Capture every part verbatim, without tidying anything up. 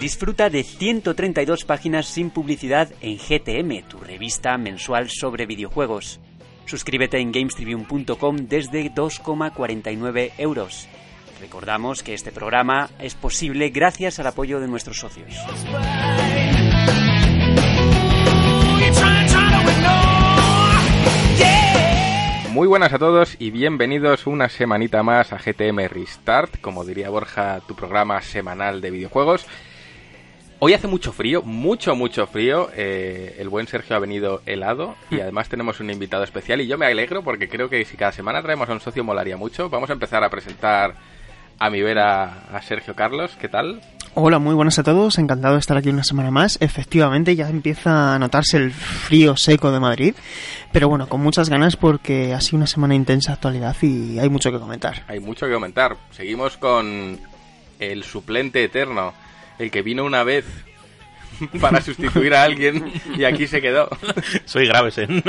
Disfruta de ciento treinta y dos páginas sin publicidad en G T M, tu revista mensual sobre videojuegos. Suscríbete en games tribune punto com desde dos coma cuarenta y nueve euros. Recordamos que este programa es posible gracias al apoyo de nuestros socios. Muy buenas a todos y bienvenidos una semanita más a G T M Restart, como diría Borja, tu programa semanal de videojuegos. Hoy hace mucho frío, mucho, mucho frío. Eh, el buen Sergio ha venido helado y además tenemos un invitado especial y yo me alegro porque creo que si cada semana traemos a un socio molaría mucho. Vamos a empezar a presentar a mi vera a Sergio Carlos. ¿Qué tal? Hola, muy buenas a todos, encantado de estar aquí una semana más. Efectivamente ya empieza a notarse el frío seco de Madrid, pero bueno, con muchas ganas porque ha sido una semana intensa de actualidad y hay mucho que comentar. Hay mucho que comentar. Seguimos con el suplente eterno, el que vino una vez para sustituir a alguien y aquí se quedó. Soy Gravesen.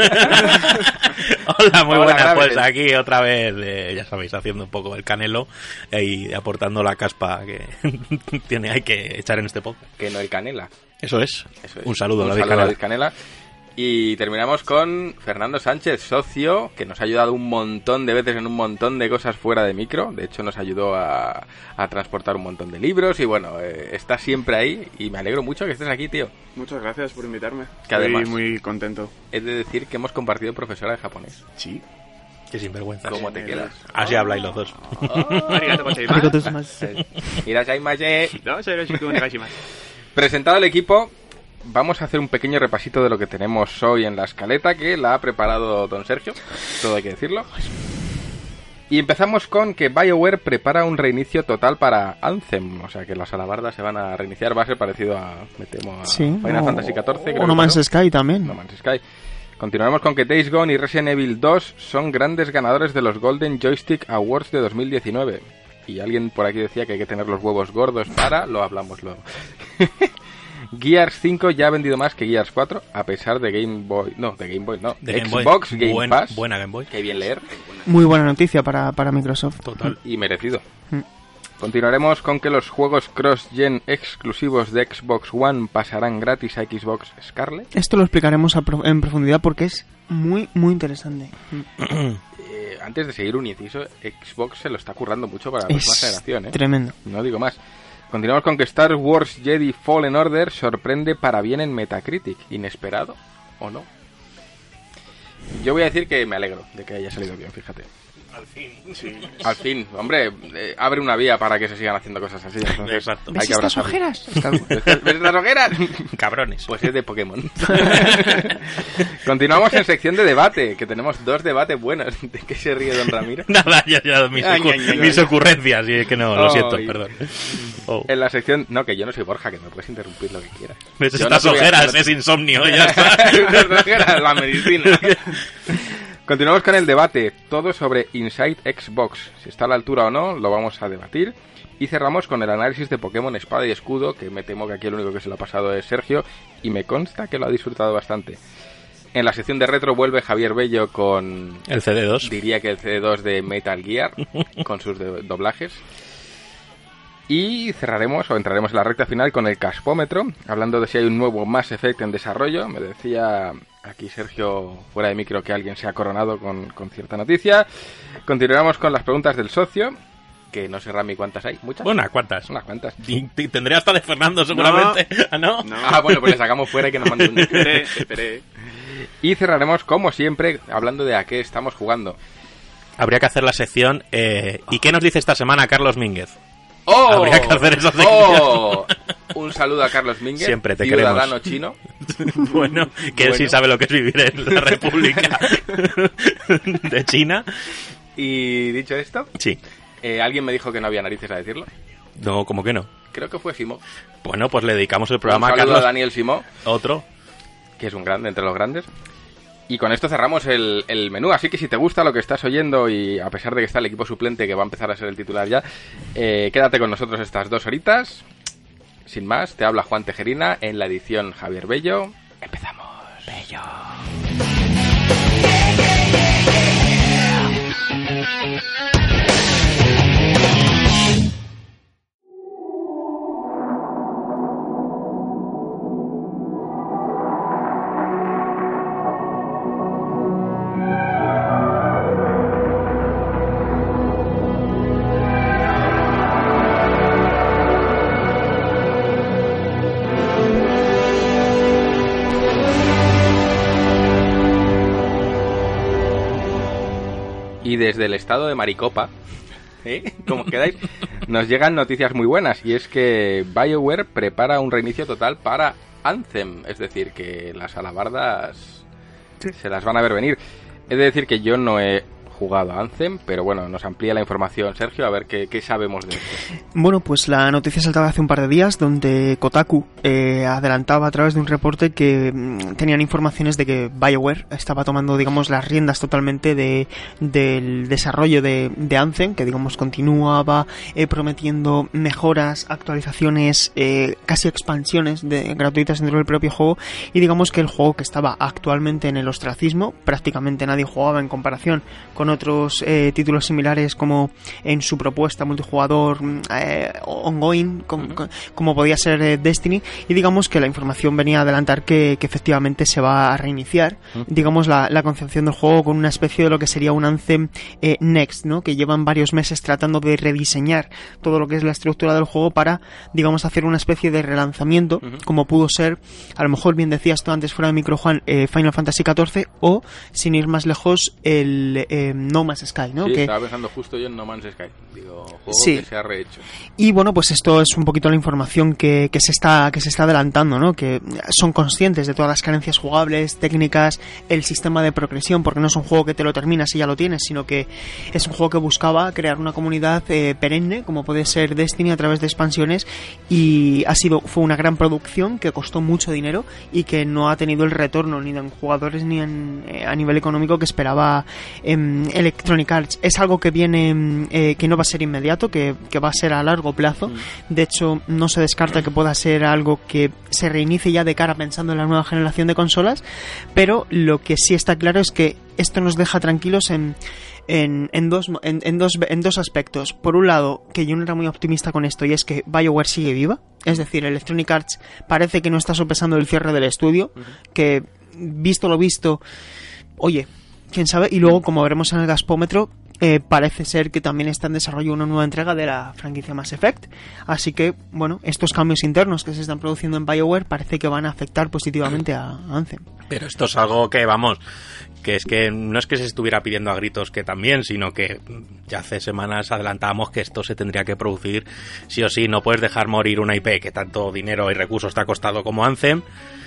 Hola, muy Hola, buenas. Gravesen. Pues aquí otra vez, eh, ya sabéis, haciendo un poco el canelo eh, y aportando la caspa que tiene hay que echar en este podcast. Que no el Canela. Eso es. Eso es. Un saludo, Un David saludo a Canela. David Canela. Y terminamos con Fernando Sánchez, socio, que nos ha ayudado un montón de veces en un montón de cosas fuera de micro. De hecho, nos ayudó a, a transportar un montón de libros y bueno, eh, está siempre ahí y me alegro mucho que estés aquí, tío. Muchas gracias por invitarme. Que además- Estoy muy contento. He de decir que hemos compartido profesora de japonés. Sí. Qué sinvergüenza. ¿Cómo te quedas? Así habláis los dos. Arigato gozaimasu. Irashaimase. No, soy Hiroshiko Onegaishimasu. Presentado el equipo, vamos a hacer un pequeño repasito de lo que tenemos hoy en la escaleta, que la ha preparado don Sergio, todo hay que decirlo. Y empezamos con que BioWare prepara un reinicio total para Anthem, o sea que las alabardas se van a reiniciar, va a ser parecido a, me temo, a Sí, Final o- Fantasy catorce. creo o No que Man's fue, ¿no? Sky también. No Man's Sky. Continuaremos con que Days Gone y Resident Evil dos son grandes ganadores de los Golden Joystick Awards de dos mil diecinueve. Y alguien por aquí decía que hay que tener los huevos gordos para... Lo hablamos luego. Gears cinco ya ha vendido más que Gears cuatro, a pesar de Game Boy... No, de Game Boy, no. De Game Boy. Xbox Game Buen- Pass. Buena Game Boy. Qué bien leer. Muy buena noticia para, para Microsoft. Total. Y merecido. Mm. Continuaremos con que los juegos cross-gen exclusivos de Xbox One pasarán gratis a Xbox Scarlet. Esto lo explicaremos a pro- en profundidad porque es muy, muy interesante. Eh, antes de seguir un inciso, Xbox se lo está currando mucho para la próxima Es generación, ¿eh? tremendo. No digo más. Continuamos con que Star Wars Jedi Fallen Order sorprende para bien en Metacritic. ¿Inesperado o no? Yo voy a decir que me alegro de que haya salido bien, fíjate. Al fin. Sí. Al fin, hombre, eh, abre una vía para que se sigan haciendo cosas así. Entonces, Exacto. hay que abrazarlo. ojeras? ¿Ves estas ojeras? Cabrones. Pues es de Pokémon. Continuamos en sección de debate, que tenemos dos debates buenos. ¿De qué se ríe don Ramiro? Nada, ya, ya, mis, Ay, ocu- ay, ay, mis ay. ocurrencias. Y es que no, lo Ay. siento, perdón. Oh. En la sección... No, que yo no soy Borja, que me puedes interrumpir lo que quieras. ¿Ves Yo estas no te voy a- ojeras? no- Es insomnio, ya está. Estas ojeras, la medicina. Continuamos con el debate, todo sobre Inside Xbox. Si está a la altura o no, lo vamos a debatir. Y cerramos con el análisis de Pokémon Espada y Escudo, que me temo que aquí el único que se lo ha pasado es Sergio, y me consta que lo ha disfrutado bastante. En la sección de retro vuelve Javier Bello con... El C D dos. Diría que el C D dos de Metal Gear, con sus de- doblajes. Y cerraremos, o entraremos en la recta final con el Caspómetro, hablando de si hay un nuevo Mass Effect en desarrollo. Me decía aquí Sergio, fuera de micro, que alguien se ha coronado con, con cierta noticia. Continuaremos con las preguntas del socio, que no sé, Rami, ¿cuántas hay? ¿Muchas? Bueno, ¿cuántas? Unas cuantas. Y- y Tendré hasta de Fernando seguramente. ¿Ah, no? No. Ah, bueno, pues le sacamos fuera y que nos mande un... Esperé, esperé. Y cerraremos, como siempre, hablando de a qué estamos jugando. Habría que hacer la sección. Eh, ¿Y qué nos dice esta semana Carlos Mínguez? ¡Oh! Habría que hacer esa sección. ¡Oh! Un saludo a Carlos Mínguez, Siempre te ciudadano queremos. chino. Bueno, que él sí Bueno. sabe lo que es vivir en la República de China. Y dicho esto, Sí. eh, alguien me dijo que no había narices a decirlo. No, ¿cómo que no? Creo que fue Simo. Bueno, pues le dedicamos el programa un a saludo Carlos. a Daniel Simó, Otro. que es un grande entre los grandes. Y con esto cerramos el, el menú. Así que si te gusta lo que estás oyendo, y a pesar de que está el equipo suplente, que va a empezar a ser el titular ya, eh, quédate con nosotros estas dos horitas. Sin más, te habla Juan Tejerina en la edición Javier Bello. Empezamos. Bello. desde el estado de Maricopa, ¿eh? ¿Cómo quedáis? Nos llegan noticias muy buenas, y es que BioWare prepara un reinicio total para Anthem, es decir, que las alabardas sí. se las van a ver venir. He de decir que yo no he jugado a Anthem, pero bueno, nos amplía la información Sergio, a ver qué, qué sabemos de esto. Bueno, pues la noticia saltaba hace un par de días, donde Kotaku eh, adelantaba a través de un reporte que mmm, tenían informaciones de que BioWare estaba tomando, digamos, las riendas totalmente de del desarrollo de, de Anthem, que digamos continuaba eh, prometiendo mejoras, actualizaciones, eh, casi expansiones de, gratuitas dentro del propio juego, y digamos que el juego que estaba actualmente en el ostracismo, prácticamente nadie jugaba en comparación con otros eh, títulos similares, como en su propuesta multijugador eh, ongoing, como, uh-huh. como podía ser eh, Destiny, y digamos que la información venía a adelantar que, que efectivamente se va a reiniciar, uh-huh. digamos, la, la concepción del juego con una especie de lo que sería un Anthem eh, Next, ¿no? Que llevan varios meses tratando de rediseñar todo lo que es la estructura del juego para, digamos, hacer una especie de relanzamiento, uh-huh. como pudo ser, a lo mejor bien decías tú antes fuera de micro, Juan, eh, Final Fantasy catorce, o, sin ir más lejos, el eh, No Man's Sky, ¿no? Sí, que... estaba pensando justo yo en No Man's Sky. Digo, juego sí. que se ha rehecho. Y bueno, pues esto es un poquito la información que, que se está que se está adelantando, ¿no? Que son conscientes de todas las carencias jugables, técnicas, el sistema de progresión, porque no es un juego que te lo terminas y ya lo tienes, sino que es un juego que buscaba crear una comunidad eh, perenne, como puede ser Destiny, a través de expansiones, y ha sido fue una gran producción que costó mucho dinero y que no ha tenido el retorno ni en jugadores ni en, eh, a nivel económico que esperaba eh, Electronic Arts. Es algo que viene eh, que no va a ser inmediato, que, que va a ser a largo plazo. Mm. De hecho, no se descarta que pueda ser algo que se reinicie ya de cara pensando en la nueva generación de consolas, pero lo que sí está claro es que esto nos deja tranquilos en En, en, dos, en, en, dos, en dos aspectos. Por un lado, que yo no era muy optimista con esto, y es que BioWare sigue viva. Es decir, Electronic Arts parece que no está sopesando el cierre del estudio, uh-huh. que visto lo visto, oye, quién sabe. Y luego, como veremos en el gaspómetro, eh, parece ser que también está en desarrollo una nueva entrega de la franquicia Mass Effect. Así que, bueno, estos cambios internos que se están produciendo en BioWare parece que van a afectar positivamente a Anthem. Pero esto es algo que, vamos, que es que no es que se estuviera pidiendo a gritos que también, sino que ya hace semanas adelantábamos que esto se tendría que producir sí o sí. No puedes dejar morir una I P que tanto dinero y recursos te ha costado como Anthem,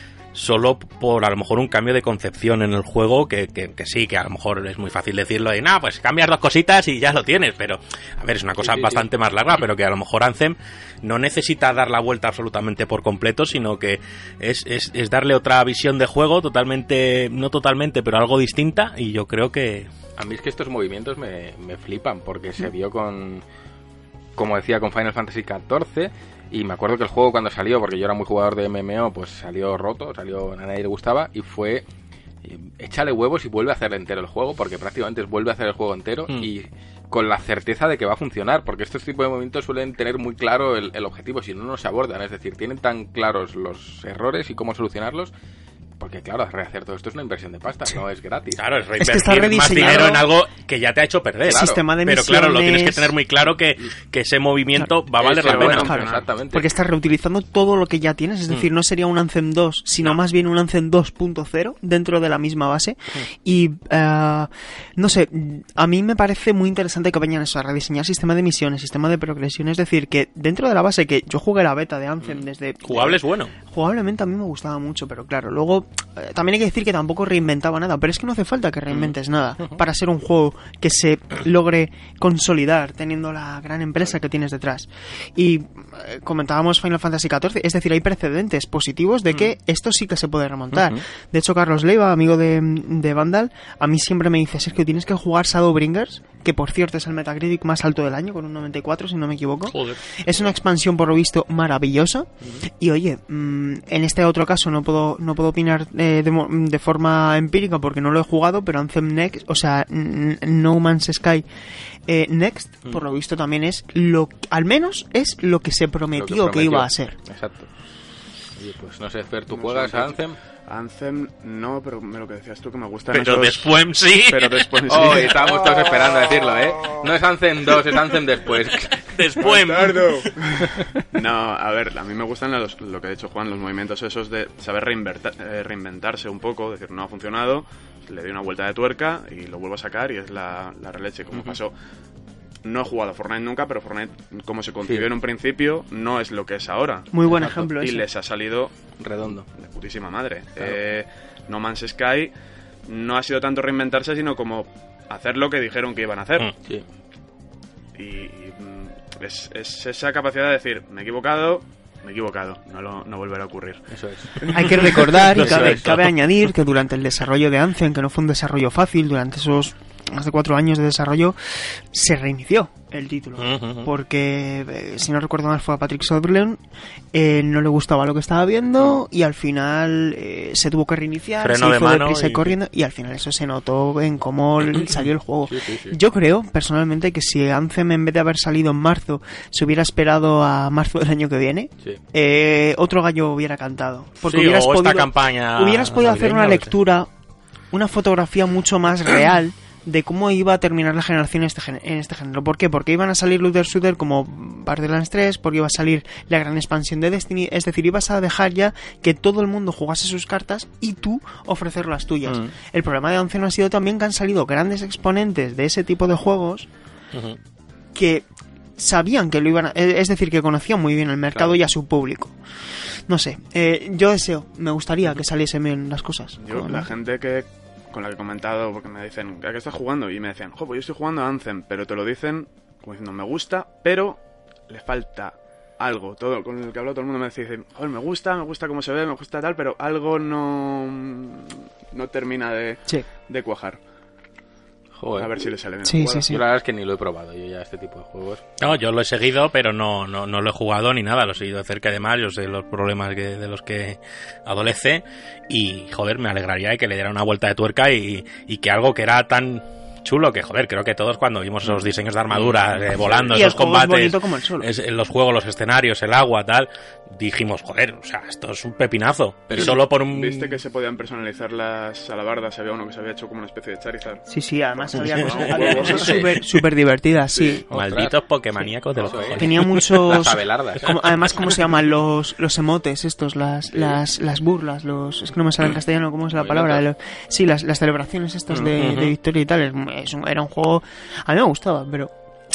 solo por a lo mejor un cambio de concepción en el juego, que, que, que sí, que a lo mejor es muy fácil decirlo y nada, pues cambias dos cositas y ya lo tienes, pero a ver, es una cosa sí, sí, bastante sí. más larga, pero que a lo mejor Anthem no necesita dar la vuelta absolutamente por completo, sino que es, es, es darle otra visión de juego totalmente, no totalmente, pero algo distinta, y yo creo que... A mí es que estos movimientos me, me flipan, porque se vio con, como decía, con Final Fantasy catorce, y me acuerdo que el juego cuando salió, porque yo era muy jugador de M M O, pues salió roto, salió, a nadie le gustaba, y fue eh, échale huevos y vuelve a hacer entero el juego, porque prácticamente vuelve a hacer el juego entero, mm. y con la certeza de que va a funcionar, porque estos tipos de movimientos suelen tener muy claro el, el objetivo, si no, no se abordan, es decir, tienen tan claros los errores y cómo solucionarlos, porque claro, rehacer todo esto es una inversión de pasta, no es gratis. Claro, es reinvertir es más dinero en algo que ya te ha hecho perder. Claro. Sistema de Pero claro, lo tienes que tener muy claro que, que ese movimiento claro. va a valer Ese la pena. Claro, exactamente. Porque estás reutilizando todo lo que ya tienes, es decir, mm. no sería un Anthem dos, sino no. más bien un Anthem dos punto cero dentro de la misma base. Mm. Y, uh, no sé, a mí me parece muy interesante que vayan eso, a rediseñar sistema de misiones, sistema de progresión, es decir, que dentro de la base, que yo jugué la beta de Anthem mm. desde... Jugable es bueno. Jugablemente a mí me gustaba mucho, pero claro, luego eh, también hay que decir que tampoco reinventaba nada, pero es que no hace falta que reinventes nada para ser un juego que se logre consolidar teniendo la gran empresa que tienes detrás. Y eh, comentábamos Final Fantasy catorce, es decir, hay precedentes positivos de que esto sí que se puede remontar. De hecho, Carlos Leiva, amigo de, de Vandal, a mí siempre me dice, Sergio, tienes que jugar Shadowbringers, que por cierto es el Metacritic más alto del año, con un noventa y cuatro, si no me equivoco. Joder. Es una expansión, por lo visto, maravillosa. Uh-huh. Y oye, mmm, en este otro caso no puedo no puedo opinar eh, de, de forma empírica porque no lo he jugado, pero Anthem Next, o sea, No Man's Sky eh, Next, uh-huh. por lo visto también es lo, al menos es lo que se prometió, que, prometió. que iba a ser. Exacto. Oye, pues no sé, Fer, ¿tú no juegas a Anthem? Anthem no, pero lo que decías tú que me gusta. Pero esos... después sí. Pero después sí. Oh, estábamos todos esperando a decirlo, ¿eh? No es Anthem dos, es Anthem después. Después. No, a ver, a mí me gustan los, lo que ha dicho Juan, los movimientos esos de saber reinverta, eh, reinventarse un poco, decir, no ha funcionado, le doy una vuelta de tuerca y lo vuelvo a sacar y es la, la releche, como uh-huh. pasó. No he jugado a Fortnite nunca, pero Fortnite, como se concibió sí. en un principio, no es lo que es ahora. Muy buen Exacto. ejemplo Y ese. les ha salido redondo. De putísima madre. Claro. Eh, No Man's Sky no ha sido tanto reinventarse, sino como hacer lo que dijeron que iban a hacer. Mm, sí. Y, y es, es esa capacidad de decir, me he equivocado, me he equivocado, no, lo, no volverá a ocurrir. Eso es. Hay que recordar y cabe, cabe añadir que durante el desarrollo de Anthem, que no fue un desarrollo fácil, durante esos más de cuatro años de desarrollo, se reinició el título. Uh-huh. Porque, eh, si no recuerdo mal, fue a Patrick Sutherland, eh, no le gustaba lo que estaba viendo uh-huh. y al final eh, se tuvo que reiniciar, Freno se de hizo mano deprisa y y... corriendo, y al final eso se notó en cómo salió el juego. Sí, sí, sí. Yo creo, personalmente, que si Anthem, en vez de haber salido en marzo, se hubiera esperado a marzo del año que viene, sí. eh, otro gallo hubiera cantado. Porque sí, hubieras o podido, esta campaña hubieras podido hacer una no lectura, una fotografía mucho más real de cómo iba a terminar la generación en este, gen- en este género. ¿Por qué? Porque iban a salir Looter Shooter como Borderlands tres, porque iba a salir la gran expansión de Destiny, es decir, ibas a dejar ya que todo el mundo jugase sus cartas y tú ofrecer las tuyas. Mm. El problema de Anthem ha sido también que han salido grandes exponentes de ese tipo de juegos uh-huh. que sabían que lo iban a... Es decir, que conocían muy bien el mercado claro. y a su público. No sé, eh, yo deseo, me gustaría que saliesen bien las cosas. Yo, con... la gente que con la que he comentado, porque me dicen, ¿a qué estás jugando? Y me decían, jo, pues yo estoy jugando a Anthem, pero te lo dicen como diciendo, me gusta, pero le falta algo. Todo con el que hablo todo el mundo me dice, joder, me gusta, me gusta cómo se ve, me gusta tal, pero algo no no termina de, sí. de cuajar. Joder. A ver si le sale bien. Sí, sí, sí. Yo la verdad es que ni lo he probado, yo ya este tipo de juegos. No, yo lo he seguido, pero no, no, no lo he jugado ni nada, lo he seguido de cerca. Además, yo sé los problemas que, de los que adolece y, joder, me alegraría de que le diera una vuelta de tuerca y, y que algo que era tan chulo que, joder, creo que todos cuando vimos esos diseños de armadura eh, volando, y esos el combates, es como el solo. Es, los juegos, los escenarios, el agua, tal, dijimos, joder, o sea, esto es un pepinazo. Pero solo por un... ¿Viste que se podían personalizar las alabardas? Había uno que se había hecho como una especie de Charizard. Sí, sí, además había cosas, había cosas súper super divertidas, sí. sí. Malditos pokemaníacos sí. de los cojones. Tenía muchos... Las como, además, ¿cómo se llaman? Los, los emotes estos, las, sí. las, las burlas, los... Es que no me sale en castellano, ¿cómo es la palabra? Los, sí, las, las celebraciones estas de, uh-huh. de victoria y tal. Es un, era un juego... A mí me gustaba, pero...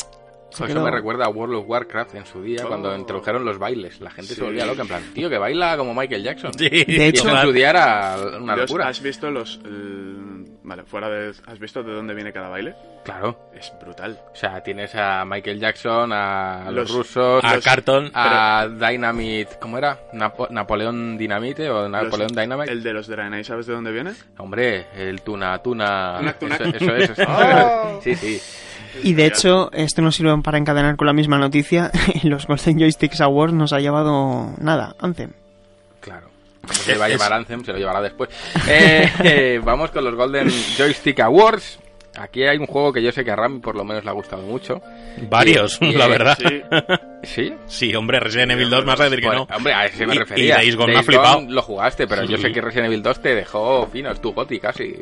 Eso quedó... me recuerda a World of Warcraft en su día, oh. cuando introdujeron los bailes. La gente sí. se volvía loca, en plan, tío, que baila como Michael Jackson. Sí. De hecho, en su día era una locura. ¿Has visto los... El... Vale, fuera de... ¿Has visto de dónde viene cada baile? Claro. Es brutal. O sea, tienes a Michael Jackson, a los, los rusos... A los, Carton. A pero... Dynamite... ¿Cómo era? Napo... ¿Napoleón Dynamite o Napoleón los... Dynamite? El de los Draenei, ¿sabes de dónde viene? Hombre, el Tuna Tuna... Tuna, tuna. Eso, eso es. Eso. Oh. Sí, sí. Y de hecho, esto nos sirve para encadenar con la misma noticia. Los Golden Joysticks Awards nos ha llevado nada, Anthem. Claro. Como se va a llevar Anthem, se lo llevará después. Eh, eh, vamos con los Golden Joystick Awards. Aquí hay un juego que yo sé que a Rami por lo menos le ha gustado mucho. Varios, y, y, la verdad. Sí. ¿Sí? Sí, hombre, Resident Evil dos me vas a decir que bueno, no. Hombre, a ese me y, refería. Y Days Gone Days me ha flipado. Gone lo jugaste, pero sí. Yo sé que Resident Evil dos te dejó fino, es tu goti casi.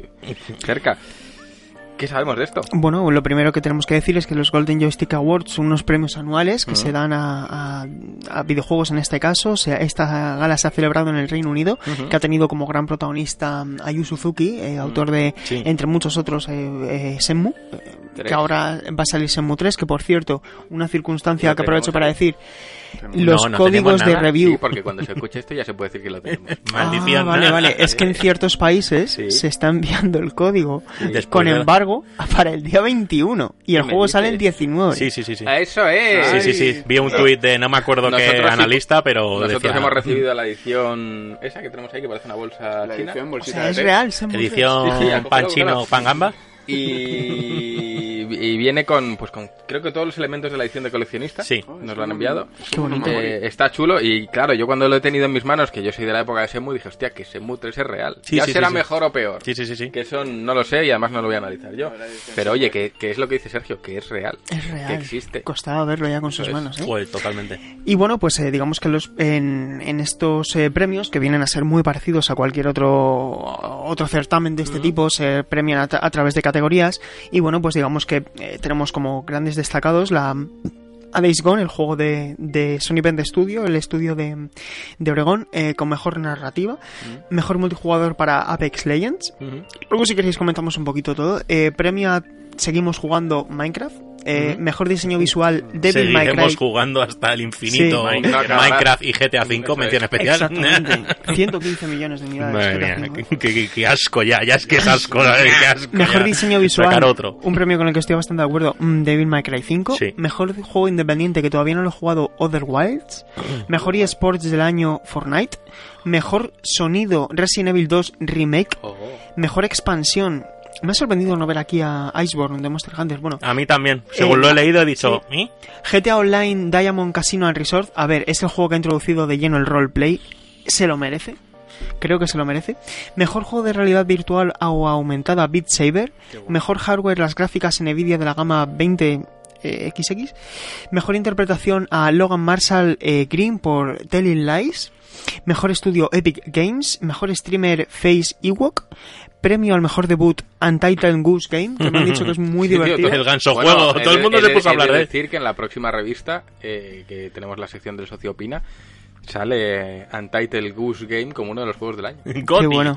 Cerca. ¿Qué sabemos de esto? Bueno, lo primero que tenemos que decir es que los Golden Joystick Awards son unos premios anuales que uh-huh. se dan a, a, a videojuegos en este caso. O sea, esta gala se ha celebrado en el Reino Unido, uh-huh. que ha tenido como gran protagonista a Yu Suzuki, eh, uh-huh. autor de, sí. entre muchos otros, eh, eh, Shenmue, eh, que ahora va a salir Shenmue tres, que por cierto, una circunstancia que aprovecho para decir, los no, no códigos de review... Sí, porque cuando se escuche esto ya se puede decir que lo tenemos. Maldición. Ah, vale, vale. Es que en ciertos países sí. se está enviando el código sí. con embargo para el día veintiuno y el juego sale el diecinueve. Sí, sí, sí. sí. Eso es. Sí, sí, sí. Vi un tuit de no me acuerdo nosotros qué analista, sí, pero nosotros decía... hemos recibido la edición esa que tenemos ahí que parece una bolsa la china. Edición, o sea, es real. Edición sí, sí, pan chino, pan gamba. Y, y viene con, pues con, creo que todos los elementos de la edición de coleccionista. Sí. Nos lo han enviado. Qué bonito. Eh, está chulo y claro, yo cuando lo he tenido en mis manos, que yo soy de la época de Shenmue, dije, hostia, que Shenmue tres es real. Sí, ya sí, será sí, mejor sí. o peor. Sí, sí, sí, sí. Que eso no lo sé y además no lo voy a analizar yo. Pero oye, que, que es lo que dice Sergio, que es real. Es real. Que existe. Costaba verlo ya con sus pues, manos, ¿eh? Pues totalmente. Y bueno, pues eh, digamos que los en, en estos eh, premios, que vienen a ser muy parecidos a cualquier otro otro certamen de este uh-huh. tipo, se premian a, a través de categorías. Y bueno, pues digamos que eh, tenemos como grandes destacados la a Days Gone, el juego de, de Sony Bend Studio, el estudio de, de Oregón, eh, con mejor narrativa, uh-huh. mejor multijugador para Apex Legends. Uh-huh. Luego, si queréis, comentamos un poquito todo. Eh, premio a Seguimos jugando Minecraft. Eh, uh-huh. Mejor diseño visual Devil May Cry. Seguiremos jugando hasta el infinito. Sí. Minecraft y G T A cinco, mención especial. Exactamente. ciento quince millones de unidades. Madre mía, qué, qué, qué asco ya. Ya es que es asco. Qué asco Mejor ya. diseño visual. Sacar otro. Un premio con el que estoy bastante de acuerdo. Devil May Cry cinco. Sí. Mejor juego independiente que todavía no lo he jugado, Other Wilds. Mejor eSports del año, Fortnite. Mejor sonido, Resident Evil dos Remake. Oh. Mejor expansión. Me ha sorprendido no ver aquí a Iceborne de Monster Hunter. Bueno, a mí también. Según eh, lo he leído, he dicho... Sí. ¿Eh? G T A Online Diamond Casino and Resort. A ver, es el juego que ha introducido de lleno el roleplay. Se lo merece. Creo que se lo merece. Mejor juego de realidad virtual o aumentada, Beat Saber. Bueno. Mejor hardware, las gráficas Nvidia de la gama veinte equis equis. Mejor interpretación a Logan Marshall eh, Green por Telling Lies. Mejor estudio Epic Games. Mejor streamer Face Ewok. Premio al mejor debut Untitled Goose Game, que me han dicho que es muy sí, divertido. Tío, el ganso bueno, juego, todo el mundo se puso a hablar de él. decir que en la próxima revista, eh, que tenemos la sección del Socio Opina, sale Untitled Goose Game como uno de los juegos del año. Qué bueno.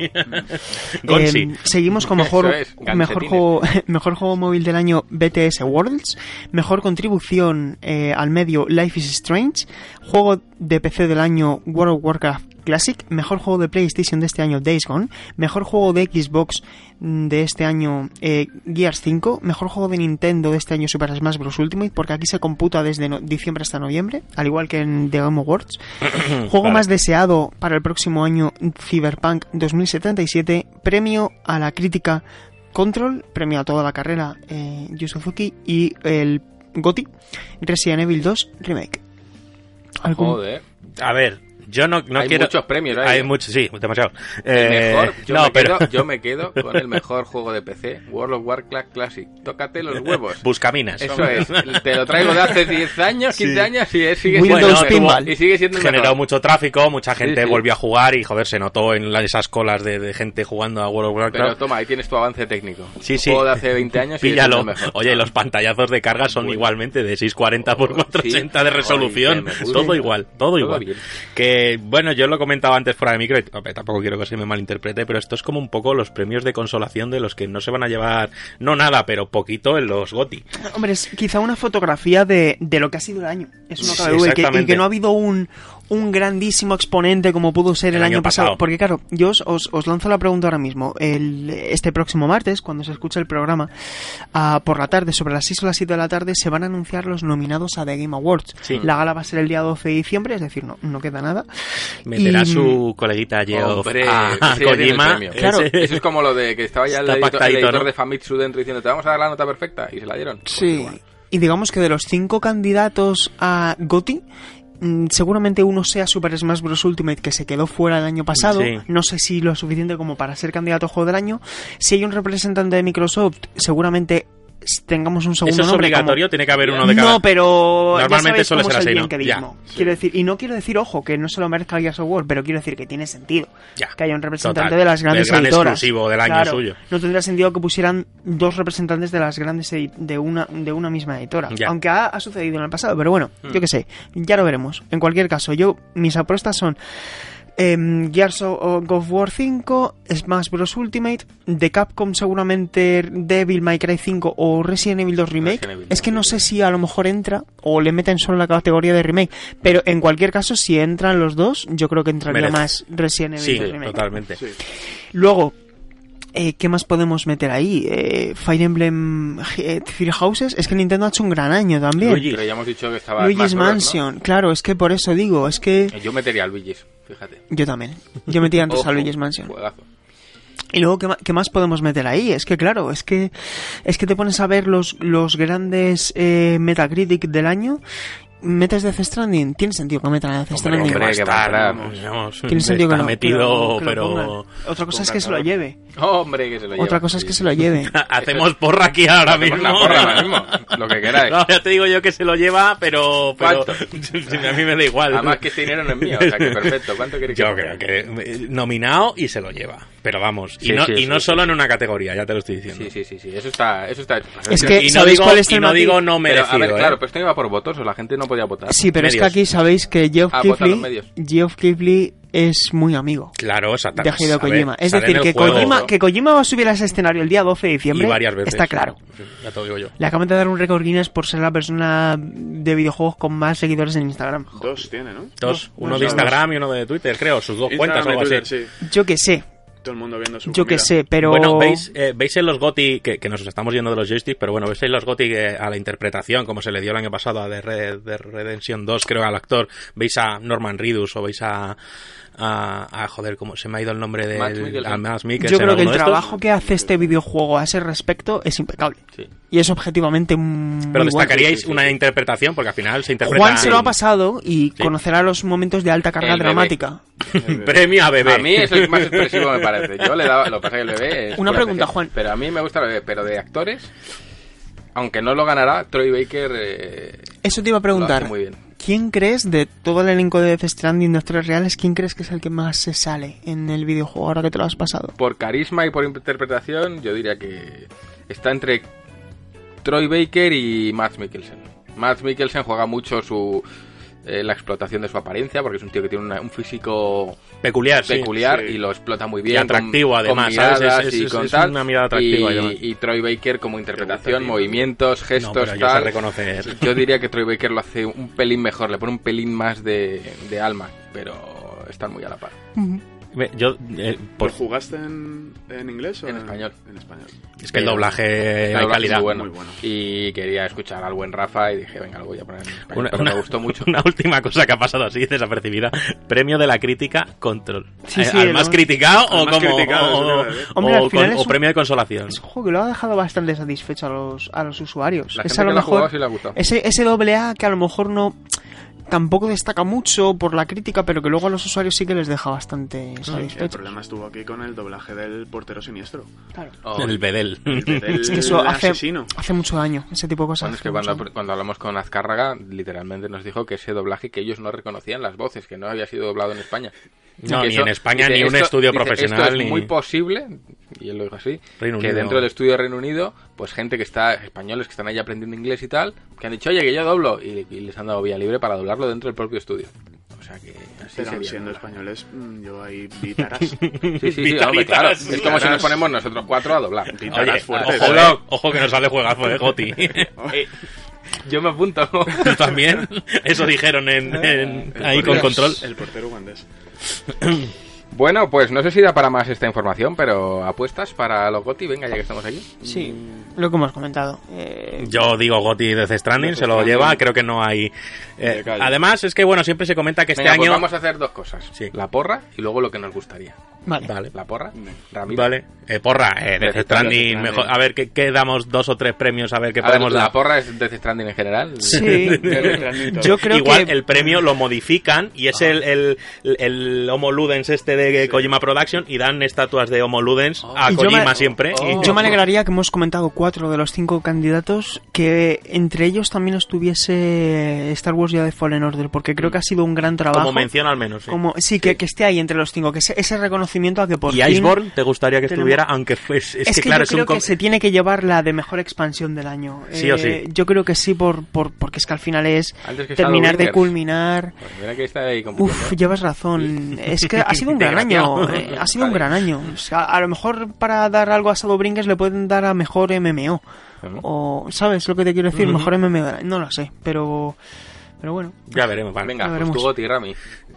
eh, seguimos con mejor es, mejor juego mejor juego móvil del año, B T S Worlds. Mejor contribución eh, al medio, Life is Strange. Juego de P C del año, World of Warcraft Classic. Mejor juego de PlayStation de este año, Days Gone. Mejor juego de Xbox de este año, eh, Gears cinco. Mejor juego de Nintendo de este año, Super Smash Bros. Ultimate, porque aquí se computa desde no- diciembre hasta noviembre, al igual que en The Game Awards. Juego vale. más deseado para el próximo año, Cyberpunk dos mil setenta y siete. Premio a la crítica, Control. Premio a toda la carrera, eh, Yu Suzuki. Y el GOTY, Resident Evil dos Remake. ¿Algún? Joder. A ver, yo no, no hay quiero... muchos premios, ¿eh? Hay muchos, sí, demasiado. Eh... Mejor, yo, no, me pero... quedo, yo me quedo con el mejor juego de P C, World of Warcraft Classic. Tócate los huevos. Buscaminas. Eso es. Te lo traigo de hace diez años, quince sí. años y es, sigue Windows siendo bueno, y sigue siendo generó mejor. mucho tráfico, mucha gente sí, sí. volvió a jugar y, joder, se notó en la, esas colas de, de gente jugando a World of Warcraft. Pero toma, ahí tienes tu avance técnico. Sí, sí. Un juego de hace veinte años y píllalo. Es mejor. Oye, los pantallazos de carga son bueno. igualmente de seiscientos cuarenta por cuatrocientos ochenta sí. de resolución. Oye, todo igual, todo, todo igual. Bien. Que, bueno, yo lo comentaba antes fuera de micro, y tampoco quiero que se me malinterprete, pero esto es como un poco los premios de consolación de los que no se van a llevar, no nada, pero poquito en los GOTY. Hombre, es quizá una fotografía de, de lo que ha sido el año. Eso no cabe duda. Sí, y, y que no ha habido un, un grandísimo exponente como pudo ser el, el año, año pasado. pasado. Porque claro, yo os, os, os lanzo la pregunta ahora mismo. El, este próximo martes, cuando se escuche el programa, uh, por la tarde, sobre las seis o las siete de la tarde, se van a anunciar los nominados a The Game Awards. Sí. La gala va a ser el día doce de diciembre, es decir, no, no queda nada. Meterá y, su coleguita Geoff a, a Kojima. Claro. Eso es como lo de que estaba ya el editor, el editor ¿no? de Famitsu dentro diciendo te vamos a dar la nota perfecta y se la dieron. Sí. Pues y digamos que de los cinco candidatos a GOTY, seguramente uno sea Super Smash Bros. Ultimate, que se quedó fuera el año pasado. Sí. No sé si lo suficiente como para ser candidato a Juego del Año. Si hay un representante de Microsoft, seguramente tengamos un segundo ¿Eso es nombre. obligatorio? Como... Tiene que haber uno de cada... No, pero normalmente suele ser así, ¿no? Ya, sí. Quiero decir, y no quiero decir, ojo, que no se lo merezca Gears of War, pero quiero decir que tiene sentido ya. que haya un representante Total. de las grandes del gran editoras. Exclusivo del año claro, suyo. No tendría sentido que pusieran dos representantes de las grandes edi- de una de una misma editora, ya. aunque ha, ha sucedido en el pasado, pero bueno, mm. yo qué sé, ya lo veremos. En cualquier caso, yo mis apuestas son Eh, Gears of War cinco, Smash Bros. Ultimate, de Capcom seguramente Devil May Cry cinco o Resident Evil dos Remake. Evil es que no sé si a lo mejor entra o le meten solo la categoría de remake, pero en cualquier caso si entran los dos, yo creo que entraría Merece. más Resident Evil sí, dos Remake. Totalmente. Sí. Luego, Eh, ¿qué más podemos meter ahí? Eh, Fire Emblem eh, Three Houses. Es que Nintendo ha hecho un gran año también. Luigi, pero ya hemos dicho que estaba Luigi's más Mansion, ¿no? Claro, es que por eso digo, es que... Yo metería a Luigi's, fíjate. Yo también. Yo metía antes Ojo, a Luigi's Mansion. Juegazo. Y luego, ¿qué más, ¿qué más podemos meter ahí? Es que, claro, es que es que te pones a ver los, los grandes eh, Metacritic del año... metes Death Stranding, tiene sentido que metan a Death Stranding. hombre, que va a entrar. Vamos, Tiene sentido que está lo, metido, que lo- que lo pero... pongan. Otra cosa es que se lo lleve. Hombre, que se lo lleva. Otra cosa es sí. que se lo lleve. Hacemos porra aquí ahora Hacemos mismo. una porra ahora mismo, lo que queráis. No, ya te digo yo que se lo lleva, pero... pero ¿Cuánto? a mí me da igual. Además que este dinero no es mío, o sea que perfecto. ¿Cuánto queréis que Yo ponga? creo que eh, nominado y se lo lleva. Pero vamos, y Sí, no, sí, y sí, no sí, solo sí. en una categoría, ya te lo estoy diciendo. Sí, sí, sí, sí, eso está, eso está hecho. Es Pero- que, y no ¿sabéis digo, cuál es y el no matiz? digo no pero, merecido, a ver, ¿eh? claro, pero esto no iba por votos, o la gente no podía votar. Sí, pero es que medios. aquí sabéis que Geoff Ah, votan los Keighley, medios. Geoff Keighley es muy amigo Claro, de exactamente. Hideo A ver, Kojima. Es sale en decir, el que juego, Kojima, ¿no? que Kojima va a subir a ese escenario el día doce de diciembre. y varias veces. Está claro. Ya te lo digo yo. Le acaban de dar un récord Guinness por ser la persona de videojuegos con más seguidores en Instagram. Dos tiene, ¿no? Dos, Dos, uno dos, de dos. Instagram y uno de Twitter, creo, sus dos cuentas o Instagram algo y así. Twitter, sí. Yo que sé, Todo el mundo viendo su yo que comida. sé, pero... Bueno, veis, eh, veis en los GOTY, que, que nos estamos yendo de los joysticks, pero bueno, veis en los GOTY que a la interpretación, como se le dio el año pasado a The, Red, The Redemption dos, creo, al actor, veis a Norman Reedus o veis a... A, a joder, ¿cómo se me ha ido el nombre de Mads Mikkelsen. a Mads Mikkelsen, Yo creo que el alguno de estos? trabajo que hace este videojuego a ese respecto es impecable. Sí. Y es objetivamente muy Pero bueno. destacaríais sí, sí, una sí. interpretación, porque al final se interpreta... Juan se lo ha pasado y Sí. conocerá los momentos de alta carga El bebé. dramática. Premio a bebé. A mí es el más expresivo, me parece. Yo le daba, lo que pasa es que el bebé es Una muy pregunta, especial. Juan. Pero a mí me gusta el bebé, pero de actores, aunque no lo ganará, Troy Baker eh, Eso te iba a preguntar. lo hace muy bien. ¿Quién crees, de todo el elenco de Death Stranding de actores reales, quién crees que es el que más se sale en el videojuego ahora que te lo has pasado? Por carisma y por interpretación, yo diría que está entre Troy Baker y Mads Mikkelsen. Mads Mikkelsen juega mucho su eh, la explotación de su apariencia, porque es un tío que tiene una- un físico Peculiar, sí. peculiar sí. y lo explota muy Y bien. atractivo, con, además, con ¿sabes? miradas Es- es- y es- con es tal. una mirada atractiva, y, además. y Troy Baker como interpretación, tío. movimientos, No, gestos, pero yo sé tal. reconocer. Yo diría que Troy Baker lo hace un pelín mejor, le pone un pelín más de, de alma, pero están muy a la par. Ve, Yo, eh, por, ¿Pues jugaste en, en inglés o En español. En español. es que el doblaje El hay doblaje calidad. es muy bueno. Muy bueno. Y quería escuchar al buen Rafa y dije, venga, lo voy a poner en español. Una, pero una- me gustó mucho. una última cosa que ha pasado así desapercibida. Premio de la crítica, Control. Sí, Eh, sí, ¿Al el más más- criticado al o más como criticado, eso te iba o, a decir. Hombre, o al final con- es o un- premio de consolación? Es un juego que lo ha dejado bastante satisfecho a los, a los usuarios. La es gente a lo que lo ha mejor jugado sí le ha gustado. ese, ese doble A que a lo mejor no tampoco destaca mucho por la crítica, pero que luego a los usuarios sí que les deja bastante El satisfechos. problema estuvo aquí con el doblaje del portero siniestro. Claro. Oh, El Bedel. Del Es que eso hace, asesino. hace mucho daño, ese tipo de cosas. Bueno, es que hace cuando, mucho daño. cuando hablamos con Azcárraga, literalmente nos dijo que ese doblaje que ellos no reconocían las voces, que no había sido doblado en España. No, Que ni eso- en España, dice, ni un esto- estudio dice, profesional, Esto es ni... muy posible, y él lo dijo así, Reino que Unido. dentro del estudio de Reino Unido, pues gente que está, españoles que están ahí aprendiendo inglés y tal, que han dicho, oye, que yo doblo, y, y les han dado vía libre para doblarlo dentro del propio estudio. O sea que así Pero sería. siendo españoles, mm, yo ahí vi taras. Sí, sí, sí, Vital- hombre, claro. vitaras, Es como si vitaras. nos ponemos nosotros cuatro a doblar. Vi Oye, taras fuertes. ojo, ¿eh? eh, ojo que nos sale juegazo de Goti. Eh, Yo me apunto. ¿Tú también? Eso dijeron en, en- El ahí con portero- control. El portero ugandés. Bueno, pues no sé si da para más esta información, pero apuestas para los GOTY, venga, ya que estamos aquí. Sí, lo que hemos comentado. Eh, Yo digo Goti Death Stranding, Death se lo Stranding. lleva, creo que no hay... eh, De calle. además, es que bueno, siempre se comenta que este Venga, pues año... vamos a hacer dos cosas. Sí. La porra y luego lo que nos gustaría. vale. Vale. La porra, Ramiro. Vale, eh, porra, eh, Death Death Stranding, Stranding. mejor, a ver, ¿qué, qué damos dos o tres premios? A ver qué A ver, podemos la dar. porra es Death Stranding en general. Sí, yo creo Igual que el premio lo modifican y es el, el, el Homo Ludens este de Kojima Production y dan estatuas de Homo Ludens a Y yo Kojima me- siempre. Oh. y- yo me alegraría que hemos comentado cuatro de los cinco candidatos, que entre ellos también estuviese Star Wars Jedi Fallen Order, porque creo que ha sido un gran trabajo. como mención al menos. Sí. Como- sí, que, que esté ahí entre los cinco, que ese, ese reconocimiento a que por ¿Y fin... Iceborne te gustaría que tenemos- estuviera? Aunque fue, es, Es, que, que, claro, yo es creo un... com- que se tiene que llevar la de mejor expansión del año. Sí o sí. Eh, Yo creo que sí, por, por porque es que al final es Antes que terminar de Shadowbringers. culminar. Pues mira que está ahí compitiendo, Uf, ¿eh? llevas razón. Es que ha sido un gran año. Desgraciado. eh, Ha sido un gran año. O sea, a lo mejor para dar algo a Shadowbringers le pueden dar a mejor M M O. Ujú. O, ¿sabes lo que te quiero decir? Ujú. Mejor M M O. No lo sé, pero... Pero bueno. Ya veremos, vale. Venga, Ya pues veremos. tu GOTY, Rami.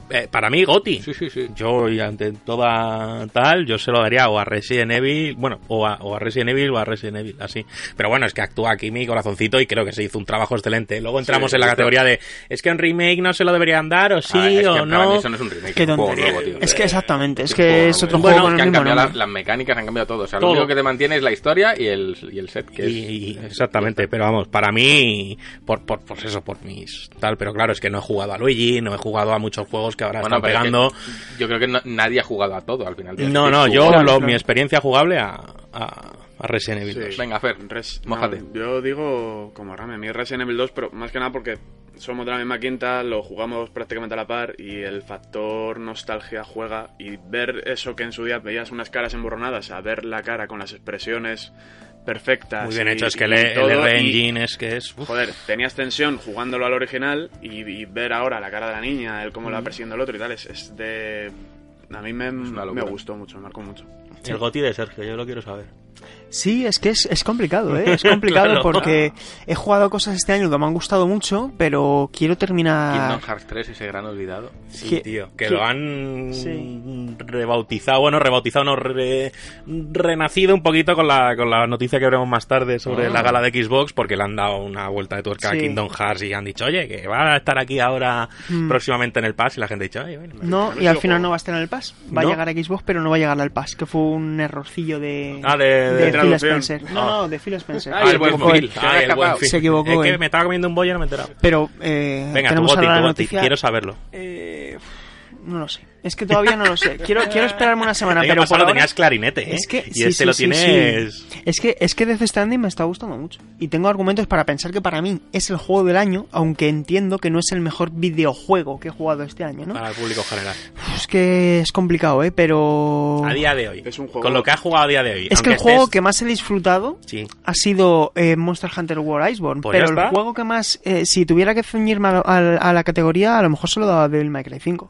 eh, para mí Goti. Sí, sí, sí. Yo, y ante toda tal, yo se lo daría o a Resident Evil, bueno, o a, o a Resident Evil o a Resident Evil, así. Pero bueno, es que actúa aquí mi corazoncito y creo que se hizo un trabajo excelente. Luego entramos Sí, en la sí, categoría de, es que un remake no se lo deberían dar, o sí, Ah, es que o para no. mí eso no es un remake, Qué es un juego tontería. nuevo, tío. Es que exactamente, es un que juego es otro nuevo. juego Bueno, con que el han mismo cambiado nombre. las, las mecánicas, han cambiado todo. O sea, Todo. lo único que te mantiene es la historia y el, y el set, que es... Y, y- exactamente, pero vamos, para mí, por, por, por eso, por mis tal, pero claro, es que no he jugado a Luigi, no he jugado a muchos juegos que ahora Bueno, están pero es que pegando. yo creo que no- nadie ha jugado a todo al final. del No, día. no, Es yo su- Claro, lo- claro. mi experiencia jugable a, a, a Resident Evil Sí. dos. Venga, Fer, Res- mójate. no, yo digo como Rame, mi Resident Evil dos, pero más que nada porque somos de la misma quinta, lo jugamos prácticamente a la par y el factor nostalgia juega, y ver eso que en su día veías unas caras emborronadas, a ver la cara con las expresiones perfectas. Muy bien y- hecho, es que y el, el todo, R y, Engine es que es... uf. joder, tenías tensión jugándolo al original y, y ver ahora la cara de la niña, el cómo la va persiguiendo el otro y tal, es, es de... A mí me, una me locura. gustó mucho, me marcó mucho. El Goti de Sergio, yo lo quiero saber. Sí, es que es, es complicado, ¿eh? Es complicado Claro. porque he jugado cosas este año que me han gustado mucho, pero quiero terminar... Kingdom Hearts tres, ese gran olvidado. Sí, Que- tío, que que- lo han Sí. rebautizado, bueno, rebautizado, no, re- renacido un poquito con la, con la noticia que veremos más tarde sobre Ah. la gala de Xbox, porque le han dado una vuelta de tuerca Sí. a Kingdom Hearts y han dicho, oye, que va a estar aquí ahora Mm. próximamente en el Pass, y la gente ha dicho, oye, bueno, No, no y al sigo final juego. no va a estar en el Pass. Va ¿No? a llegar a Xbox, pero no va a llegar al Pass, que fue un errorcillo de, Ah, de- de de Phil traducción. Spencer. No, Ah. no, de Phil Spencer. Ah, el Se buen equivocó Phil. él. Se me ha Ay, el buen escapado. Phil. Se equivocó Es que él. me estaba comiendo un bollo y no me he enterado. Pero eh, Venga, tu tenemos Goti, ahora tu la Goti, noticia. quiero saberlo. Eh, no lo sé. Es que todavía no lo sé. Quiero, quiero esperarme una semana, El año pero pasado por ahora... tenías clarinete, ¿eh? Es que, y sí, este sí, lo sí, tienes... sí. Es que, es que Death Stranding me está gustando mucho. Y tengo argumentos para pensar que para mí es el juego del año, aunque entiendo que no es el mejor videojuego que he jugado este año, ¿no? Para el público general. Uf, es que es complicado, ¿eh? Pero... A día de hoy. Es un juego- Con lo que has jugado a día de hoy. Es que aunque el juego estés- que más he disfrutado Sí. ha sido eh, Monster Hunter World Iceborne. Pues pero ya el está. juego que más... eh, si tuviera que ceñirme a, a- a la categoría, a lo mejor se lo daba a Devil May Cry cinco.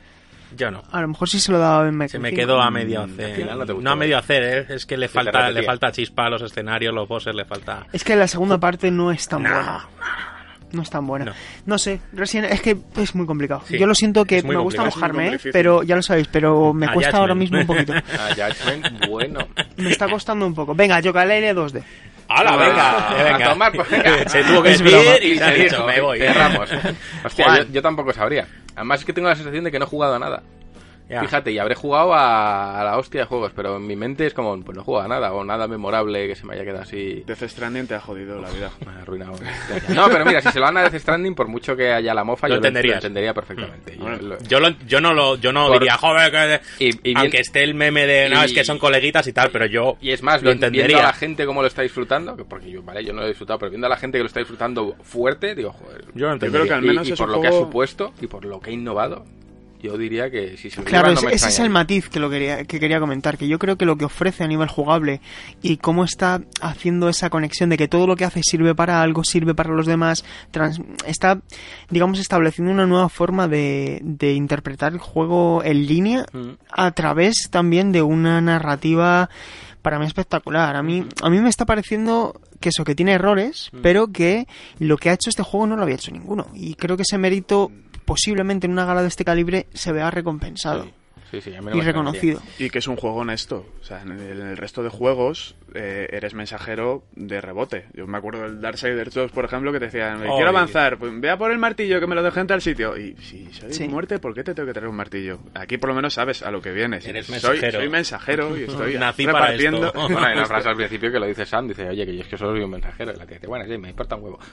Yo no. A lo mejor sí se lo daba a Devil May Se Cry me cinco. quedó a medio al hacer. final no te gustó. No a medio hacer, ¿eh? Es que le Se te falta, le repetía. falta chispa a los escenarios, los bosses, le falta... Es que la segunda parte no es tan No, buena. No es tan buena. No. No, sé, Resident es que es muy complicado. Sí, Yo lo siento que es muy me gusta complicado. mojarme, Es muy ¿eh? difícil. Pero ya lo sabéis, pero me Ah, cuesta ahora Judgment. mismo un poquito. Ah, Judgment, bueno. Me está costando un poco. Venga, Yooka-Laylee dos D. ¡Hala, Ah, venga! eh, a venga. tomar, pues, venga. Se tuvo que Es decir broma. y se ha dicho, me voy. Cerramos. Hostia, Juan. yo, yo tampoco sabría. Además es que tengo la sensación de que no he jugado a nada. Ya. Fíjate, y habré jugado a, a la hostia de juegos, pero en mi mente es como, pues no he jugado a nada, o nada memorable que se me haya quedado así... Death Stranding te ha jodido la vida. Me ha arruinado. No, pero mira, si se lo dan a Death Stranding, por mucho que haya la mofa, Lo yo lo, lo entenderías. entendería perfectamente. Y Bueno, lo- Yo, lo- yo no lo, yo no Por- diría, joder, que... y- y bien- aunque esté el meme de, no, y- es que son coleguitas y tal, pero yo Y es más, lo vi- viendo a entendería. la gente cómo lo está disfrutando, que porque yo, vale, yo no lo he disfrutado, pero viendo a la gente que lo está disfrutando fuerte, digo, joder. Yo lo Yo entendería. creo que al Y- menos y, es por un lo que ha juego- supuesto y por lo que ha innovado, yo diría que si se lo Claro, llevan, ese, no me ese es el extrañaría. matiz que lo quería que quería comentar, que yo creo que lo que ofrece a nivel jugable y cómo está haciendo esa conexión de que todo lo que hace sirve para algo, sirve para los demás, trans- está, digamos, estableciendo una nueva forma de, de interpretar el juego en línea Mm. a través también de una narrativa para mí espectacular. A mí, a mí me está pareciendo que eso, que tiene errores, Mm. pero que lo que ha hecho este juego no lo había hecho ninguno. Y creo que ese mérito posiblemente en una gala de este calibre se vea recompensado. Sí, sí, sí, a mí no Y me reconocido. Y que es un juego honesto. O sea, en el, en el resto de juegos eh, eres mensajero de rebote. Yo me acuerdo del Darksiders dos, por ejemplo, que te decían, Ay. quiero avanzar, pues ve a por el martillo que me lo dejé en tal sitio. Y si soy Sí. muerte, ¿por qué te tengo que traer un martillo? Aquí por lo menos sabes a lo que vienes. Eres soy, mensajero. soy mensajero y estoy Nací para repartiendo. esto. Bueno, hay una frase al principio que lo dice Sam, dice, oye, que yo es que solo soy un mensajero. Y la tía dice, bueno, sí, me importa un huevo.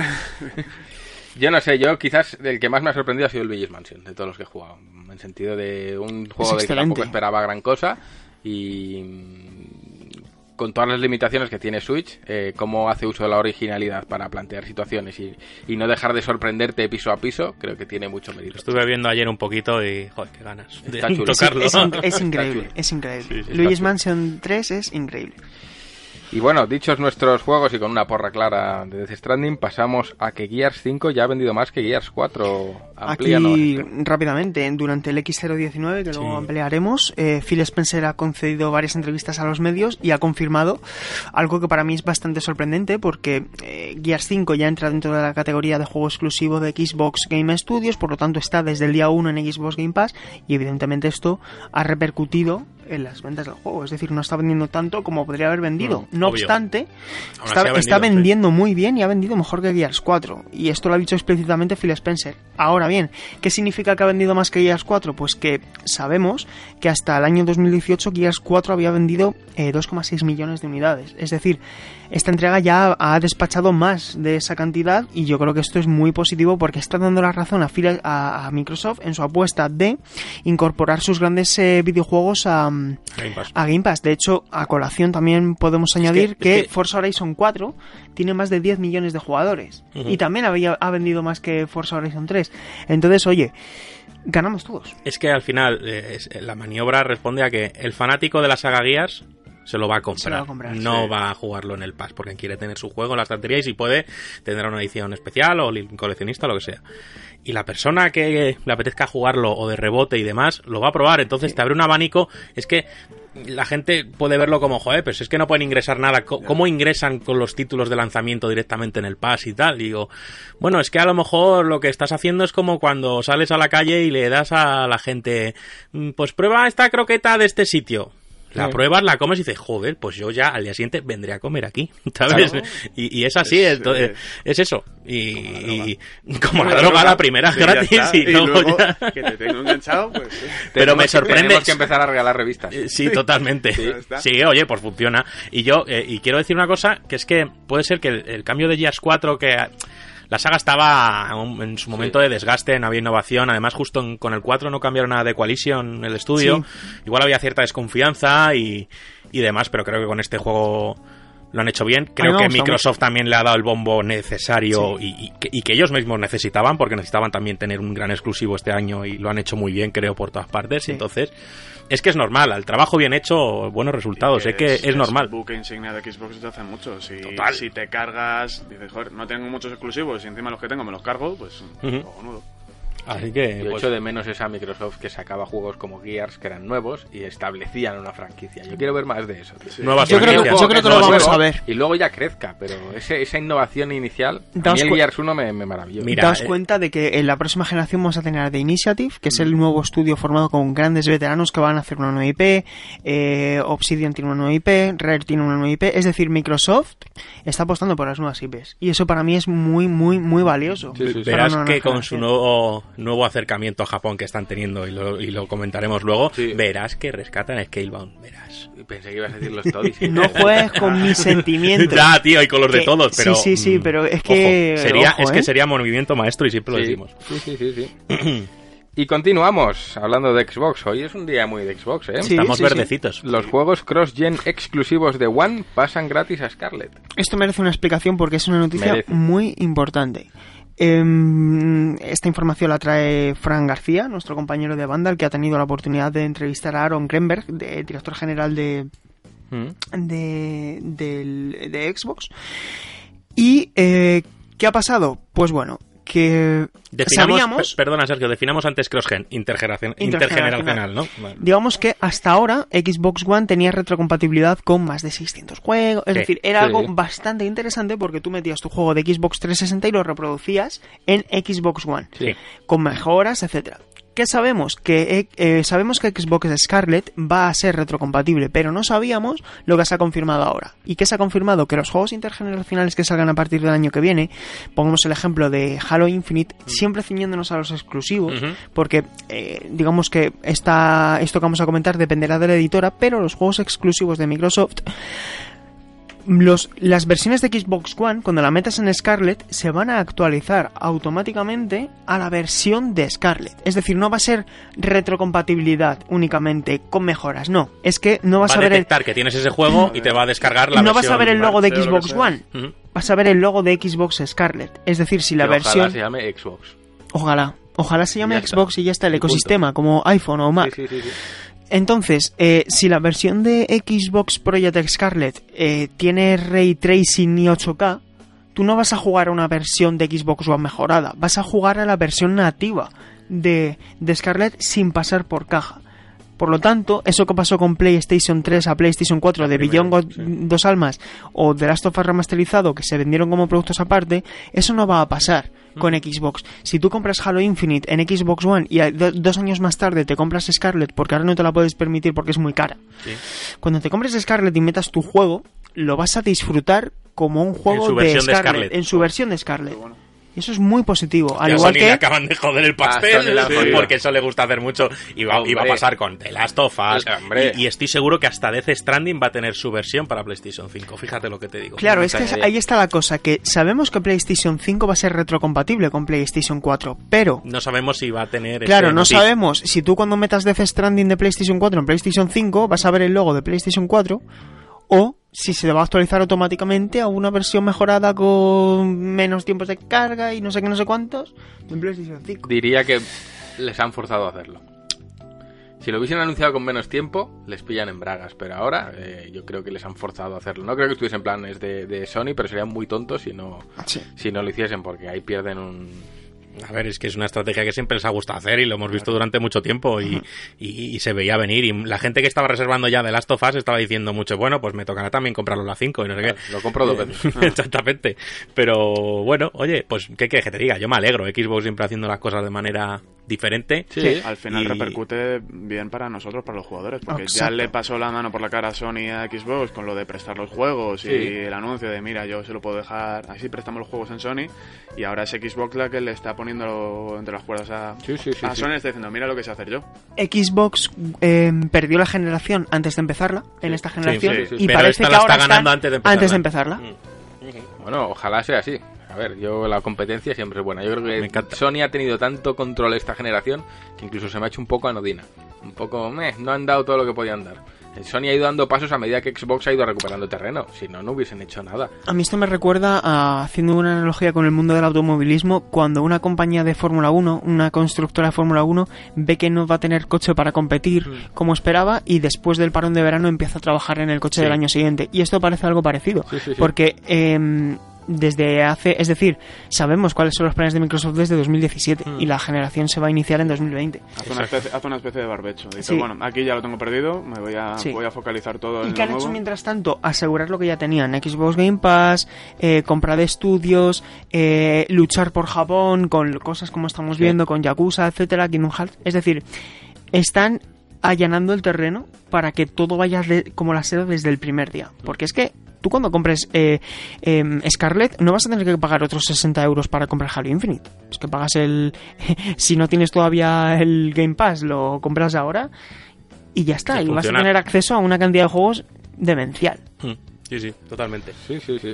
Yo no sé, yo quizás el que más me ha sorprendido ha sido el Luigi's Mansion, de todos los que he jugado. En sentido de un juego del que excelente. tampoco esperaba gran cosa y mm, con todas las limitaciones que tiene Switch, eh, cómo hace uso de la originalidad para plantear situaciones y, y no dejar de sorprenderte piso a piso, creo que tiene mucho mérito. Estuve viendo ayer un poquito y, joder, qué ganas de Está chulo. Es, tocarlo. es in- es Está increíble, chulo. es increíble. Sí, sí, está Luigi's chulo. Mansion tres es increíble. Y bueno, dichos nuestros juegos y con una porra clara de Death Stranding, pasamos a que Gears cinco ya ha vendido más que Gears cuatro. Amplíanos. Aquí, rápidamente, durante el equis cero diecinueve, que luego Sí. ampliaremos, eh, Phil Spencer ha concedido varias entrevistas a los medios y ha confirmado algo que para mí es bastante sorprendente, porque eh, Gears cinco ya entra dentro de la categoría de juego exclusivo de Xbox Game Studios, por lo tanto está desde el día uno en Xbox Game Pass, y evidentemente esto ha repercutido en las ventas del juego, es decir, no está vendiendo tanto como podría haber vendido. No, no obstante, Aún está, así ha está vendido, vendiendo sí. muy bien y ha vendido mejor que Gears cuatro, y esto lo ha dicho explícitamente Phil Spencer. Ahora bien, ¿qué significa que ha vendido más que Gears cuatro? Pues que sabemos que hasta el año dos mil dieciocho Gears cuatro había vendido eh, dos coma seis millones de unidades, es decir, esta entrega ya ha despachado más de esa cantidad, y yo creo que esto es muy positivo porque está dando la razón a, Phil, a, a Microsoft en su apuesta de incorporar sus grandes eh, videojuegos a Game Pass. a Game Pass. De hecho, a colación también podemos añadir que, que, que... Forza Horizon cuatro tiene más de diez millones de jugadores, uh-huh. y también había, ha vendido más que Forza Horizon tres. Entonces, oye, ganamos todos. Es que al final eh, es, la maniobra responde a que el fanático de la saga Gears se lo va a comprar, va a comprar no sí. va a jugarlo en el Pass porque quiere tener su juego en la estantería, y si puede tendrá una edición especial o coleccionista o lo que sea. Y la persona que le apetezca jugarlo o de rebote y demás lo va a probar, entonces sí. te abre un abanico. Es que la gente puede verlo como, joder, pero es que no pueden ingresar nada. ¿Cómo ingresan con los títulos de lanzamiento directamente en el Pass y tal? Y digo, bueno, es que a lo mejor lo que estás haciendo es como cuando sales a la calle y le das a la gente, pues prueba esta croqueta de este sitio. La sí. pruebas, la comes y dices, joder, pues yo ya al día siguiente vendré a comer aquí, ¿sabes? Claro. Y, y es así, es, es, es eso. Y como la droga, y, como la, droga la primera sí, gratis y, y luego, luego ya... que te tengo enganchado, pues... Pero me sorprende... Tenemos que empezar a regalar revistas. Sí, totalmente. Sí, sí, oye, pues funciona. Y yo, eh, y quiero decir una cosa, que es que puede ser que el, el cambio de Gears cuatro, que... La saga estaba en su momento sí. de desgaste, no había innovación. Además, justo en, con el cuatro no cambiaron nada de Coalition, el estudio. Sí. Igual había cierta desconfianza y, y demás, pero creo que con este juego lo han hecho bien. Creo que Microsoft también le ha dado el bombo necesario sí. y, y, que, y que ellos mismos necesitaban, porque necesitaban también tener un gran exclusivo este año y lo han hecho muy bien, creo, por todas partes. Sí. Entonces... Es que es normal, al trabajo bien hecho, buenos resultados, es, es que es, es normal. Es buque insignia de Xbox desde hace mucho. Si, Total. si te cargas, dices, joder, no tengo muchos exclusivos y encima los que tengo me los cargo, pues uh-huh. cojonudo. Así que yo pues, echo de menos esa Microsoft que sacaba juegos como Gears que eran nuevos y establecían una franquicia. Yo quiero ver más de eso. Sí. Nuevas yo, creo, yo creo que lo vamos a ver. Y luego ya crezca, pero ese, esa innovación inicial, a mí el cu- Gears uno me, me maravilló. Mira, Daos eh, cuenta de que en la próxima generación vamos a tener a The Initiative, que es el nuevo estudio formado con grandes veteranos que van a hacer una nueva I P, eh, Obsidian tiene una nueva I P, Rare tiene una nueva I P, es decir, Microsoft está apostando por las nuevas I Ps. Y eso para mí es muy, muy, muy valioso. Sí, sí, sí. Verás que con su nuevo, nuevo acercamiento a Japón que están teniendo, y lo, y lo comentaremos luego, sí. verás que rescatan a Scalebound, verás. Pensé que ibas a decir los Toddies. No juegues con mis sentimientos. Ya, tío, y con los que, de todos, pero... Sí, sí, sí, pero es que... Ojo, sería, ojo, es ¿eh? que sería movimiento maestro y siempre sí. lo decimos. Sí, sí, sí, sí. Y continuamos hablando de Xbox. Hoy es un día muy de Xbox, ¿eh? Sí, Estamos sí, verdecitos. Sí. Los juegos cross-gen exclusivos de One pasan gratis a Scarlett. Esto merece una explicación porque es una noticia merece. muy importante. Eh, esta información la trae Fran García, nuestro compañero de Vandal, que ha tenido la oportunidad de entrevistar a Aaron Greenberg, de, director general de, mm. de, de, de Xbox. ¿Y eh, qué ha pasado? Pues bueno, que definamos, sabíamos... Per, perdona, Sergio, definamos antes cross-gen, intergeneracional, intergeneracional, ¿no? Vale. Digamos que hasta ahora Xbox One tenía retrocompatibilidad con más de seiscientos juegos, es sí, decir, era sí. algo bastante interesante porque tú metías tu juego de Xbox trescientos sesenta y lo reproducías en Xbox One, sí. con mejoras, etcétera. ¿Qué sabemos? Que eh, sabemos que Xbox Scarlett va a ser retrocompatible, pero no sabíamos lo que se ha confirmado ahora. ¿Y qué se ha confirmado? Que los juegos intergeneracionales que salgan a partir del año que viene, pongamos el ejemplo de Halo Infinite, mm. siempre ciñéndonos a los exclusivos, uh-huh. porque eh, digamos que esta, esto que vamos a comentar dependerá de la editora, pero los juegos exclusivos de Microsoft... Los, las versiones de Xbox One, cuando la metas en Scarlett, se van a actualizar automáticamente a la versión de Scarlett. Es decir, no va a ser retrocompatibilidad únicamente con mejoras, no. Es que no vas va a ver... Va a detectar el... que tienes ese juego y te va a descargar la no versión... No vas a ver el logo de Xbox One, uh-huh. vas a ver el logo de Xbox Scarlett. Es decir, si la Pero versión... Ojalá se llame Xbox. Ojalá. Ojalá se llame Xbox y ya está el ecosistema, como iPhone o Mac. Sí, sí, sí, sí. Entonces, eh, si la versión de Xbox Project Scarlett eh, tiene Ray Tracing y ocho K, tú no vas a jugar a una versión de Xbox One mejorada, vas a jugar a la versión nativa de, de Scarlett sin pasar por caja. Por lo tanto, eso que pasó con PlayStation tres a PlayStation cuatro de Beyond God, sí. Dos Almas o The Last of Us remasterizado, que se vendieron como productos aparte, eso no va a pasar con Xbox. Si tú compras Halo Infinite en Xbox One y do, dos años más tarde te compras Scarlett porque ahora no te la puedes permitir porque es muy cara, sí. Cuando te compres Scarlett y metas tu juego, lo vas a disfrutar como un juego de Scarlett, de Scarlett, en su versión de Scarlett. Y eso es muy positivo. Al ya igual Sony que le acaban de joder el pastel, ah, porque eso le gusta hacer mucho. Y va, y va a pasar con The Last of Us. Y, y estoy seguro que hasta Death Stranding va a tener su versión para PlayStation cinco. Fíjate lo que te digo. Claro, es que es, ahí está la cosa, que sabemos que PlayStation cinco va a ser retrocompatible con PlayStation cuatro, pero no sabemos si va a tener... Claro, ese no motivo. sabemos. Si tú cuando metas Death Stranding de PlayStation cuatro en PlayStation cinco, vas a ver el logo de PlayStation cuatro, o si se va a actualizar automáticamente a una versión mejorada con menos tiempos de carga y no sé qué, no sé cuántos en PlayStation cinco. Diría que les han forzado a hacerlo. Si lo hubiesen anunciado con menos tiempo, les pillan en bragas, pero ahora eh, yo creo que les han forzado a hacerlo. No creo que estuviesen planes de, de Sony, pero serían muy tontos si no, sí. si no lo hiciesen, porque ahí pierden un... A ver, es que es una estrategia que siempre les ha gustado hacer y lo hemos visto durante mucho tiempo y, y, y se veía venir. Y la gente que estaba reservando ya The Last of Us estaba diciendo mucho, bueno, pues me tocará también comprarlo la cinco y no sé qué. Lo compro dos veces. Exactamente. Pero bueno, oye, pues ¿qué quieres que te diga? Yo me alegro. Xbox siempre haciendo las cosas de manera diferente. Sí, al final y... repercute bien para nosotros, para los jugadores, porque Exacto. ya le pasó la mano por la cara a Sony a Xbox con lo de prestar los juegos sí. y el anuncio de, mira, yo se lo puedo dejar, así prestamos los juegos en Sony, y ahora es Xbox la que le está poniendo entre las cuerdas a, sí, sí, sí, a Sony, sí. está diciendo, mira lo que sé hacer yo. Xbox eh, perdió la generación antes de empezarla, sí. en esta generación, sí, sí, sí. y Pero parece esta que la ahora está ganando están antes de empezarla. Antes de empezarla. Mm. Bueno, ojalá sea así. A ver, yo la competencia siempre es buena. Yo creo que Sony ha tenido tanto control esta generación que incluso se me ha hecho un poco anodina. Un poco, meh, no han dado todo lo que podían dar. Sony ha ido dando pasos a medida que Xbox ha ido recuperando terreno. Si no, no hubiesen hecho nada. A mí esto me recuerda, a, haciendo una analogía con el mundo del automovilismo, cuando una compañía de Fórmula uno, una constructora de Fórmula uno, ve que no va a tener coche para competir mm. como esperaba, y después del parón de verano empieza a trabajar en el coche sí. del año siguiente. Y esto parece algo parecido. Sí, sí, sí. Porque... Eh, desde hace, es decir, sabemos cuáles son los planes de Microsoft desde dos mil diecisiete mm. y la generación se va a iniciar en dos mil veinte. Hace una especie, hace una especie de barbecho. Dice, sí. bueno, aquí ya lo tengo perdido, me voy a, sí. voy a focalizar todo en ¿Y qué han lo hecho nuevo? Mientras tanto? Asegurar lo que ya tenían: Xbox Game Pass, eh, compra de estudios, eh, luchar por Japón con cosas como estamos sí. viendo con Yakuza, etcétera, Kingdom Hearts. Es decir, están allanando el terreno para que todo vaya de, como la seda desde el primer día. Porque es que tú cuando compres eh, eh, Scarlett no vas a tener que pagar otros sesenta euros para comprar Halo Infinite. Es que pagas el... si no tienes todavía el Game Pass, lo compras ahora y ya está. Y vas a tener acceso a una cantidad de juegos demencial. Sí, sí, totalmente. Sí, sí, sí.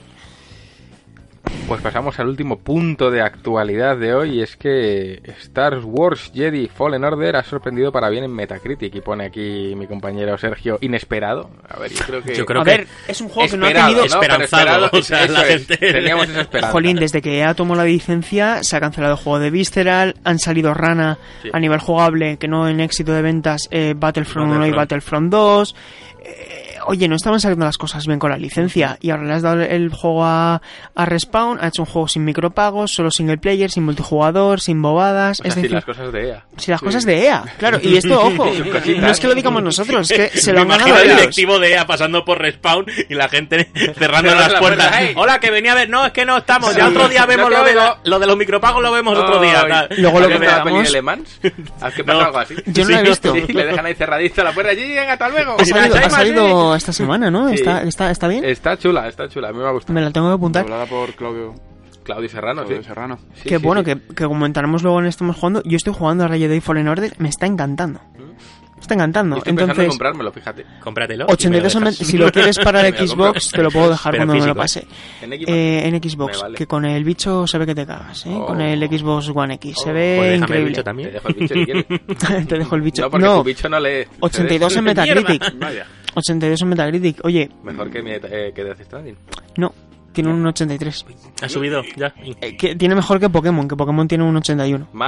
Pues pasamos al último punto de actualidad de hoy, y es que Star Wars Jedi Fallen Order ha sorprendido para bien en Metacritic, y pone aquí mi compañero Sergio, inesperado. A ver, yo creo que... Yo creo a que ver, es un juego esperado, que no ha tenido... ¿no? Esperanzado, o sea, la es, gente... teníamos esa esperanza. Jolín, desde que E A tomó la licencia se ha cancelado el juego de Visceral, han salido rana sí. a nivel jugable, que no en éxito de ventas, eh, Battlefront uno y Battlefront dos... Eh, Oye, no estaban saliendo las cosas bien con la licencia, y ahora le has dado el juego a, a Respawn, ha hecho un juego sin micropagos, solo single player, sin multijugador, sin bobadas. O sea, es decir, si las cosas de E A. Si las sí. cosas de E A, claro. Y esto, ojo, no es que lo digamos nosotros, es que se lo han ganado el ellos. directivo de E A pasando por Respawn y la gente cerrando las la puertas. puerta, hey. Hola, que venía a ver. No, es que no estamos. Ya Sí. otro día vemos No lo, de oigo. la, lo de los micropagos, lo vemos otro Oh, día. Tal. Luego lo que ¿Has visto la peli veamos- de Le Mans? ¿Has que pasa No. algo así? Yo no la he Sí, visto. sí, le dejan ahí cerradito la puerta. Allí, venga, hasta luego. Ha salido, Mira, ha Jaime, salido sí. esta semana, ¿no? Sí. ¿Está, está, ¿Está bien? Está chula, está chula. A mí me ha gustado. Me la tengo que apuntar. Hablada por Claudio, Claudio Serrano, Claudio sí. Serrano. Sí, que sí, bueno, sí. Que, que comentaremos luego en Estamos Jugando. Yo estoy jugando a Jedi Fallen Order, me está encantando. Me está encantando. Yo estoy pensando en Entonces, comprármelo, fíjate. Cómpratelo. ochenta y dos y me lo en- dejas. si lo quieres para el Me lo Xbox, compro. te lo puedo dejar Pero cuando me lo físico, pase. En Xbox. Eh, en Xbox, Me vale. que con el bicho se ve que te cagas, ¿eh? Oh. Con el Xbox One X, se Oh. ve Pues déjame el increíble. bicho Te también. dejo el bicho si quieres. Te dejo el bicho. No, porque No, tu bicho no lee. ochenta y dos en Metacritic. Vaya. ochenta y dos en Metacritic. Oye, Mejor que, mi, eh, que Death Stranding. no, tiene un ochenta y tres. Ha subido, ya. Eh, que tiene mejor que Pokémon, que Pokémon tiene un ochenta y uno. Mal.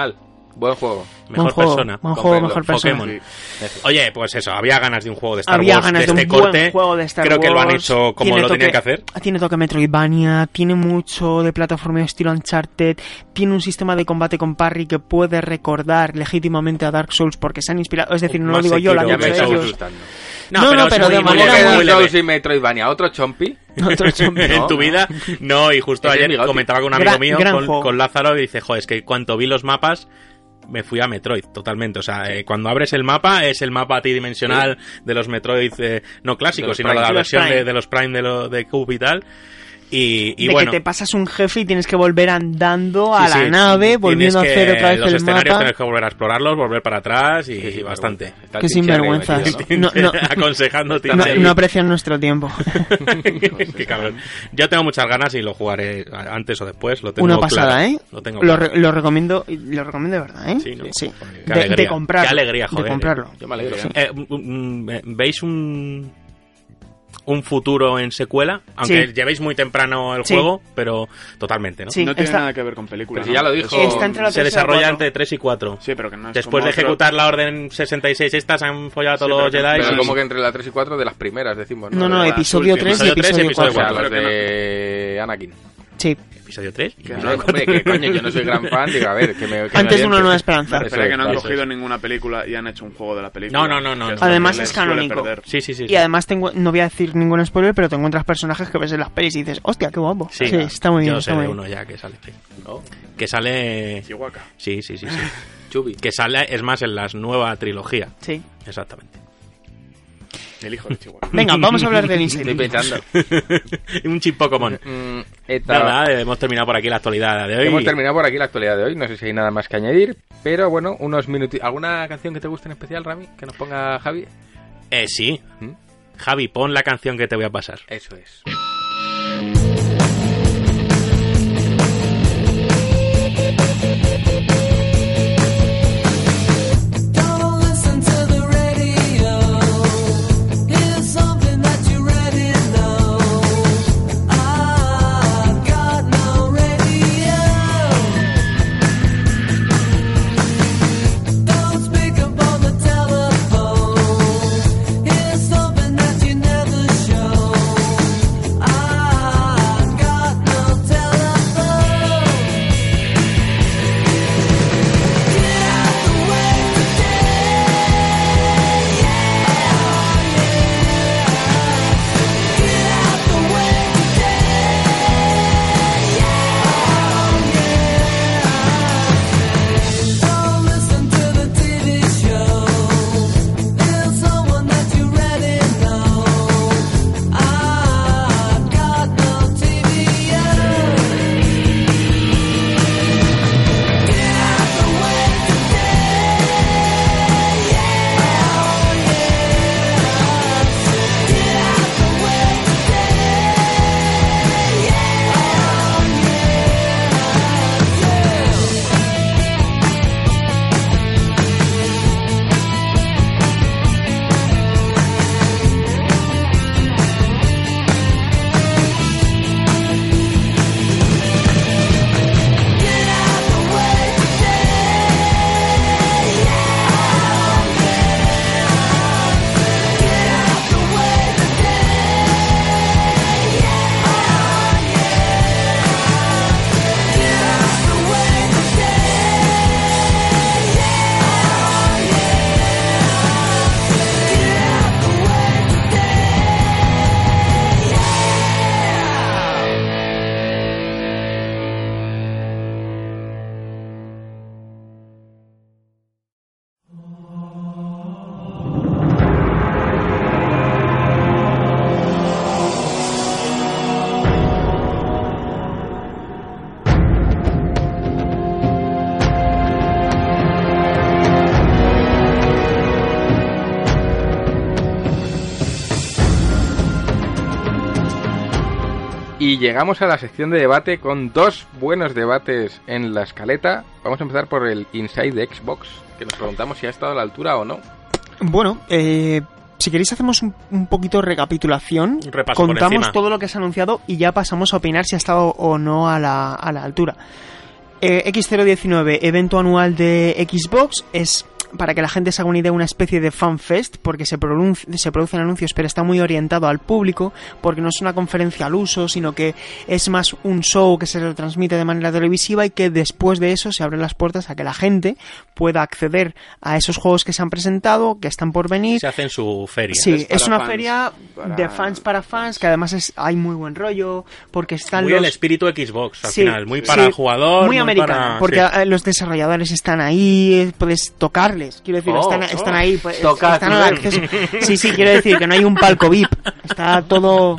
Buen juego. Mejor buen juego, persona. Buen juego, mejor persona. Pokémon. Oye, pues eso, había ganas de un juego de Star Había Wars ganas de de un este buen corte. juego de Star Creo que lo han Wars. hecho como Tiene lo toque- tenían que hacer. Tiene toque Metroidvania, tiene mucho de plataforma estilo Uncharted, tiene un sistema de combate con parry que puede recordar legítimamente a Dark Souls porque se han inspirado. Es decir, no lo Más digo yo, lo han Ya Sekiro, me dicho estás ellos. asustando. No, no, es pero muy- de muy manera leve, muy muy Dark leve. Souls y Metroidvania, ¿otro chompi? Otro chompi. En tu vida, no, y justo Ese es ayer mi goti. comentaba con un amigo Gran- mío, gran con, juego. con Lázaro, y dice, joder, es que cuando vi los mapas, me fui a Metroid, totalmente. O sea, eh, cuando abres el mapa, es el mapa tridimensional de los Metroid, eh, no clásicos, los sino Prime. la De los versión Prime. de, de los Prime de, lo, de Cube y tal. Y, y de bueno, que te pasas un jefe y tienes que volver andando a sí, la sí, nave, tienes volviendo a que- hacer otra vez los el escenarios mapa. tienes que volver a explorarlos, volver para atrás y, Sí, sí, y bastante. Está Qué el Tincher ahí sinvergüenzas. metido, ¿no? No, no. Aconsejando No, no aprecian nuestro tiempo. Qué cabrón. Yo tengo muchas ganas y lo jugaré antes o después. Lo tengo Una pasada, claro. ¿eh? Lo tengo Lo, claro. re- lo recomiendo, lo recomiendo de verdad, ¿eh? Sí, ¿no? Sí. Qué De, alegría. de comprarlo. Qué alegría, joder. De comprarlo. Yo me alegro. Eh, mm, mm, ¿Veis un un futuro en secuela? Aunque Sí. llevéis muy temprano el Sí. juego, pero totalmente, ¿no? Sí. No tiene está- nada que ver con películas. Pero si ya lo dijo. Está entre la Se tres y la desarrolla cuatro. entre tres y cuatro. Sí, pero que no es Después como de otro- ejecutar la orden sesenta y seis estas han follado a Sí, todos pero los que- Jedi. Pero y- como que entre la tres y cuatro de las primeras, decimos. No, no, De la- episodio azul, que tres y episodio tres y episodio episodio O sea, cuatro. los Pero que de Anakin. Sí. ¿Episodio tres? Que No, no- hombre, que coño, yo no soy gran fan, digo, a ver, que me... que me Antes de una oriente. nueva esperanza. Eso Espera que no han eso cogido es. ninguna película y han hecho un juego de la película. No, no, no, no, Que no. esto Además les es suele canónico. perder. Sí, sí, sí. Y además tengo, no voy a decir ningún spoiler, pero te encuentras personajes que ves en las pelis y dices, hostia, qué guapo. Sí, está muy bien. Yo Está sé muy de bien. uno ya que sale. sí. ¿No? Que sale... Chihuahua. Sí, sí, sí, sí. Chubi. Que sale, es más, en la nueva trilogía. Sí. Exactamente. El hijo de Chihuahua. Venga, vamos a hablar del Estoy Inside. pensando. Un chip Pokémon. Mm, esta- Nada, eh, hemos terminado por aquí la actualidad de hoy. Hemos terminado por aquí la actualidad de hoy. No sé si hay nada más que añadir. Pero bueno, unos minutos. ¿Alguna canción que te guste en especial, Rami? Que nos ponga Javi. Eh, sí. ¿Mm? Javi, pon la canción que te voy a pasar. Eso es. Don't listen to the radio. Here's something that you already know. I've got no radio. Don't speak upon the telephone. Here's something that you never show. I've got no telephone. Get out the way Don't listen to the T V show. There's someone that you already know. I've got no T V. Get out the way Get out the way Get out the way Get out the way Get out the way Get out the way Y llegamos a la sección de debate con dos buenos debates en la escaleta. Vamos a empezar por el Inside de Xbox, que nos preguntamos si ha estado a la altura o no. Bueno, eh, si queréis hacemos un, un poquito de recapitulación. Un repaso por Contamos encima. todo lo que se ha anunciado y ya pasamos a opinar si ha estado o no a la, a la altura. Eh, X cero diecinueve, evento anual de Xbox, es, para que la gente se haga una idea, una especie de fanfest, porque se, pronun- se producen anuncios, pero está muy orientado al público, porque no es una conferencia al uso, sino que es más un show que se retransmite de manera televisiva y que después de eso se abren las puertas a que la gente pueda acceder a esos juegos que se han presentado, que están por venir. Se hacen su feria. Sí, Es es, para una fans, feria para- de fans para fans, que además es, hay muy buen rollo, porque están Muy los... el espíritu Xbox, al Sí, final. Muy sí, para el jugador. muy americano, para- porque sí. eh, los desarrolladores están ahí, eh, puedes tocarles, quiero decir, Oh, están, oh. están ahí, pues, Tocar, están al ¿sí? acceso. Sí, sí, quiero decir que no hay un palco V I P, está todo...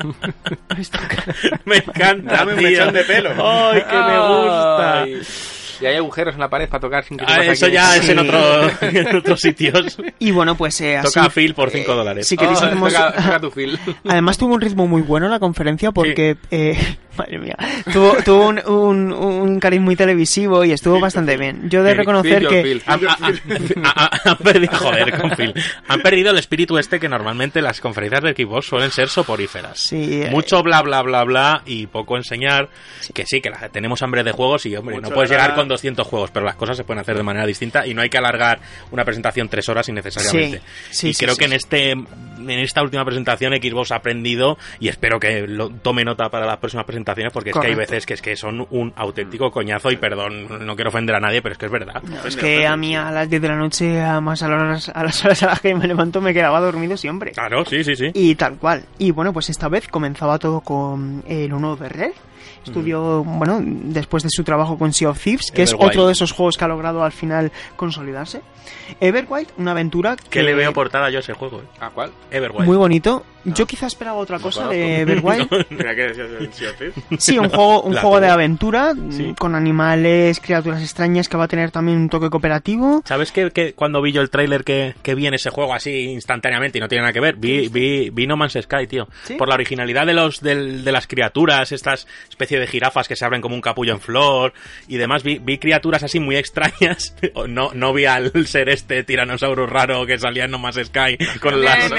Me encanta, Dame un tío. mechón de pelo. ¡Ay, que me gusta! Ay. Y hay agujeros en la pared para tocar sin que te Ah, pase eso aquí. ya es Sí. en, otro, en otros sitios. Y bueno, pues eh, así... Toca a Phil por cinco dólares. Si queréis Oh, hacemos... toca, toca tu feel. Además tuvo un ritmo muy bueno la conferencia porque, eh, madre mía, tuvo, tuvo un, un, un cariz muy televisivo y estuvo bastante bien. Yo he de Sí, reconocer feel your que... feel. Han, han- han- han perdido, joder, con Phil. Han perdido el espíritu este que normalmente las conferencias de Xbox suelen ser soporíferas. Sí, eh, Mucho bla bla bla bla y poco enseñar. Que sí, que la- tenemos hambre de juegos y hombre, Mucho no puedes bla, llegar bla. con doscientos juegos, pero las cosas se pueden hacer de manera distinta y no hay que alargar una presentación tres horas innecesariamente. Sí, sí, y sí, creo sí, que en sí. este en esta última presentación Xbox ha aprendido y espero que lo tome nota para las próximas presentaciones porque es que hay Correcto. veces que es que son un auténtico coñazo y perdón, no quiero ofender a nadie, pero es que es verdad. No, es que a mí a las diez de la noche, además a las horas a, las horas a las que me levanto, me quedaba dormido siempre. Claro, sí, sí, sí. Y tal cual. Y bueno, pues esta vez comenzaba todo con el uno de Red. Estudió, bueno, después de su trabajo con Sea of Thieves, que es Everwild. otro de esos juegos que ha logrado al final consolidarse. Everwild, una aventura que... Que le veo portada yo a ese juego, eh. ¿A cuál? Everwild. Muy bonito. Yo quizá esperaba otra cosa conozco. de Everwild. Mira que decías del Sea of Thieves. Sí, un juego, un La juego de tuve. aventura, Sí. con animales, criaturas extrañas, que va a tener también un toque cooperativo. ¿Sabes que, que cuando vi yo el tráiler que, que vi en ese juego así instantáneamente y no tiene nada que ver? Vi, vi, vi No Man's Sky, tío. ¿Sí? Por la originalidad de los del- de las criaturas, estas especie de jirafas que se abren como un capullo en flor y demás. Vi, vi criaturas así muy extrañas. No, no vi al ser este tiranosaurio raro que salía en No Man's Sky con las...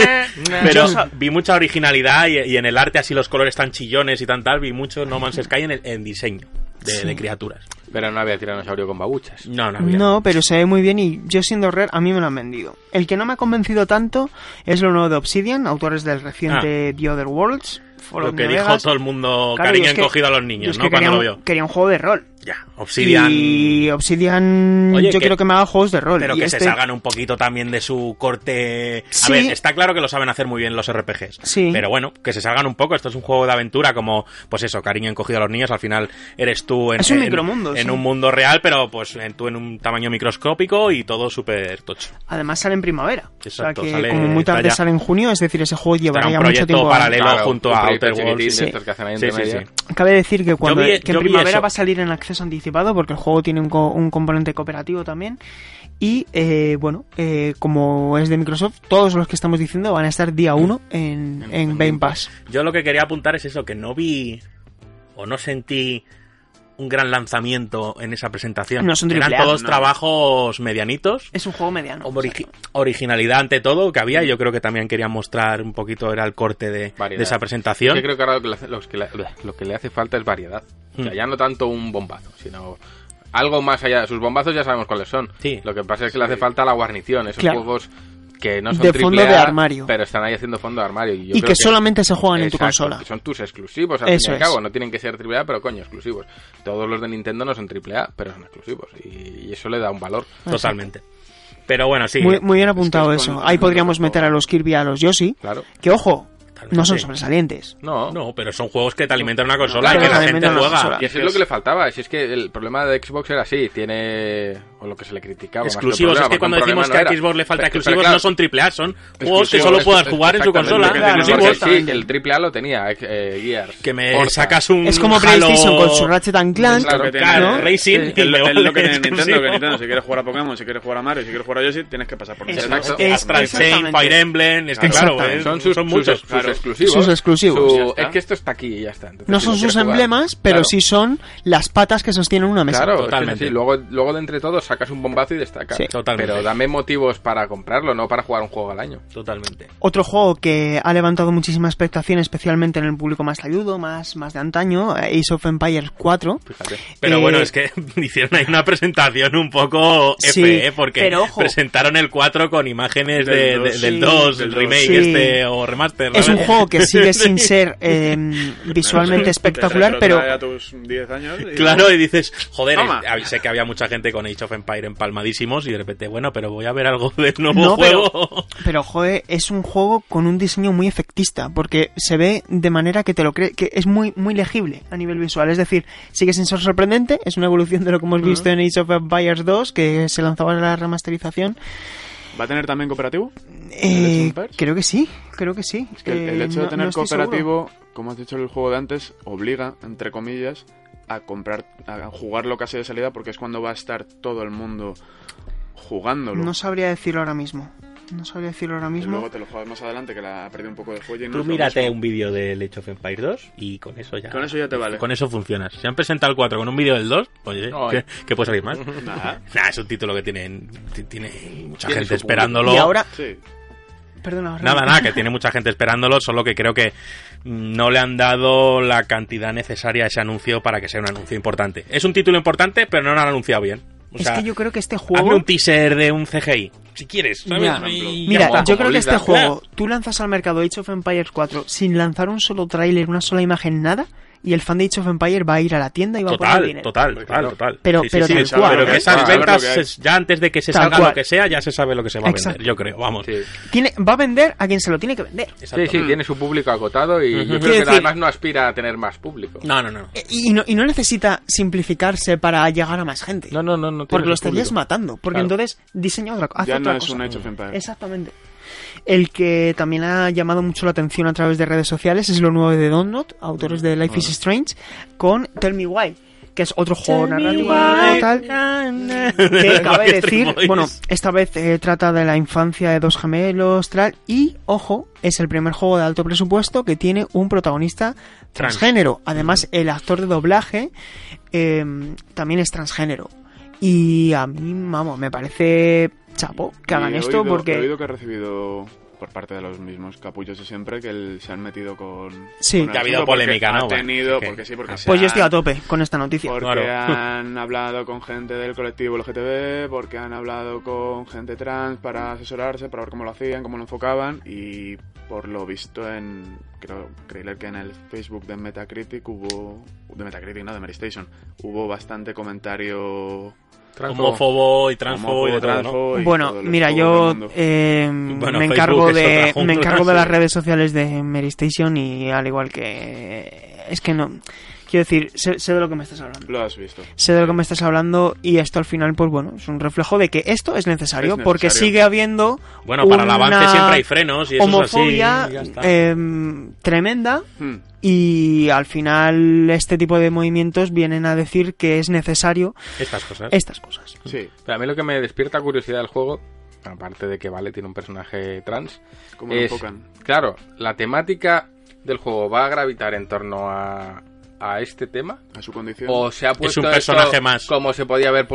Pero vi mucha originalidad y, y en el arte así los colores tan chillones y tan tal. Vi mucho No Man's Sky en el en diseño de, Sí. de criaturas. Pero no había tiranosaurio con babuchas. No, no había. No, pero se ve muy bien y yo siendo Rare a mí me lo han vendido. El que no me ha convencido tanto es lo nuevo de Obsidian, autores del reciente The Other Worlds. Fallout Lo que New dijo Vegas. todo el mundo, Claro, cariño yo es que- encogido a los yo niños, es ¿no? que Cuando quería, lo un- vio. quería un juego de rol. Ya, Obsidian... Y Obsidian Oye, yo que- quiero que me haga juegos de rol. Pero y que este... se salgan un poquito también de su corte... A Sí. ver, está claro que lo saben hacer muy bien los R P Gs. Sí. Pero bueno, que se salgan un poco. Esto es un juego de aventura como, pues eso, cariño encogido a los niños. Al final eres tú en, Es un en- micromundo, en sí. un mundo real, pero pues en, tú en un tamaño microscópico y todo súper tocho. Además sale en primavera. Exacto, o sea que sale- como muy está tarde ya. sale en junio, es decir, ese juego Será llevará un ya mucho proyecto tiempo. paralelo Claro, junto un a proyecto Outer Worlds. chiquitín sí, de sí. estos que hacen ahí Sí, entre sí, medio. sí. Cabe decir que cuando vi- que en yo vi primavera eso. va a salir en acceso anticipado porque el juego tiene un, co- un componente cooperativo también y eh, bueno, eh, como es de Microsoft, todos los que estamos diciendo van a estar día uno en, En- en en Game Pass. Yo lo que quería apuntar es eso, que no vi o no sentí un gran lanzamiento en esa presentación. No son Eran triple A, todos no. trabajos medianitos. Es un juego mediano. Origi- o sea, originalidad ante todo que había. Yo creo que también querían mostrar un poquito, era el corte de, Variedad. de esa presentación. Yo creo que ahora lo que, le hace, lo que le- lo que le hace falta es variedad. O sea, Hmm. ya no tanto un bombazo, sino algo más allá. Sus bombazos ya sabemos cuáles son. Sí. Lo que pasa es que le hace falta la guarnición, esos Claro. juegos que no son De fondo triple A, de armario. pero están ahí haciendo fondo de armario. Y, yo y creo que solamente se juegan en tu Exacto, consola. que son tus exclusivos, al Eso fin y al es. cabo. No tienen que ser triple A, pero coño, exclusivos. Todos los de Nintendo no son triple A, pero son exclusivos. Y, y eso le da un valor. Totalmente. Pero bueno, sí. Muy, muy bien apuntado es que es eso. con- Ahí podríamos con- meter a los Kirby y a los Yoshi. Claro. Que ojo, no son Sí. sobresalientes. No. No, pero son juegos que te alimentan una consola Claro, y que la te gente alimentan una juega. consola. Y eso es lo que le faltaba. Si es que el problema de Xbox era así, tiene. O lo que se le criticaba. más Exclusivos, problema, es que porque cuando un decimos que problema a no Xbox era. le falta Pero- pero exclusivos, claro, no son triple A, son juegos que exclusivos, solo es- puedas es- jugar en tu exactamente, consola. porque Claro, porque exclusivos. sí, el triple A lo tenía, eh, Gears. Que me Forza. sacas un Es como Halo- PlayStation con su Ratchet and Clank, Claro, que tiene- Claro, ¿no? Racing. Sí, y es lo, luego es lo que tiene exclusivo. Nintendo, que Nintendo, si quieres jugar a Pokémon, si quieres jugar a Mario, si quieres jugar a Yoshi, tienes que pasar por Eso Nintendo. Exacto. es- Astral Chain, exactamente. Fire Emblem, es que claro, Exactamente. es- Son sus, son sus- muchos. sus Claro, exclusivos. Sus exclusivos. Su- Ya está. es que esto está aquí y ya está. Entonces, No si son lo sus quieres jugar- emblemas, pero Claro. sí son las patas que sostienen una mesa. Claro, Totalmente. sí, luego, luego de entre todos sacas un bombazo y destacas. Sí. Totalmente. Pero dame motivos para comprarlo, no para jugar un juego al año. Totalmente. Otro juego que ha levantado muchísima expectación, especialmente en el público más ayudo, más, más de antaño, Age of Empires cuatro. Fíjate. Pero Eh, bueno, es que hicieron ahí una presentación un poco Sí, F, ¿eh? Porque pero ojo. presentaron el cuatro con imágenes Del de- dos. de- del Sí, dos, del el dos. remake Sí. este o remaster. Es un ¿sabes? juego que sigue sin ser eh, visualmente espectacular, Te pero retrotrae a tus diez años y- Claro, y dices, joder, Toma. eh, sé que había mucha gente con Age of Empire empalmadísimos y de repente, bueno, pero voy a ver algo del nuevo No, pero- juego. Pero, joder, es un juego con un diseño muy efectista, porque se ve de manera que te lo crees, que es muy, muy legible a nivel visual. Es decir, sigue sin ser sorprendente, es una evolución de lo que hemos visto en Age of Empires dos, que se lanzaba en la remasterización. ¿Va a tener también cooperativo? Eh, Empires? creo que sí, creo que sí. Es que el, el Eh, hecho no- de tener no estoy seguro. cooperativo, como has dicho en el juego de antes, obliga, entre comillas, a comprar, a jugarlo casi de salida porque es cuando va a estar todo el mundo jugándolo. No sabría decirlo ahora mismo. No sabría decirlo ahora Y mismo. luego te lo juegas más adelante, que la ha perdido un poco de fuelle. y no Tú es lo mírate mismo. un vídeo del Age of Empires dos y con eso ya... Con eso ya te vale. Con eso funcionas. Si han presentado el cuatro con un vídeo del dos, oye, Ay. ¿qué, qué puede salir más? Nada. Nah, es un título que tiene, ti- tiene mucha Tiene gente su esperándolo. Y ahora, Sí. perdona, Nada, nada, que tiene mucha gente esperándolo, solo que creo que mm, no le han dado la cantidad necesaria a ese anuncio para que sea un anuncio importante. Es un título importante, pero no lo han anunciado bien. O es sea, que yo creo que este hazme juego... un teaser de un C G I, si quieres, ¿sabes? Ya. Y- Mira, como- yo como creo que este Blizzard. juego, tú lanzas al mercado Age of Empires cuatro sin lanzar un solo tráiler, una sola imagen, nada, y el fan de Age of Empires va a ir a la tienda y va a poner Total, dinero. total, total, total. Pero- pero tal cual, pero ¿eh? que esas Claro, ventas, saber lo que hay. es- ya antes de que se Tal salga cual. lo que sea, ya se sabe lo que se va a Exacto. vender, yo creo, vamos. Sí. Tiene, va a vender a quien se lo tiene que vender. Sí, Exacto. sí, tiene su público agotado y yo Quiero creo que decir- además no aspira a tener más público. No, no, no. Eh, Y no, y no necesita simplificarse para llegar a más gente. No, no, no, no. porque tiene lo su estarías público. matando. Porque Claro. entonces diseña otra cosa. Ya no es un Age of Empires. Exactamente. El que también ha llamado mucho la atención a través de redes sociales es lo nuevo de Donut, autores de Life is Strange, con Tell Me Why, que es otro juego narrativo tal. Que cabe decir, bueno, esta vez eh, trata de la infancia de dos gemelos, tal, y ojo, es el primer juego de alto presupuesto que tiene un protagonista transgénero. Además, el actor de doblaje eh, también es transgénero. Y a mí, vamos, me parece chapo que Y hagan he esto oído- porque... He oído que ha recibido por parte de los mismos capullos de siempre que el- se han metido con... Sí. con el Que ha habido asunto porque polémica, ¿no? Ha Bueno, tenido, es que- porque sí, porque se Pues yo han- estoy a tope con esta noticia. Porque Claro. han hablado con gente del colectivo L G T B, porque han hablado con gente trans para asesorarse, para ver cómo lo hacían, cómo lo enfocaban, y por lo visto en, creo, creer que en el Facebook de Metacritic hubo, de Metacritic, no, de Mary Station, hubo bastante comentario Homófobo y transfobo y de todo, ¿no? transfo y Bueno, todo el- mira, todo yo el mundo. eh, Bueno, me Facebook encargo es de otra me jungla, encargo de sí. las redes sociales de Mary Station y al igual que es que no quiero decir sé, sé de lo que me estás hablando. Lo has visto. Sé de lo que me estás hablando y esto al final pues bueno es un reflejo de que esto es necesario, Es porque necesario. sigue habiendo Bueno, para el una avance siempre hay frenos y eso homofobia es así. y ya está. em, tremenda. Hmm. Y al final este tipo de movimientos vienen a decir que es necesario Estas cosas. estas cosas. Sí, Pero a mí lo que me despierta curiosidad del juego, aparte de que vale, tiene un personaje trans, cómo lo es, enfocan. claro, la temática del juego va a gravitar en torno a, a este tema, A su condición. o se ha puesto un personaje esto más. como se podía haber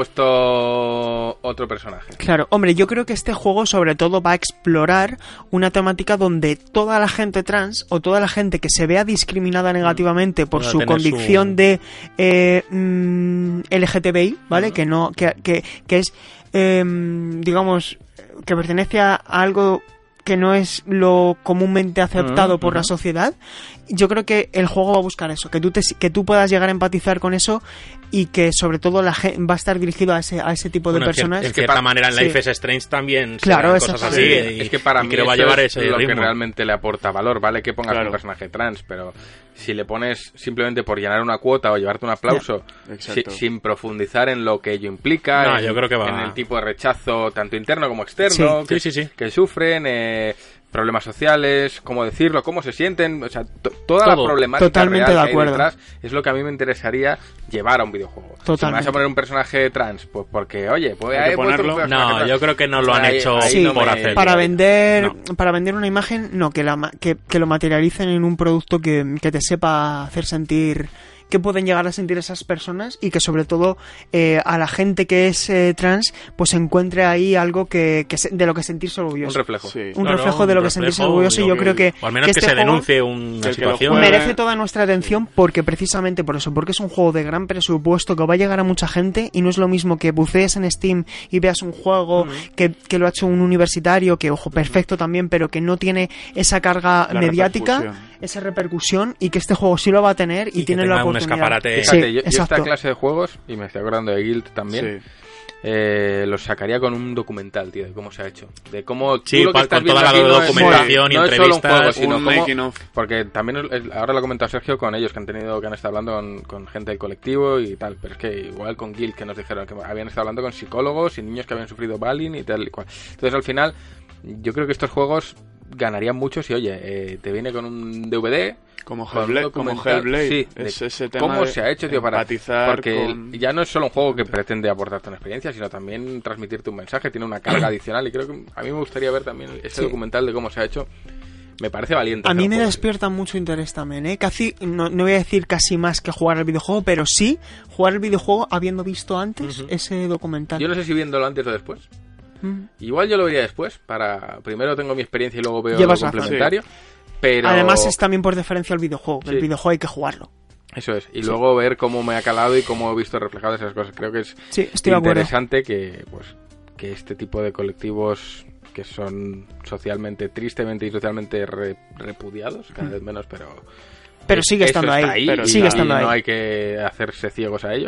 puesto otro personaje. Claro, hombre, yo creo que este juego sobre todo va a explorar una temática donde toda la gente trans o toda la gente que se vea discriminada negativamente por Pueda su tener condición su- de eh, mm, L G T B I, ¿vale? Que no, que, que, que es, eh, digamos, que pertenece a algo que no es lo comúnmente aceptado Ujú, por la ujú. sociedad. Yo creo que el juego va a buscar eso, que tú te, que tú puedas llegar a empatizar con eso y que sobre todo la gen- va a estar dirigido a ese a ese tipo Bueno, de en cier- personas. En que cierta pa- manera en sí. Life is Strange también se Claro, dan cosas así. exactamente. y- Es que para y mí creo va a eso llevar es ese lo que ritmo. realmente le aporta valor, vale que pongas Claro. un personaje trans, pero si le pones simplemente por llenar una cuota o llevarte un aplauso Exacto. si- sin profundizar en lo que ello implica, No, en, yo creo que va- en el tipo de rechazo tanto interno como externo Sí, que, sí, sí, sí. que sufren, eh, problemas sociales, cómo decirlo, cómo se sienten, o sea, to- toda Todo. la problemática Totalmente real de que hay acuerdo. detrás es lo que a mí me interesaría llevar a un videojuego. Si me vas Totalmente. a poner un personaje trans, pues porque, oye, pues Hay que he puesto un ponerlo. personaje No, trans. yo creo que no lo O sea, han ahí- hecho ahí Sí, no por me- hacer. Para vender, No. para vender una imagen, no, que, la, ma- que, que lo materialicen en un producto que, que te sepa hacer sentir que pueden llegar a sentir esas personas y que sobre todo eh, a la gente que es eh, trans pues encuentre ahí algo que, que se- de lo que sentirse Un orgulloso. reflejo. Sí. Un Claro, reflejo de lo un que sentirse reflejo, orgulloso y yo digo, creo que, o al menos que que, este se juego denuncie una que el que lo situación. juegue- merece toda nuestra atención porque precisamente por eso, porque es un juego de gran presupuesto que va a llegar a mucha gente y no es lo mismo que bucees en Steam y veas un juego que, que lo ha hecho un universitario, que ojo, perfecto también, pero que no tiene esa carga La mediática, repercusión. esa repercusión y que este juego sí lo va a tener y, Y que tiene tenga la un oportunidad. escaparate. Sí, Fíjate, yo, yo exacto. esta clase de juegos, y me estoy acordando de Guild también, Sí. eh, los sacaría con un documental, tío, de cómo se ha hecho. De cómo Sí, tú lo que con estás toda viendo la aquí no es- documentación y no es solo un entrevistas, juego, sino un cómo- making of. porque también es- ahora lo ha comentado Sergio con ellos que han tenido, que han estado hablando con, con gente del colectivo y tal, pero es que igual con Guild que nos dijeron que habían estado hablando con psicólogos y niños que habían sufrido bullying y tal y cual. Entonces al final yo creo que estos juegos ganarían mucho si, oye, eh, te viene con un D V D. Como con un Hellblade, como documental, Hellblade. sí, es de ese tema cómo de se ha hecho, tío, para empatizar porque con- ya no es solo un juego que pretende aportarte una experiencia, sino también transmitirte un mensaje, tiene una carga adicional y creo que a mí me gustaría ver también ese Sí. documental de cómo se ha hecho. Me parece valiente. A hacer mí un me juego así. despierta mucho interés también, ¿eh? Casi, no, no voy a decir casi más que jugar al videojuego, pero sí jugar al videojuego habiendo visto antes Ujú. ese documental. Yo no sé si viéndolo antes o después. Mm. Igual yo lo vería después, para primero tengo mi experiencia y luego veo Llevas lo razón. complementario. Pero Además es también por deferencia al videojuego, que Sí. el videojuego hay que jugarlo. eso es. Y luego ver cómo me ha calado y cómo he visto reflejadas esas cosas. Creo que es Sí, estoy de acuerdo. interesante que pues que este tipo de colectivos que son socialmente, tristemente y socialmente re- repudiados, cada vez menos, pero Pero es- sigue eso estando está ahí, pero y- sigue y estando no ahí. hay que hacerse ciegos a ello.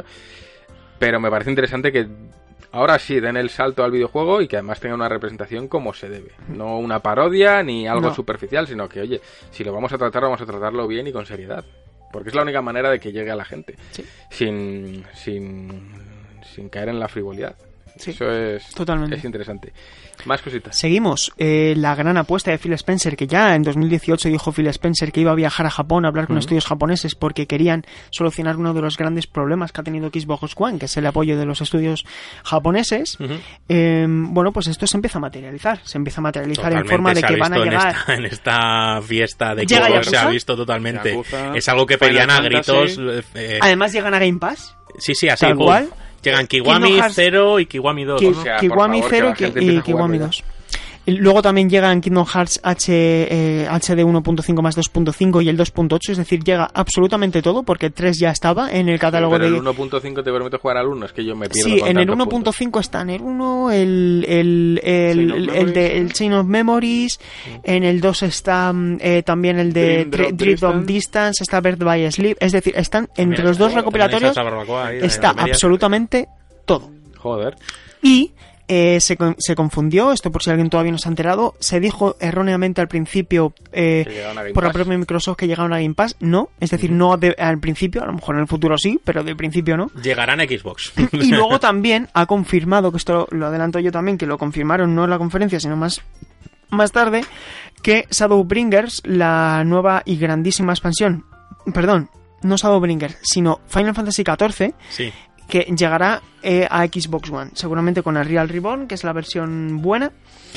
Pero me parece interesante que ahora sí den el salto al videojuego y que además tenga una representación como se debe. No una parodia ni algo No. superficial, sino que, oye, si lo vamos a tratar, vamos a tratarlo bien y con seriedad. Porque es la única manera de que llegue a la gente. Sí. Sin, sin, sin caer en la frivolidad. Sí, Eso es, totalmente. es interesante. Más cositas. Seguimos. Eh, la gran apuesta de Phil Spencer, que ya en dos mil dieciocho dijo Phil Spencer que iba a viajar a Japón a hablar con Ujú. estudios japoneses porque querían solucionar uno de los grandes problemas que ha tenido Xbox One, que es el apoyo de los estudios japoneses. Ujú. Eh, bueno, pues esto se empieza a materializar. Se empieza a materializar Totalmente, en forma de se ha que van a visto llegar... en esta, en esta fiesta de ¿Llega Xbox, se Yakuza? ha visto totalmente. Yakuza, Es algo que Final pedían a Fantasy. gritos. eh, Además llegan a Game Pass. sí, sí, así. tal pum. cual. Llegan Kiwami Kingdom Hearts- cero y Kiwami dos. Ki- o sea, por Kiwami favor, que cero la y, Ki- gente y empiece a Kiwami jugarlo dos. Y luego también llegan Kingdom Hearts H, eh, H D uno punto cinco más dos punto cinco y el dos punto ocho, es decir, llega absolutamente todo porque el tres ya estaba en el catálogo Pero de... el uno punto cinco te permite jugar al uno, es que yo me pierdo Sí, con en el tantos uno punto puntos. cinco están el uno, el, el, el, Chain of el, el Memories, de, el ¿no? Chain of Memories, en el dos está mm, eh, también el de Dream Drop Dri- Dream Drop Distance. Distance, está Birth by Sleep, es decir, están entre los dos También recopilatorios, esa barbacoa ahí de está Almería. absolutamente todo. Joder. Y eh, se, con- se confundió, esto por si alguien todavía no se ha enterado, se dijo erróneamente al principio eh, Que llegaron a Game por la Pass. propia Microsoft que llegaron a Game Pass, no, es decir, no de- al principio, a lo mejor en el futuro sí, pero de principio no. Llegarán a Xbox. Y luego también ha confirmado, que esto lo adelanto yo también, que lo confirmaron no en la conferencia, sino más, más tarde, que Shadowbringers, la nueva y grandísima expansión, perdón, no Shadowbringers, sino Final Fantasy catorce, Sí. que llegará eh, a Xbox One, seguramente con el Real Reborn, que es la versión buena.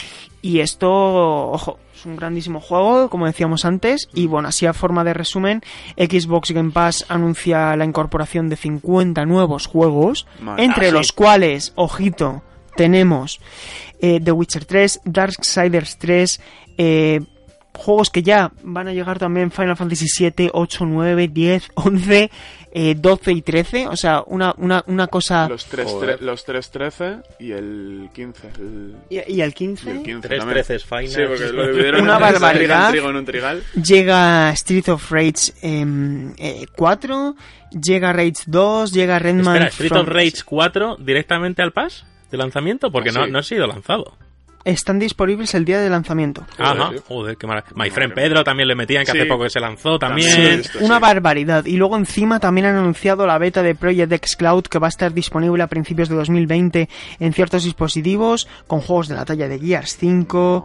Y esto, ojo, es un grandísimo juego, como decíamos antes. Y bueno, así a forma de resumen, Xbox Game Pass anuncia la incorporación de cincuenta nuevos juegos, Madre. entre Ah, sí. los cuales, ojito, tenemos eh, The Witcher tres, Darksiders tres, eh, juegos que ya van a llegar también, Final Fantasy siete, ocho, nueve, diez, once, eh, doce y trece, o sea, una, una, una cosa... Los tres, Joder. tre- los tres trece y el quince. El, Y, y el quince... y el quince Tres también. treces Final. Sí, porque lo dividieron Una en barbaridad. un trigo en un trigal. Llega Street of Rage em, eh, cuatro, llega Rage dos, llega Redman... Espera, Street from- of Rage cuatro directamente al Pass de lanzamiento, porque Ah, no, sí. no ha sido lanzado. están disponibles el día de lanzamiento. Ajá, sí. joder, qué maravilla. My Friend Pedro también le metían, que Sí. hace poco que se lanzó también. También. Sí, Esto una sí. barbaridad. Y luego encima también han anunciado la beta de Project xCloud, que va a estar disponible a principios de dos mil veinte en ciertos dispositivos, con juegos de la talla de Gears cinco.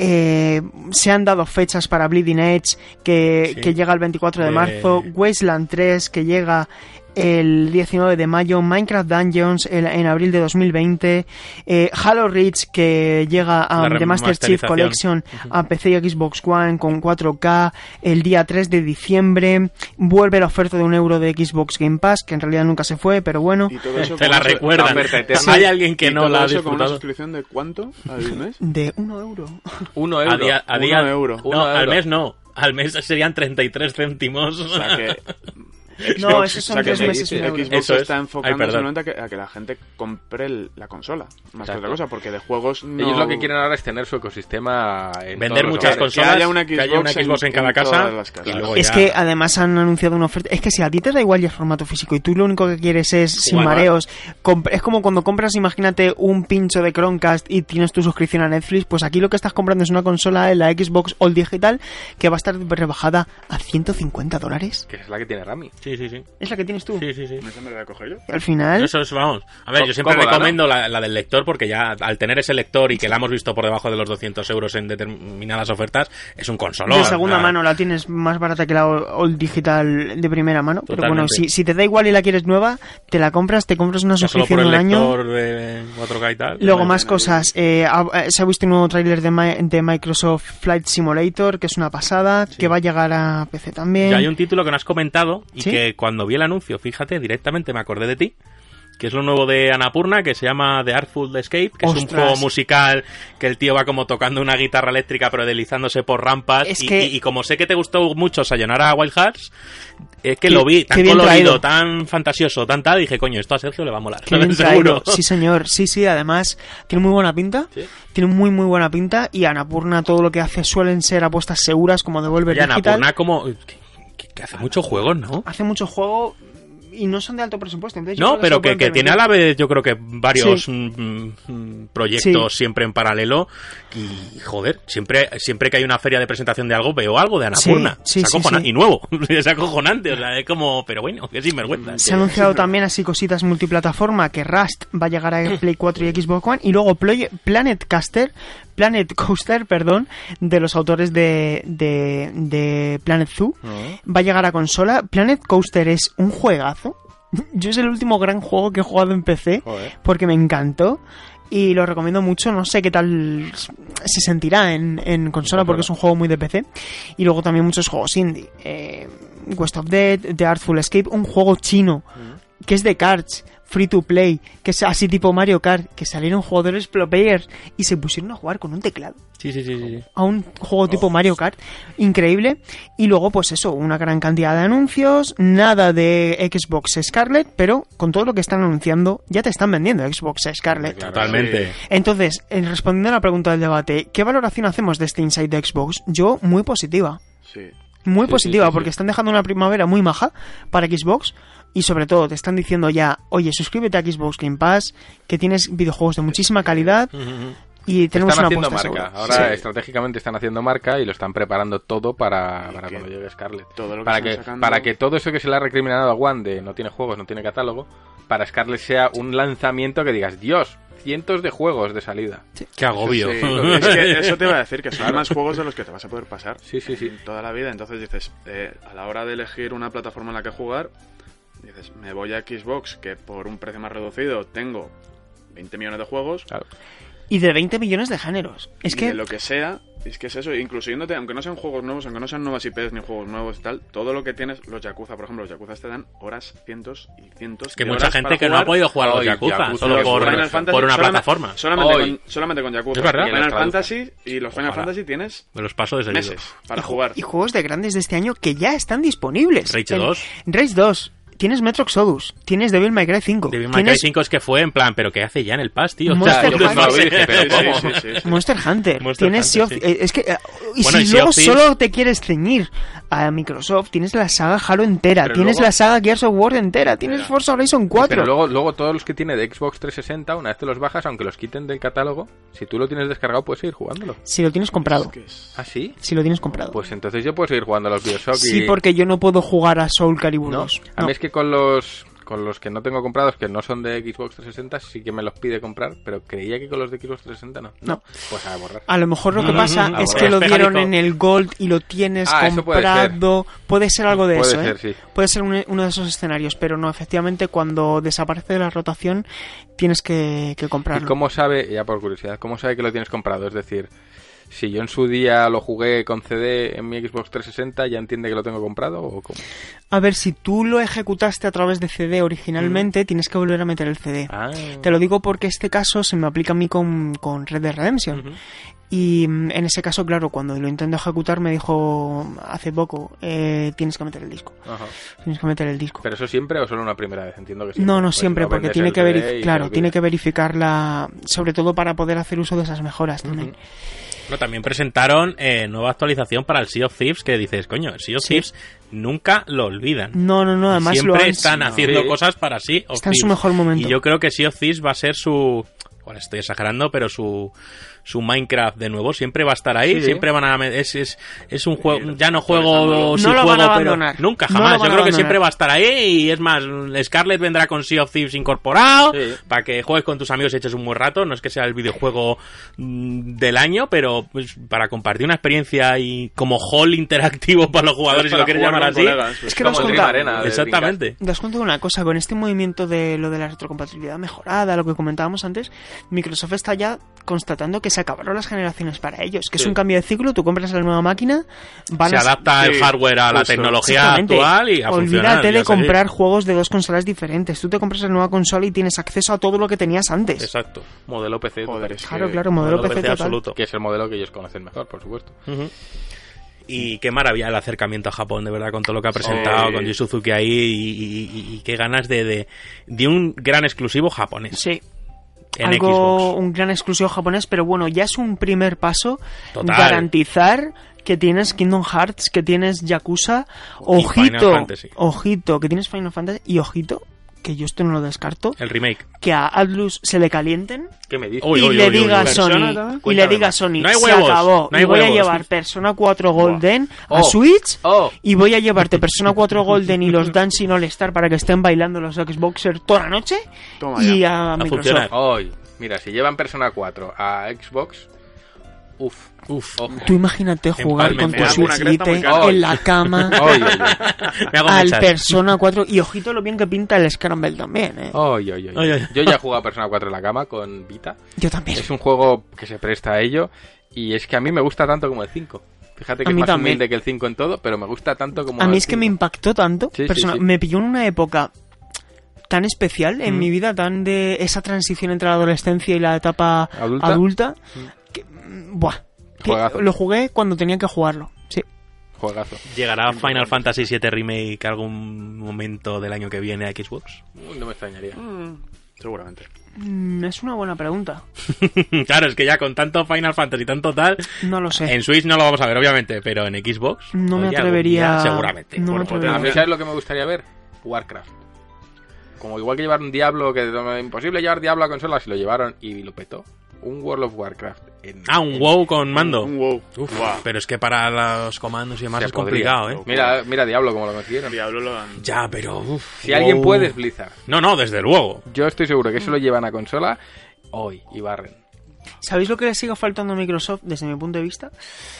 Eh, se han dado fechas para Bleeding Edge, que, Sí. que llega el veinticuatro de De- marzo, Wasteland tres, que llega el diecinueve de mayo, Minecraft Dungeons el- en abril de dos mil veinte, eh, Halo Reach, que llega a La The Master Chief remasterización. Collection a P C y Xbox One con cuatro K el día tres de diciembre. Vuelve la oferta de un euro de Xbox Game Pass, que en realidad nunca se fue, pero bueno. Y todo eso Te con la eso- recuerdan. oferta eterna. Hay alguien que y no todo la ha eso con una disfrutado. suscripción de cuánto al mes? De un euro. Uno A euro. día, a Uno día- euro. No, Uno al euro. mes no. Al mes serían treinta y tres céntimos. O sea que... No, Xbox- esos son o sea que tres Xbox- meses un euro. Xbox Eso es. está Ay, enfocando perdón. solamente a que, a que la gente compre el- la consola, más Exacto. que otra cosa, porque de juegos no... Ellos lo que quieren ahora es tener su ecosistema en Vender todos los muchas hogares. consolas, Que haya una que haya una Xbox Xbox en, en- cada en casa todas las casas. y luego Es ya- que además han anunciado una oferta. Es que si a ti te da igual y el formato físico y tú lo único que quieres es, sin Jugar. mareos, comp- es como cuando compras, imagínate, un pincho de Chromecast y tienes tu suscripción a Netflix, pues aquí lo que estás comprando es una consola en la Xbox All Digital que va a estar rebajada a ciento cincuenta dólares. Que es la que tiene Rami. Sí, sí, sí. Es la que tienes tú. Sí, sí, sí. ¿Esa me la voy a coger yo? Al final, Eso es, vamos. A ver, Co- yo siempre cómoda, recomiendo la, la del lector porque ya al tener ese lector y que la hemos visto por debajo de los doscientos euros en determinadas ofertas, es un consolón. de segunda O sea, mano la tienes más barata que la All All Digital de primera mano. Pero bueno, Totalmente. si, si te da igual y la quieres nueva, te la compras, te compras una ya solo suscripción por de el un año. lector de cuatro K y tal. Luego pues, más cosas, eh, ha- eh, se ha visto un nuevo tráiler de, Mi- de Microsoft Flight Simulator, que es una pasada, que va a llegar a P C también. Y hay un título que no has comentado y ¿Sí? que cuando vi el anuncio, fíjate, directamente me acordé de ti, que es lo nuevo de Annapurna, que se llama The Artful Escape, que es un ¡Ostras! juego musical que el tío va como tocando una guitarra eléctrica pero deslizándose por rampas. Es y, que- y- y como sé que te gustó mucho Sayonara Wild Hearts, es que Qué- lo vi qué tan bien colorido, traído. tan fantasioso, tan tal, y dije, coño, esto a Sergio le va a molar. Qué bien Seguro. traído. Sí, señor. Sí, sí, además tiene muy buena pinta. Sí. Tiene muy, muy buena pinta. Y Annapurna todo lo que hace suelen ser apuestas seguras como Devolver Oye, Digital. Annapurna como... Que, que- que hace muchos juegos, ¿no? Hace mucho juego y no son de alto presupuesto. Entonces yo No, creo pero se lo que, pueden que tiene a permitir. la vez, yo creo que varios Sí. mm, mm, proyectos Sí. siempre en paralelo. Y, joder, siempre siempre que hay una feria de presentación de algo, veo algo de Annapurna. Sí, sí, es sí, acojonante. sí. Y nuevo. Es acojonante. O sea, es como, pero bueno, que sinvergüenza. Se ha anunciado también así cositas multiplataforma, que Rust va a llegar a Play cuatro y Xbox One, y luego Ploy- Planet Caster, Planet Coaster, perdón, de los autores de, de, de Planet Zoo, va a llegar a consola. Planet Coaster es un juegazo. Yo es el último gran juego que he jugado en P C, Joder. porque me encantó. Y lo recomiendo mucho, no sé qué tal se sentirá en, en consola, porque es un juego muy de P C. Y luego también muchos juegos indie. Eh, West of Dead, The Artful Escape, un juego chino, que es de cards, free to play, que es así tipo Mario Kart, que salieron jugadores pro players y se pusieron a jugar con un teclado Sí, sí, sí, sí. a un juego tipo Mario Kart, increíble. Y luego pues eso, una gran cantidad de anuncios, nada de Xbox Scarlett, pero con todo lo que están anunciando ya te están vendiendo Xbox Scarlett. Totalmente. Entonces, eh, respondiendo a la pregunta del debate, ¿qué valoración hacemos de este Inside de Xbox? Yo muy positiva, Sí. muy Sí, positiva, sí, sí, porque sí. están dejando una primavera muy maja para Xbox. Y sobre todo te están diciendo ya, oye, suscríbete a Xbox Game Pass, que tienes videojuegos de muchísima calidad y tenemos Están una haciendo apuesta marca. segura. Ahora Sí. estratégicamente están haciendo marca y lo están preparando todo para, Y para que cuando llegue Scarlett. todo lo que para están que sacando- para que todo eso que se le ha recriminado a One de no tiene juegos, no tiene catálogo, para Scarlett sea un lanzamiento que digas, Dios, cientos de juegos de salida. Qué agobio. Sí, es que eso te iba a decir, que son más juegos de los que te vas a poder pasar Sí, sí, sí. toda la vida. Entonces dices, eh, a la hora de elegir una plataforma en la que jugar, dices, me voy a Xbox, que por un precio más reducido tengo veinte millones de juegos, Claro. Y de veinte millones de géneros. Es y que de lo que sea, es que es eso, incluso yéndote, aunque no sean juegos nuevos, aunque no sean nuevas I Pes ni juegos nuevos y tal, todo lo que tienes, los Yakuza, por ejemplo, los Yakuza te dan horas, cientos y cientos Es que de mucha horas gente para que no jugar. ha podido jugar a los Hoy, Yakuza, Yakuza, solo los por, Final Fantasy, por una solamente- plataforma. Solamente, Hoy. con, solamente con Yakuza. Es verdad. Y Final Y los Fantasy y los Final Ojalá. Fantasy tienes Me los paso de seguido. meses para jugar. y juegos de grandes de este año que ya están disponibles. Rage El- dos. Rage dos. tienes Metro Exodus, tienes Devil May Cry cinco, Devil May Cry tienes cinco es que fue en plan, pero ¿qué hace ya en el Pass, tío? Monster O sea, yo Hunter. no lo dije, pero Sí, ¿cómo? sí, sí, sí. Monster Hunter, Monster tienes Sea of- Hunter, sí. eh, es que eh, y Bueno, y si Sea luego of Thieves- solo te quieres ceñir a Microsoft, tienes la saga Halo entera, Pero tienes luego- la saga Gears of War entera, tienes Mira. Forza Horizon cuatro. Pero luego, luego todos los que tiene de Xbox trescientos sesenta, una vez te los bajas, aunque los quiten del catálogo, si tú lo tienes descargado puedes seguir jugándolo. Si lo tienes comprado, Es que es- ¿Ah, sí? si lo tienes comprado. Pues entonces yo puedo seguir jugando a los Bioshock y... Sí, porque yo no puedo jugar a Soul Calibur ¿No? dos. A No. mí es que con los con los que no tengo comprados, que no son de Xbox trescientos sesenta, sí que me los pide comprar, pero creía que con los de Xbox trescientos sesenta no. No. Pues a borrar. A lo mejor lo que Mm, pasa mm, es ah, que lo bueno. dieron Mecánico. en el Gold y lo tienes Ah, eso puede comprado. Puede ser algo de Puede eso, ser, ¿eh? sí. Puede ser un- uno de esos escenarios, pero no, efectivamente, cuando desaparece de la rotación tienes que, que ¿Y comprarlo. cómo sabe, ya por curiosidad, cómo sabe que lo tienes comprado? Es decir, si yo en su día lo jugué con C D en mi Xbox trescientos sesenta, ¿ya entiende que lo tengo comprado o cómo? A ver, si tú lo ejecutaste a través de C D originalmente, tienes que volver a meter el C D. Ah. Te lo digo porque este caso se me aplica a mí con, con Red Dead Redemption. Ujú. Y mm, en ese caso, claro, cuando lo intento ejecutar me dijo hace poco, eh, tienes que meter el disco. Ajá. Tienes que meter el disco. ¿Pero eso siempre o solo una primera vez? Entiendo que siempre. No, no Pues siempre, no porque vendes tiene el que C D verificar, y claro, se tiene olvida. que verificarla, sobre todo para poder hacer uso de esas mejoras también. No, también presentaron eh, nueva actualización para el Sea of Thieves, que dices, coño, el Sea of Sí. Thieves nunca lo olvidan. No, no, no, además Siempre lo han- están no. haciendo Sí. cosas para Sea of Está en su Thieves. mejor momento. Y yo creo que Sea of Thieves va a ser su... Bueno, estoy exagerando, pero su su Minecraft de nuevo siempre va a estar ahí, Sí. siempre van a es es, es un juego, ya no No juego, sí lo van a juego, pero abandonar. nunca No lo jamás. van Yo a creo que abandonar. siempre va a estar ahí y es más, Scarlett vendrá con Sea of Thieves incorporado Sí. para que juegues con tus amigos y eches un buen rato. No es que sea el videojuego mm, del año, pero pues, para compartir una experiencia y como hall interactivo para los jugadores, si Para lo quieres jugar llamar con así. colegas, Es que Como nos el Dream conta- Arena de Exactamente. ¿Te das cuenta de una cosa? Con este movimiento de lo de la retrocompatibilidad mejorada, lo que comentábamos antes, Microsoft está ya constatando que se acabaron las generaciones para ellos, que es Sí. un cambio de ciclo, tú compras la nueva máquina, van Se a... adapta el Sí, hardware a la justo. tecnología Exactamente. actual y a funcionar. Olvídate y a de seguir. comprar juegos de dos consolas diferentes. Tú te compras la nueva consola y tienes acceso a todo lo que tenías antes. Exacto. Modelo P C, Joder, total, es Claro, que- claro, modelo Modelo P C P C total. absoluto. que es el modelo que ellos conocen mejor, por supuesto. Ujú. Y qué maravilla el acercamiento a Japón, de verdad, con todo lo que ha presentado, Sí. con Yu Suzuki ahí, y, y- y- y qué ganas de, de, de un gran exclusivo japonés Sí. en Algo, Xbox. un gran exclusivo japonés, pero bueno, ya es un primer paso Total. garantizar que tienes Kingdom Hearts, que tienes Yakuza, Y Final ojito, Fantasy. ojito, que tienes Final Fantasy, y ojito, que yo esto no lo descarto, El remake. que a Atlus se le calienten ¿Qué me dices? Uy, y uy, le uy, uy, diga a uy. Sony, Persona también. y le Cuéntame diga a más. Sony, No hay se huevos, acabó, no hay y voy a huevos. llevar Persona cuatro Golden Oh. a Switch, Oh. y voy a llevarte Persona cuatro Golden y los Dancing All Star para que estén bailando los Xboxers toda la noche, Toma y ya. a, funcionar. Microsoft. Hoy, mira, si llevan Persona cuatro a Xbox, uff, Uf. ojo. Tú imagínate jugar Empalme, con me tu hago una Switch cresta muy Lite cara. en la cama Oy, oy, Me hago al mechas. Persona cuatro, y ojito lo bien que pinta el Scramble también, ¿eh? oy, oy, oy. Oy, oy. Yo ya he jugado a Persona cuatro en la cama con Vita. Yo también. Es un juego que se presta a ello y es que a mí me gusta tanto como el cinco. Fíjate que A es mí más también. humilde que el cinco en todo, pero me gusta tanto como A mí el es que me cinco. impactó tanto, Sí, sí, persona- sí. me pilló en una época tan especial en Mm. mi vida, tan de esa transición entre la adolescencia y la etapa ¿Adulta? adulta, que, mm, buah, que Juegazo. lo jugué cuando tenía que jugarlo, sí. Juegazo. ¿Llegará Final Fantasy siete Remake algún momento del año que viene a Xbox? Uy, no me extrañaría. Mm, seguramente. Mm, es una buena pregunta, Claro, es que ya con tanto Final Fantasy y tanto tal, no lo sé. en Switch no lo vamos a ver, obviamente, pero en Xbox. No me oye, algún atrevería- día seguramente. no me Por atrevería. A mí, potencia. ¿sabes lo que me gustaría ver? Warcraft. Como igual que llevar un Diablo, que es imposible llevar Diablo a consolas, y lo llevaron y lo petó. Un World of Warcraft. En, Ah, un en- WoW con mando. Un wow. Uf, Guau. pero es que para los comandos y demás se es podría. complicado, ¿eh? Mira, mira Diablo como lo consiguieron. Diablo lo han... Ya, pero... uf, Si alguien WoW- puede es Blizzard. No, no, desde luego. Yo estoy seguro que eso lo llevan a consola hoy y barren. ¿Sabéis lo que le sigue faltando a Microsoft desde mi punto de vista?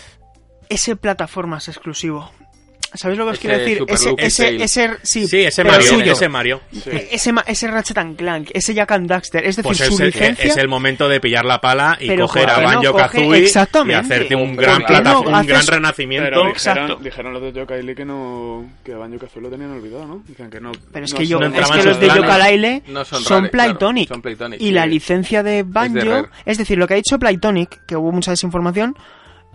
Ese plataformas exclusivo. ¿Sabéis lo que os Ese quiero decir? Super Ese, Loop ese, Tale. ese, sí, Sí, ese pero Mario, suyo. ese Mario. Sí. Eh, Ese, ma- ese Ratchet and Clank, ese Jack and Daxter, es decir, Pues su es el, licencia. es el momento de pillar la pala y Pero coger a bueno, Banjo coge- Kazooie y exactamente. hacerte un Pero gran ¿por qué plata, no un haces- gran renacimiento. Pero Exacto. dijeron, dijeron los de Yooka-Laylee que no... Que Banjo Kazooie lo tenían olvidado, ¿no? Dicen que no... Pero es no que yo, son- no es entraban que en los sus de planes. Yooka-Laylee No son son Rare, claro, Playtonic. son Playtonic, y sí. la licencia de Es de Banjo, Rare. es decir, lo que ha dicho Playtonic, que hubo mucha desinformación,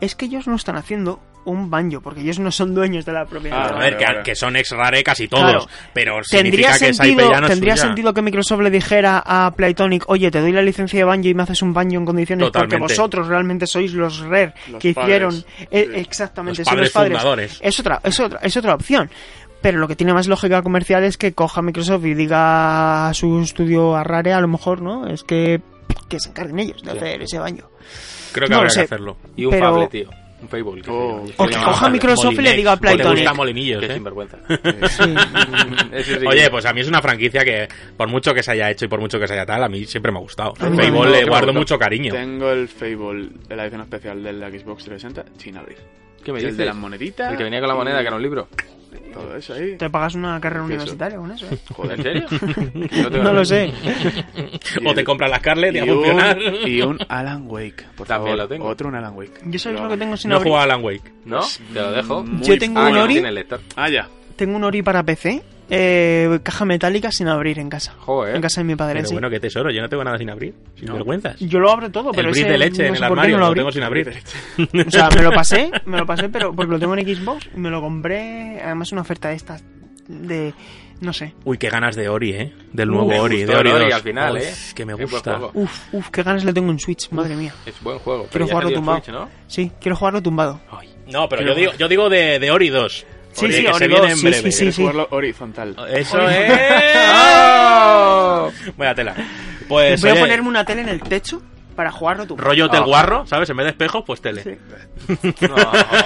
es que ellos no están haciendo un Banjo, porque ellos no son dueños de la propiedad. Ah, de A la ver, vale, que, vale. que son ex-rare casi todos, Claro. pero ¿Tendría significa que esa I P sentido, ya no es ¿tendría suya. sentido que Microsoft le dijera a Playtonic, oye, te doy la licencia de Banjo y me haces un Banjo en condiciones Totalmente. porque vosotros realmente sois los Rare Los que padres. hicieron... Eh, Sí. exactamente, Los son padres los padres. fundadores. Es otra, es, otra, es otra opción. Pero lo que tiene más lógica comercial es que coja Microsoft y diga a su estudio a Rare, a lo mejor, ¿no? Es que, que se encarguen ellos de hacer ese Banjo. Creo que No lo habrá sé. que hacerlo. Y un Pero- Fable, tío. Un Fable. Que Oh. se- O se que llama coja Fable. Microsoft y le diga a O te Playtonic. gusta Molinillos, Qué ¿eh? sinvergüenza. Sí. Ese sí Oye, que- pues a mí es una franquicia que, por mucho que se haya hecho y por mucho que se haya tal, a mí siempre me ha gustado. A mí Fable también. le Me guardo gusta. mucho cariño. Tengo el Fable de la edición especial de la Xbox trescientos sesenta sin abrir. ¿Qué me El dices? de las moneditas. El que venía con la moneda, que era un libro. Todo eso ahí. Te pagas una carrera ¿Qué es eso? universitaria con eso, ¿eh? Joder. ¿En serio? No, tengo No lo ni- sé. Y O te el- compras la Scarlett y a y un, funcionar. y un Alan Wake. Por También favor, lo tengo. Otro un Alan Wake. Yo sabes Pero- lo que tengo sin No he abrir. jugado a Alan Wake. ¿No? Te lo dejo. Muy Yo tengo Ah, un que no Ori. tiene lector. Ah, ya. Tengo un Ori para P C, eh, caja metálica sin abrir en casa. Joder. En casa de mi padre, Pero sí. bueno, qué tesoro, yo no tengo nada sin abrir. Sin No. vergüenzas. Yo lo abro todo, pero el bris ese de leche no en sé el por qué armario, no lo, lo abrí. tengo sin abrir. O sea, me lo pasé, me lo pasé, pero porque lo tengo en Xbox y me lo compré, además una oferta de estas de no sé. Uy, qué ganas de Ori, ¿eh? Del Uf, nuevo me Ori, gustó de Ori el Ori dos. al final, Uf, ¿eh? que me Qué buen gusta. juego. Uf, uf, qué ganas le tengo en Switch, madre mía. Es buen juego. Quiero pero ya jugarlo salió en tumbado. Switch, ¿no? Sí, quiero jugarlo tumbado. No, pero yo digo, yo digo de, de Ori dos. Sí, Ori, sí, que Ori se viene dos, en sí, breve. sí, sí. Quieres jugarlo horizontal. Eso Ori. es. ¡Oh! Vaya tela. Pues Voy a oye, ponerme una tele en el techo para jugarlo tumbado. rollo del Ah. guarro, ¿sabes? En vez de espejos, pues tele. Sí. No.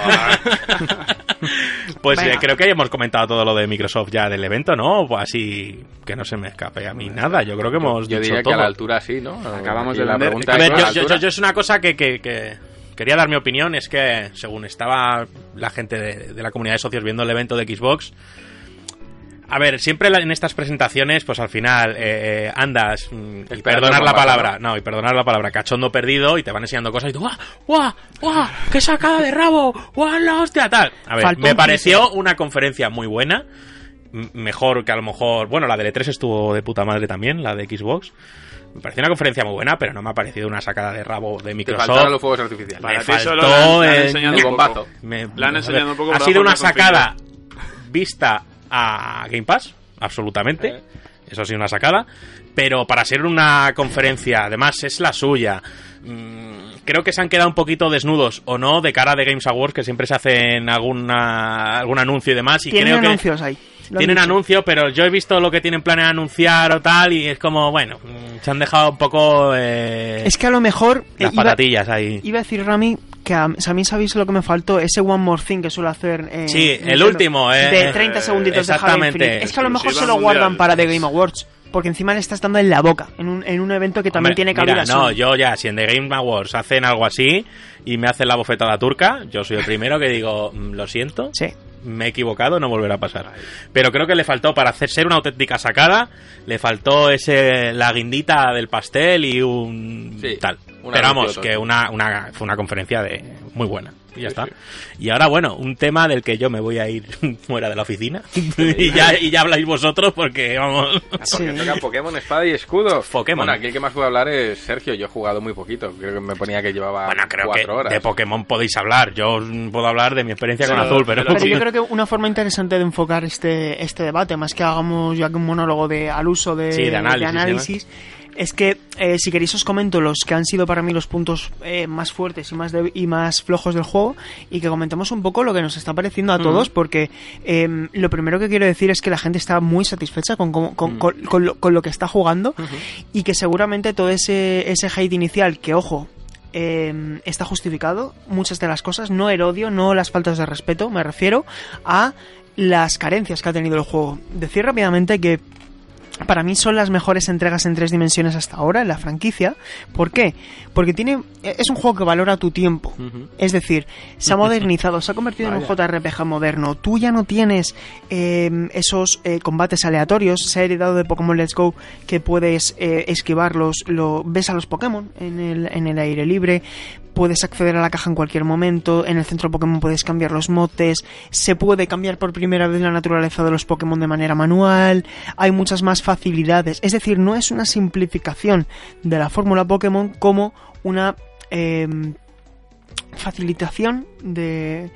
Pues eh, Venga. creo que hemos comentado todo lo de Microsoft ya del evento, ¿no? Pues así que no se me escape a mí nada. Yo creo que hemos Yo dicho diría todo. que a la altura sí, ¿no? Acabamos Aquí de la vender- pregunta A es, ver, ¿no? yo, ¿A la yo- altura? yo- yo es una cosa que, que- que quería dar mi opinión, es que según estaba la gente de, de la comunidad de socios viendo el evento de Xbox, a ver, siempre la- en estas presentaciones, pues al final eh, eh, andas, mm, y Esperando perdonar el la bombazo, palabra, ¿no? y perdonar la palabra, cachondo perdido, y te van enseñando cosas y tú, ¡guau! ¡guau! ¡guau! ¡Qué sacada de rabo! ¡Guau, la hostia! Tal. A ver, Faltó me un pareció una conferencia muy buena, m- mejor que a lo mejor, bueno, la de E tres estuvo de puta madre también, la de Xbox. Me pareció una conferencia muy buena, pero no me ha parecido una sacada de rabo de Te Microsoft. faltaron los fuegos artificiales. Para Me ti solo faltó la han- la han el- enseñado el un bombazo. poco. Me- La han a enseñado ver, un poco ha bajo sido una una configuración. sacada vista a Game Pass, absolutamente. Eh. Eso ha sido una sacada. Pero para ser una conferencia, además es la suya. mm, Creo que se han quedado un poquito desnudos, o no, de cara de Games Awards, que siempre se hacen alguna, algún anuncio y demás. Y Tienen creo que anuncios ahí. Lo han tienen dicho. anuncio, pero yo he visto lo que tienen planeado anunciar o tal, y es como, bueno, mm, se han dejado un poco eh, Es que a lo mejor eh, las iba, patatillas ahí. iba a decir Rami que a, a mí sabéis lo que me faltó, ese One More Thing que suele hacer eh, Sí, el Nintendo, último, eh, de eh, treinta segunditos de Halo exactamente. Infinite. Es que a lo mejor se Exclusiva lo guardan mundial. para The Game Awards, porque encima le estás dando en la boca en un, en un evento que también Hombre, tiene cabida. mira, no, Sony. yo ya, si en The Game Awards hacen algo así y me hacen la bofetada turca, yo soy el primero que digo, "Mm, lo siento, Sí. me he equivocado, no volverá a pasar". Pero creo que le faltó, para hacer ser una auténtica sacada, le faltó ese la guindita del pastel y un Sí, tal. un Pero vamos, anuncio que tonto. una, una, fue una conferencia de muy buena. Y ya Sí, está. sí. Y ahora, bueno, un tema del que yo me voy a ir fuera de la oficina. y, ya, y ya habláis vosotros porque, vamos... Sí. Porque toca Pokémon Espada y Escudo. Pokémon. Bueno, aquí el que más puede hablar es Sergio. Yo he jugado muy poquito. Creo que me ponía que llevaba Bueno, creo que cuatro horas. de Pokémon podéis hablar. Yo mm, puedo hablar de mi experiencia Sí, con lo- Azul, pero... lo- Pero yo creo que una forma interesante de enfocar este, este debate, más que hagamos ya que un monólogo de, al uso de, Sí, de análisis, análisis, es que eh, si queréis os comento los que han sido para mí los puntos eh, más fuertes y más de- y más flojos del juego, y que comentemos un poco lo que nos está pareciendo a todos, porque eh, lo primero que quiero decir es que la gente está muy satisfecha con, cómo- con, con- con lo, con lo que está jugando, y que seguramente todo ese, ese hate inicial, que ojo, eh, está justificado, muchas de las cosas, no el odio, no las faltas de respeto, me refiero a las carencias que ha tenido el juego. Decir rápidamente que para mí son las mejores entregas en tres dimensiones hasta ahora en la franquicia. ¿Por qué? Porque tiene es un juego que valora tu tiempo. Ujú. Es decir, se ha modernizado, se ha convertido en un J R P G moderno. Tú ya no tienes eh, esos eh, combates aleatorios. Se ha heredado de Pokémon Let's Go que puedes eh, esquivarlos. Lo, ves a los Pokémon en el, en el aire libre. Puedes acceder a la caja en cualquier momento. En el centro Pokémon puedes cambiar los motes. Se puede cambiar por primera vez la naturaleza de los Pokémon de manera manual. Hay muchas más facilidades. Es decir, no es una simplificación de la fórmula Pokémon como una... Eh, facilitación de,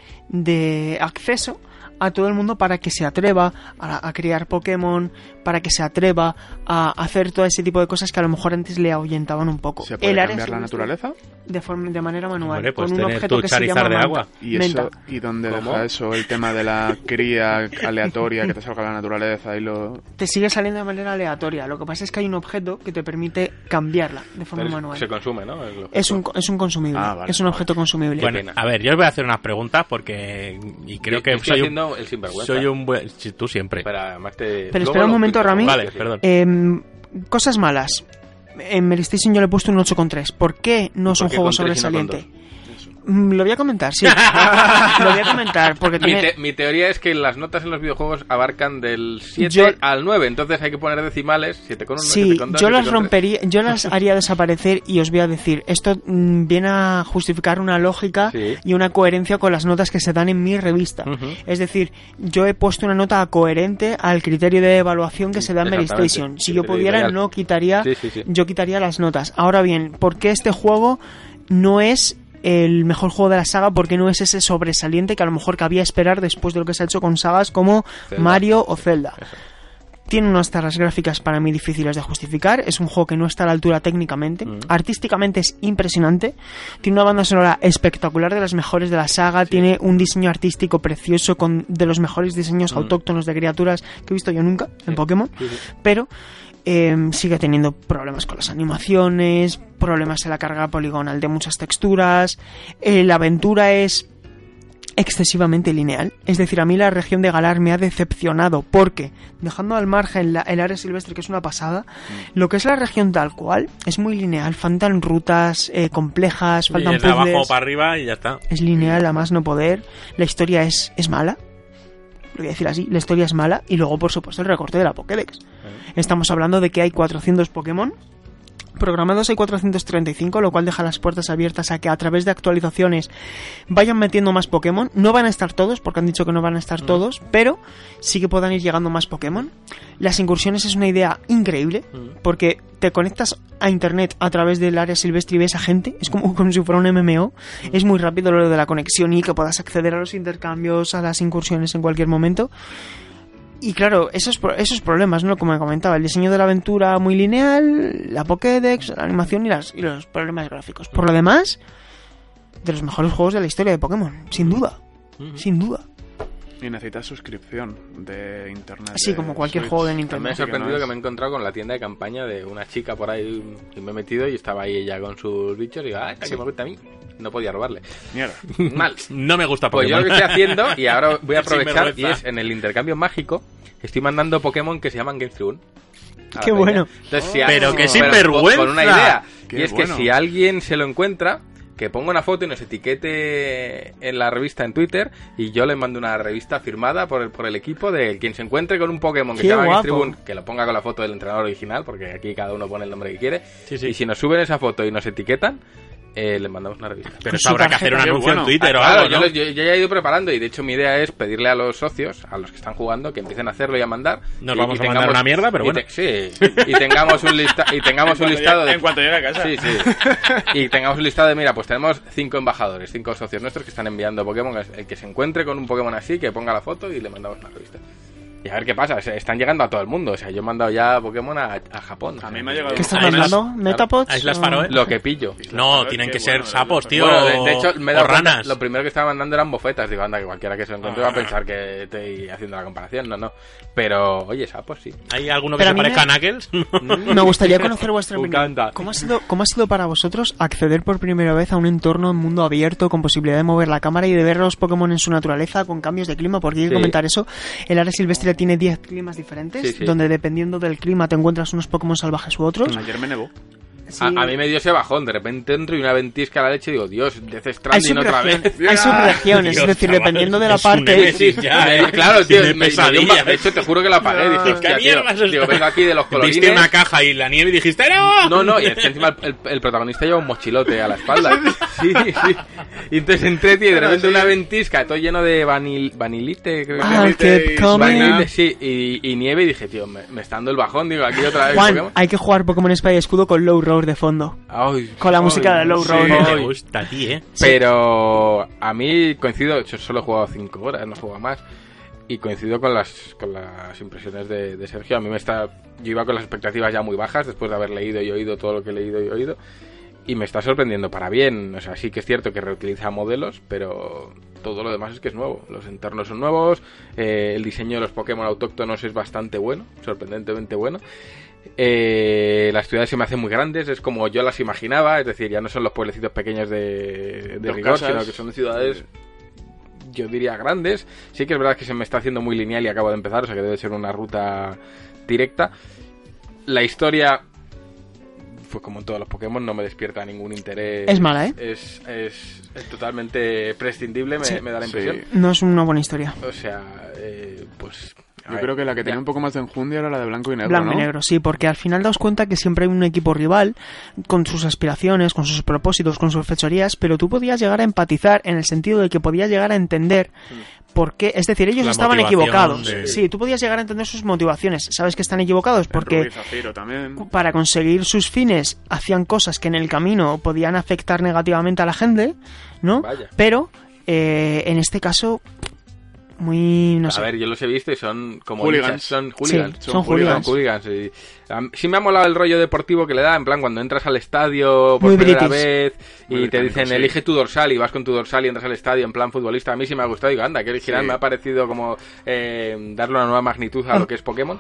de acceso a todo el mundo para que se atreva a, a criar Pokémon, para que se atreva a hacer todo ese tipo de cosas que a lo mejor antes le ahuyentaban un poco. ¿Se puede El área cambiar la silvestre naturaleza? De, forma, de manera manual, Hombre, pues con un tener objeto tu que se Charizard llama de manta. agua. ¿Y Menta. eso y dónde ¿Cómo? deja eso el tema de la cría aleatoria que te salga la naturaleza y lo Te sigue saliendo de manera aleatoria. Lo que pasa es que hay un objeto que te permite cambiarla de forma Pero manual. se consume, ¿no? El objeto. Es un, es un consumible, Ah, vale, es un vale. objeto consumible. Bueno, pena. a ver, yo os voy a hacer unas preguntas porque... Y creo Yo que estoy soy un, haciendo el sinvergüenza. soy un buen... sí, tú siempre. Pero además te... Pero luego espera un lo momento, explico. Rami. Vale, perdón. Em, cosas malas. En Meristation yo le he puesto un ocho coma tres. ¿Por qué no es ¿Por un qué juego con tres y no con sobresaliente? Mm, Lo voy a comentar, sí. Lo voy a comentar porque Mi, tiene... te- mi teoría es que las notas en los videojuegos abarcan del siete Yo- al nueve, entonces hay que poner decimales, siete con uno, Sí, siete con dos, yo siete las con tres. rompería, yo las haría desaparecer y os voy a decir, esto mm, viene a justificar una lógica Sí. y una coherencia con las notas que se dan en mi revista. Ujú. Es decir, yo he puesto una nota coherente al criterio de evaluación que se da en Exactamente. Meristation. Si yo Criterio pudiera, editorial. no quitaría, Sí, sí, sí. yo quitaría las notas. Ahora bien, ¿por qué este juego no es el mejor juego de la saga? Porque no es ese sobresaliente que a lo mejor cabía esperar después de lo que se ha hecho con sagas como Zelda. Mario o Zelda. Eso. Tiene unas taras gráficas para mí difíciles de justificar. Es un juego que no está a la altura técnicamente. Mm. Artísticamente es impresionante. Tiene una banda sonora espectacular, de las mejores de la saga. Tiene un diseño artístico precioso con de los mejores diseños Mm. autóctonos de criaturas que he visto yo nunca en Pokémon. Sí, sí. Pero eh, sigue teniendo problemas con las animaciones, problemas en la carga poligonal de muchas texturas. Eh, la aventura es excesivamente lineal. Es decir, a mí la región de Galar me ha decepcionado porque, dejando al margen la- el área silvestre, que es una pasada, lo que es la región tal cual es muy lineal. Faltan rutas eh, complejas, Y faltan es de abajo puzzles. para arriba y ya está. Es lineal a más no poder. La historia es, es mala. Lo voy a decir así, la historia es mala. Y luego, por supuesto, el recorte de la Pokédex. Estamos hablando de que hay cuatrocientos Pokémon. Programados hay cuatrocientos treinta y cinco, lo cual deja las puertas abiertas a que a través de actualizaciones vayan metiendo más Pokémon. No van a estar todos, porque han dicho que no van a estar todos, pero sí que puedan ir llegando más Pokémon. Las incursiones es una idea increíble, porque te conectas a internet a través del área silvestre y ves a gente. Es como, como si fuera un M M O. Es muy rápido lo de la conexión y que puedas acceder a los intercambios, a las incursiones en cualquier momento. Y claro, esos, pro- esos problemas, ¿no? Como me comentaba, el diseño de la aventura muy lineal, la Pokédex, la animación y, las, y los problemas gráficos. Por lo demás, de los mejores juegos de la historia de Pokémon, sin duda, sin duda. Y necesitas suscripción de internet. Así de como cualquier Switch. juego de Me Nintendo. ha Así que sorprendido no que es- me he encontrado con la tienda de campaña de una chica por ahí y me he metido y estaba ahí ella con sus bichos y digo, ah, que me gusta a mí. No podía robarle. Mierda. Mal. No me gusta Pues yo Pokémon. lo que estoy haciendo, y ahora voy a Qué aprovechar, y sinvergüenza. es en el intercambio mágico, estoy mandando Pokémon que se llaman Game Tribune. A la Qué peña. bueno. Entonces, si Pero alguien- qué pero sinvergüenza. Con una idea. Qué y es bueno. que si alguien se lo encuentra, que ponga una foto y nos etiquete en la revista en Twitter y yo le mando una revista firmada por el, por el equipo de quien se encuentre con un Pokémon que Qué se llama Game guapo. Tribune, que lo ponga con la foto del entrenador original, porque aquí cada uno pone el nombre que quiere. Sí, sí. Y si nos suben esa foto y nos etiquetan, eh, le mandamos una revista. Pero Con eso su habrá que hacer un tarjeta. anuncio Qué en bueno. Twitter o Ah, claro, algo, yo, ¿no? lo- yo- yo ya he ido preparando y de hecho mi idea es pedirle a los socios, a los que están jugando, que empiecen a hacerlo y a mandar. Nos y- vamos y a mandar una mierda, pero y bueno. te- sí, y tengamos un, lista, y tengamos un Cuando listado llegue- de... En cuanto llegue a casa. Sí, sí. Y tengamos un listado de, mira, pues tenemos cinco embajadores, cinco socios nuestros que están enviando Pokémon. El que se encuentre con un Pokémon así, que ponga la foto y le mandamos una revista. Y a ver qué pasa, o sea, están llegando a todo el mundo. O sea, yo he mandado ya Pokémon a, a Japón. A O mí sea, me ha llegado- ¿Qué estás Ah, Islas- mandando? ¿Metapods? a Islas o- Faroe. Lo que pillo. No, Qué tienen que bueno, ser sapos, tío. Bueno, de, de hecho, me he o dado cuenta, ranas. lo primero que estaba mandando eran bofetas. Digo, anda, que cualquiera que se lo encuentre va Ah. a pensar que estoy haciendo la comparación. No, no. Pero, oye, sapos, sí. ¿Hay alguno que Pero se a mí parezca me- a Knuckles? Me gustaría conocer vuestra Me opinión. encanta. ¿Cómo ha, sido, ¿Cómo ha sido para vosotros acceder por primera vez a un entorno en mundo abierto con posibilidad de mover la cámara y de ver los Pokémon en su naturaleza con cambios de clima? Porque hay que Sí. comentar eso. El área silvestre tiene diez climas diferentes, Sí, sí. donde dependiendo del clima te encuentras unos Pokémon salvajes u otros. Ayer me nevó. Sí. A, a mí me dio ese bajón. De repente entro y una ventisca a la leche y digo, Dios, Death Hay Stranding otra vez. subregiones, hay subregiones, Dios, es decir, chaval, dependiendo de la es un parte... Nemesis ya, Me- ¿eh? claro, tío, Tiene me, me dio un ba- pesadillas. de hecho te juro que la apagué. Dije, ¿Qué hostia, tío. mierda es esto? Digo, vengo aquí de los colorines. Viste una caja y la nieve y dijiste ¡no! No, no, y es que encima el, el- el protagonista lleva un mochilote a la espalda. Sí, sí. Y entonces entré, tío, y de repente una ventisca, todo lleno de vanil, vanilite, creo que se Ah, llama. keep coming. Vanille, sí, y, y nieve, y dije, tío, me, me está dando el bajón, digo, aquí otra vez Juan, Pokémon. hay que jugar Pokémon Espada y Escudo con low roll. Road de fondo. Ay, Con la ay, música de Low sí. Road. Me Ay. gusta a ti, ¿eh? Pero a mí coincido, yo solo he jugado cinco horas, no he jugado más. Y coincido con las con las impresiones de, de Sergio. A mí me está... Yo iba con las expectativas ya muy bajas después de haber leído y oído todo lo que he leído y oído. Y me está sorprendiendo para bien. O sea, sí que es cierto que reutiliza modelos, pero todo lo demás es que es nuevo. Los entornos son nuevos, eh, el diseño de los Pokémon autóctonos es bastante bueno, sorprendentemente bueno. Eh, las ciudades se me hacen muy grandes, es como yo las imaginaba, es decir, ya no son los pueblecitos pequeños de, de Dos rigor, casas. sino que son ciudades, yo diría, grandes. Sí que es verdad que se me está haciendo muy lineal y acabo de empezar, o sea que debe ser una ruta directa. La historia, pues como en todos los Pokémon, no me despierta ningún interés. Es mala, ¿eh? Es, es, es totalmente prescindible, me, Sí. me da la Sí. impresión. No es una buena historia. O sea, eh, pues... a Yo ver, creo que la que tenía ya. un poco más de enjundia era la de blanco y negro, Blanco ¿no? y negro, sí, porque al final daos cuenta que siempre hay un equipo rival con sus aspiraciones, con sus propósitos, con sus fechorías, pero tú podías llegar a empatizar en el sentido de que podías llegar a entender por qué, es decir, ellos La estaban motivación equivocados. de- Sí, tú podías llegar a entender sus motivaciones. ¿Sabes que están equivocados? Porque Rubí y Zafiro también. para conseguir sus fines hacían cosas que en el camino podían afectar negativamente a la gente, ¿no? Vaya. Pero eh, en este caso, muy, no A sé. ver, yo los he visto y son como Hooligans. hinchas, son hooligans. Sí, son hooligans. Son hooligans, y, um, sí me ha molado el rollo deportivo que le da, en plan cuando entras al estadio por Muy primera british. vez y Muy te británico, dicen sí. elige tu dorsal y vas con tu dorsal y entras al estadio en plan futbolista. A mí sí me ha gustado, digo, anda, que original, Sí. me ha parecido como eh, darle una nueva magnitud a Ah. lo que es Pokémon.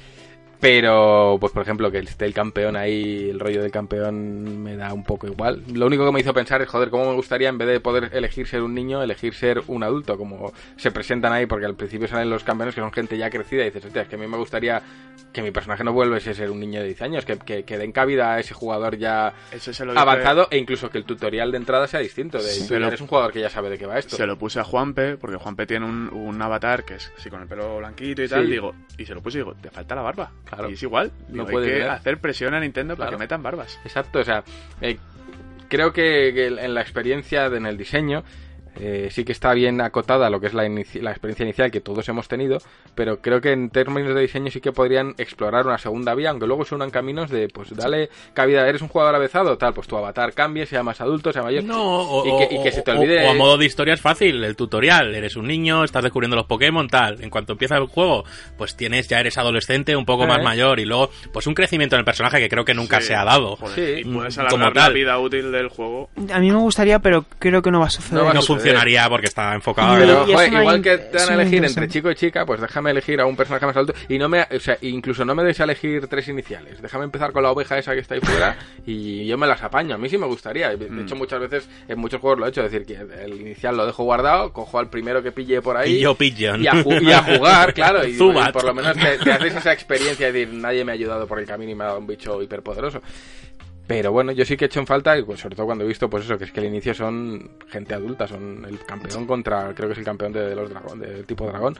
Pero, pues por ejemplo, que esté el campeón ahí, el rollo del campeón me da un poco igual. Lo único que me hizo pensar es, joder, cómo me gustaría en vez de poder elegir ser un niño, elegir ser un adulto, como se presentan ahí, porque al principio salen los campeones que son gente ya crecida y dices, hostia, es que a mí me gustaría que mi personaje no vuelva a ser un niño de diez años, que, que, que den cabida a ese jugador ya Ese se lo dije- avanzado e incluso que el tutorial de entrada sea distinto, de Sí. tú ya eres un jugador que ya sabe de qué va esto. Se lo puse a Juanpe, porque Juanpe tiene un, un avatar que es así con el pelo blanquito y tal, Sí. digo, y se lo puse y digo, te falta la barba. Claro. Y es igual, digo, No puede hay que ver. hacer presión a Nintendo para Claro. que metan barbas. Exacto, o sea, eh, creo que, que en la experiencia, de- en el diseño, eh, sí que está bien acotada lo que es la, inici- la experiencia inicial que todos hemos tenido, pero creo que en términos de diseño sí que podrían explorar una segunda vía, aunque luego se unan caminos de, pues dale cabida, eres un jugador avezado, tal, pues tu avatar cambie, sea más adulto, sea mayor. No, o, y, que, y que se te o- olvide... o a modo de historia es fácil, el tutorial, eres un niño, estás descubriendo los Pokémon, tal, en cuanto empieza el juego, pues tienes, ya eres adolescente, un poco Eh. más mayor, y luego, pues un crecimiento en el personaje que creo que nunca Sí. se ha dado. Joder, Sí. y puedes Como alargar la tal. vida útil del juego. A mí me gustaría, pero creo que no va a suceder. No va a No suceder. funcionaría porque está enfocado Pero, Y es joder, una igual in- que te es dan a una elegir interesante. entre chico y chica, pues déjame elegir a un personaje más alto. Y no me, o sea, incluso no me des a elegir tres iniciales. Déjame empezar con la oveja esa que está ahí fuera y yo me las apaño. A mí sí me gustaría. De Mm. hecho, muchas veces en muchos juegos lo he hecho. Es decir, que el inicial lo dejo guardado, cojo al primero que pille por ahí. Y yo Pigeon. Y a, ju- y a jugar, claro. Y, Zubat. y por lo menos te, te haces esa experiencia de decir, nadie me ha ayudado por el camino y me ha dado un bicho hiperpoderoso. Pero bueno, yo sí que he hecho en falta, y pues sobre todo cuando he visto, pues eso, que es que el inicio son gente adulta, son el campeón contra, creo que es el campeón de, de los dragón, del tipo dragón.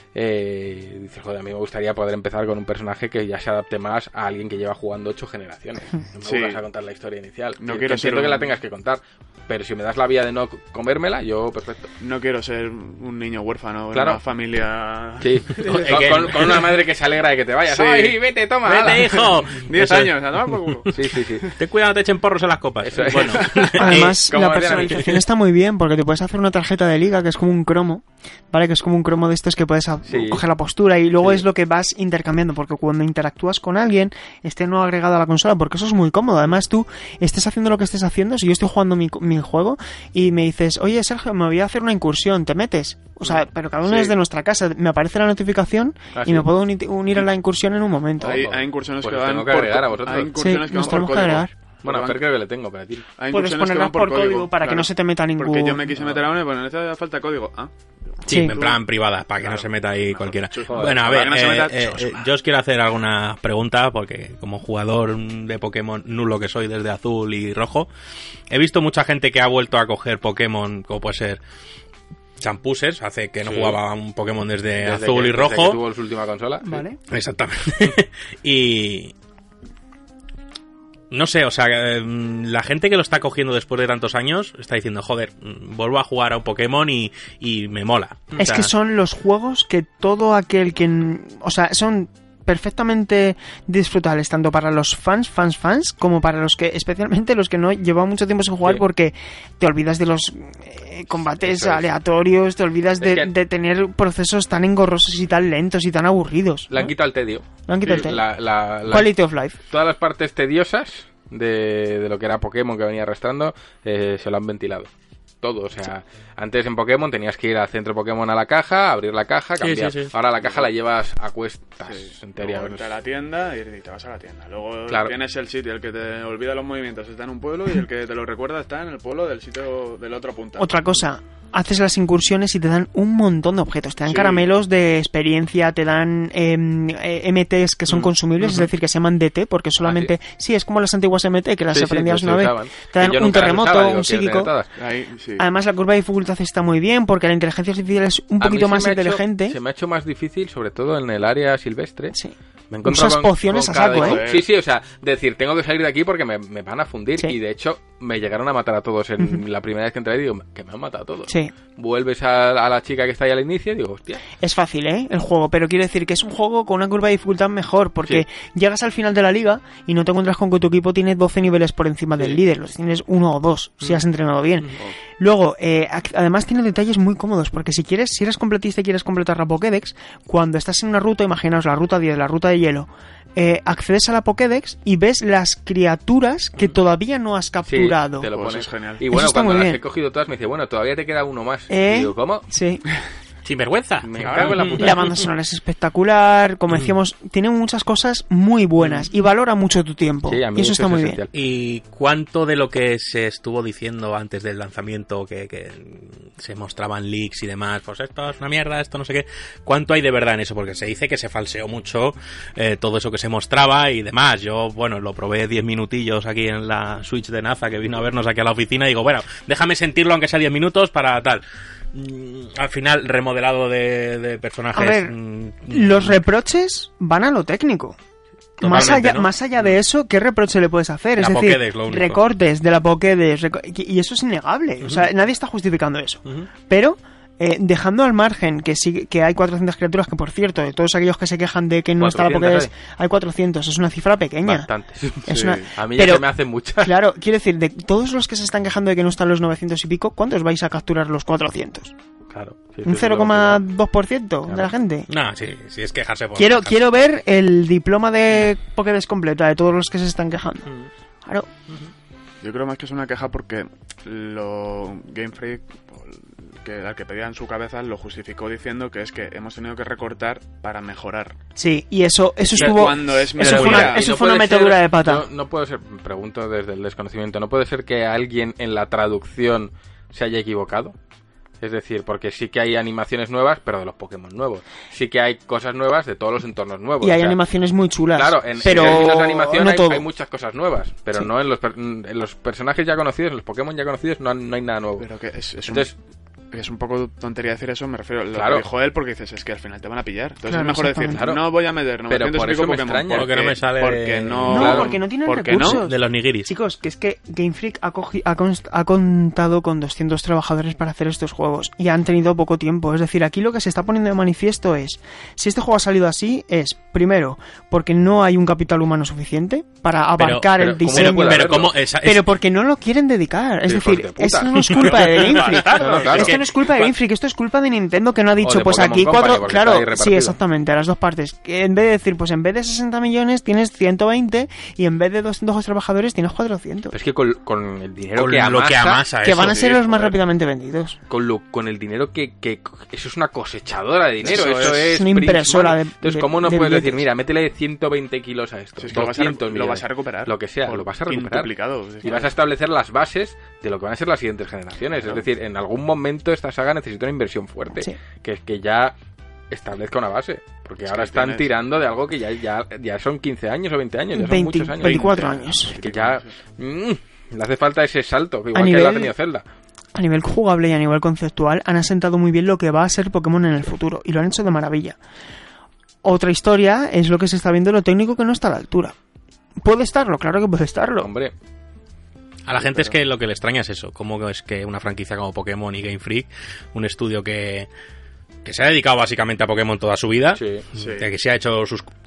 Eh, dices, joder, a mí me gustaría poder empezar con un personaje que ya se adapte más a alguien que lleva jugando ocho generaciones. No me Sí. vuelvas a contar la historia inicial. No que, quiero que ser entiendo que un- la tengas que contar, pero si me das la vía de no comérmela, yo perfecto. No quiero ser un niño huérfano Claro. en una familia... Sí, con, con- con una madre que se alegra de que te vayas. Sí. ¡Ay, vete, toma! ¡Vete, ala! hijo! diez Eso- años, a tomar por culo. Sí, sí, sí. Ten cuidado, no te echen porros en las copas. Eso es. Bueno, Además, como la decían personalización está muy bien porque te puedes hacer una tarjeta de liga que es como un cromo, ¿vale? Que es como un cromo de estos que puedes a- Sí. coger la postura y luego Sí. es lo que vas intercambiando porque cuando interactúas con alguien esté no agregado a la consola porque eso es muy cómodo. Además tú estés haciendo lo que estés haciendo, si yo estoy jugando mi, mi juego y me dices, oye Sergio, me voy a hacer una incursión, ¿te metes? O sea, pero cada uno Sí. es de nuestra casa, me aparece la notificación Ah, y sí. me puedo uni- unir a la incursión en un momento. Hay, Ojo. hay incursiones Pues que os van tengo que por agregar a co- vosotros. Hay Sí, incursiones que nos van por tenemos que código. agregar. Bueno, a Porque Fer creo que le tengo, pero a ti. Hay Puedes incursiones que ponerlas van por código para que claro. no se te meta ningún... Porque yo me quise meter a una y bueno, necesita falta código. Ah, sí, Sí. en plan privada, para que Claro. no se meta ahí cualquiera. chusma. Bueno, a Para ver, que no se eh, meta eh, chusma. eh, yo os quiero hacer alguna pregunta, porque como jugador de Pokémon nulo que soy desde azul y rojo, he visto mucha gente que ha vuelto a coger Pokémon, como puede ser Champuses, hace que no Sí. jugaba un Pokémon desde, Desde azul que- y desde que rojo. tuvo su última consola. Vale. Exactamente. y... No sé, o sea, eh, la gente que lo está cogiendo después de tantos años está diciendo, joder, mm, vuelvo a jugar a un Pokémon y, y me mola. O Es sea, que son los juegos que todo aquel que... O sea, son perfectamente disfrutables, tanto para los fans, fans, fans, como para los que, especialmente los que no llevan mucho tiempo sin jugar, Sí. porque te olvidas de los eh, combates Eso es. aleatorios, te olvidas de, Es que- de tener procesos tan engorrosos y tan lentos y tan aburridos. Le han ¿no? quitado el tedio. Le han quitado Sí, el tedio. la- la- la- Quality of life. Todas las partes tediosas de, de lo que era Pokémon que venía arrastrando eh, se lo han ventilado. Todo, o sea, antes en Pokémon tenías que ir al centro Pokémon a la caja, abrir la caja, Sí, cambiar. sí, sí. Ahora la caja la llevas a cuestas, Sí. en teoría. Luego irte a la tienda y te vas a la tienda. Luego Claro. tienes el sitio, el que te olvida los movimientos está en un pueblo y el que te lo recuerda está en el pueblo del sitio del otro punta. Otra cosa, haces las incursiones y te dan un montón de objetos. Te dan Sí. caramelos de experiencia, te dan em, eh, M Ts que son Mm. consumibles, es decir, que se llaman D T, porque solamente... Sí, es como las antiguas M T, que las Sí, sí, aprendías pues se una vez. usaban. Te dan Que yo un nunca las terremoto, usaba, digo, un quiero tener psíquico. todas. Ahí, sí. Además, la curva de dificultad está muy bien, porque la inteligencia artificial es un A mí poquito se más me ha hecho- inteligente. se me ha hecho más difícil, sobre todo en el área silvestre. Sí. Me he encontrado Usas con- pociones con a cada saco, hijo. ¿eh? Sí, sí, o sea, decir, tengo que salir de aquí porque me, me van a fundir. Sí. Y de hecho, me llegaron a matar a todos en la primera vez que entré y digo, que me han matado a todos. Sí. Vuelves a, a la chica que está ahí al inicio y digo, hostia. Es fácil, ¿eh? El juego, pero quiero decir que es un juego con una curva de dificultad mejor, porque Sí. llegas al final de la liga y no te encuentras con que tu equipo tiene doce niveles por encima Sí. del líder, los tienes uno o dos, Mm. si has entrenado bien. Luego, eh, ac- además tiene detalles muy cómodos, porque si quieres, si eres completista y quieres completar la Pokédex, cuando estás en una ruta, imaginaos la ruta diez, la ruta de hielo, eh, accedes a la Pokédex y ves las criaturas que todavía no has Sí, capturado. te lo Pues pones. es genial. Y Eso bueno, está cuando muy las bien. he cogido todas me dice, bueno, todavía te queda uno más. ¿Eh? Y digo, ¿cómo? Sí. Sinvergüenza. Me Ahora, cago en la puta. La banda sonora es espectacular, como decíamos, tiene muchas cosas muy buenas y valora mucho tu tiempo. Sí, a mí y eso está es muy esencial. bien. ¿Y cuánto de lo que se estuvo diciendo antes del lanzamiento, que, que se mostraban leaks y demás, pues esto es una mierda, esto no sé qué, cuánto hay de verdad en eso? Porque se dice que se falseó mucho eh, todo eso que se mostraba y demás. Yo, bueno, lo probé diez minutillos aquí en la Switch de Naza, que vino a vernos aquí a la oficina, y digo, bueno, déjame sentirlo aunque sea diez minutos para tal. Mm, al final, remodelado de, de personajes. A ver, mm, Los reproches van a lo técnico. Más Totalmente, allá, ¿no? más allá de eso, ¿qué reproche le puedes hacer? La es decir, Pokédex, lo único. recortes de la Pokédex, reco- y eso es innegable. O sea, nadie está justificando eso. Ujú. Pero, eh, dejando al margen que sí, que hay cuatrocientas criaturas, que por cierto, de todos aquellos que se quejan de que no está la cuatrocientas Pokédex, hay cuatrocientos, es una cifra pequeña. Bastantes. Es Sí. una- A mí pero- ya se me hacen muchas. Claro, quiero decir, de todos los que se están quejando de que no están los novecientos y pico, ¿cuántos vais a capturar los cuatrocientos? Claro. sí, ¿Un sí, cero sí, coma lo- dos por ciento de Claro. la gente? No, sí, sí es quejarse por Quiero, quejarse. quiero ver el diploma de Pokédex completa de todos los que se están quejando. Claro. Yo creo más que es una queja porque lo Game Freak, que al que pedía en su cabeza, lo justificó diciendo que es que hemos tenido que recortar para mejorar. Sí, y eso, eso Pero estuvo. cuando es eso fue mentira. una, Y eso no fue una puede ser- metedura de pata. No, no puede ser, pregunto desde el desconocimiento, ¿no puede ser que alguien en la traducción se haya equivocado? Es decir, porque sí que hay animaciones nuevas, pero de los Pokémon nuevos. Sí que hay cosas nuevas de todos los entornos nuevos. Y hay o sea, animaciones muy chulas. Claro, en, pero en términos de animación no hay, todo. hay muchas cosas nuevas, pero Sí. no en los, per- en los personajes ya conocidos, en los Pokémon ya conocidos, no, no hay nada nuevo. Pero que es, es, Entonces, un, es un poco tontería decir eso, me refiero a lo Claro. que dijo él, porque dices, es que al final te van a pillar. Entonces Claro, es mejor decir, exactamente. no voy a meter Pero novecientos por y pico eso me Pokémon. extraña. Porque no me sale- Porque no... No, Claro. porque no tienen ¿Por qué recursos. no? De los nigiris. Chicos, que es que Game Freak ha, cogi- ha, const- ha contado con doscientos trabajadores para hacer estos juegos y han tenido poco tiempo. Es decir, aquí lo que se está poniendo de manifiesto es, si este juego ha salido así, es, primero, porque no hay un capital humano suficiente para abarcar pero el ¿cómo no diseño. puede Pero haberlo? cómo esa- es- Pero porque no lo quieren dedicar. Es Sí, decir, hijos de puta. esto no es culpa de Game Freak. No, no, claro. Esto no es culpa de Game Freak, esto es culpa de Nintendo, que no ha dicho, de pues Pokémon aquí Company, cuatro... porque Claro, está ahí repartido. sí, exactamente, a las dos partes. Que en vez de decir, pues en vez de sesenta millones tienes ciento veinte y en vez de doscientos trabajadores tienes cuatrocientos. pero es que con, con el dinero con que amasa, lo que amasa Que eso. van a ser sí, los más joder. rápidamente vendidos. con lo con el dinero que, que eso es una cosechadora de dinero, Eso eso, es. es, Es una Prince impresora Money. de- Entonces, de- ¿cómo no de puedes billetes. decir, mira, métele ciento veinte kilos a esto, Si es que lo vas a, doscientos lo millones, vas a recuperar. lo que sea, por lo vas a recuperar quintuplicado. Es y que- vas a establecer las bases de lo que van a ser las siguientes generaciones. Es decir, en algún momento esta saga necesita una inversión fuerte, Sí. que que ya establezca una base, porque Es ahora que están tienes- tirando de algo que ya, ya, ya son quince años o veinte años, ya son veinte, muchos años. veinticuatro veinte años. Que ya mm, le hace falta ese salto, que igual A que nivel- lo ha tenido Zelda. A nivel jugable y a nivel conceptual han asentado muy bien lo que va a ser Pokémon en el futuro y lo han hecho de maravilla. Otra historia es lo que se está viendo, lo técnico que no está a la altura. ¿Puede estarlo? Claro que puede estarlo. Hombre, A la gente es que lo que le extraña es eso, cómo es que una franquicia como Pokémon y Game Freak, un estudio que, que se ha dedicado básicamente a Pokémon toda su vida, sí. Sí. que se ha hecho sus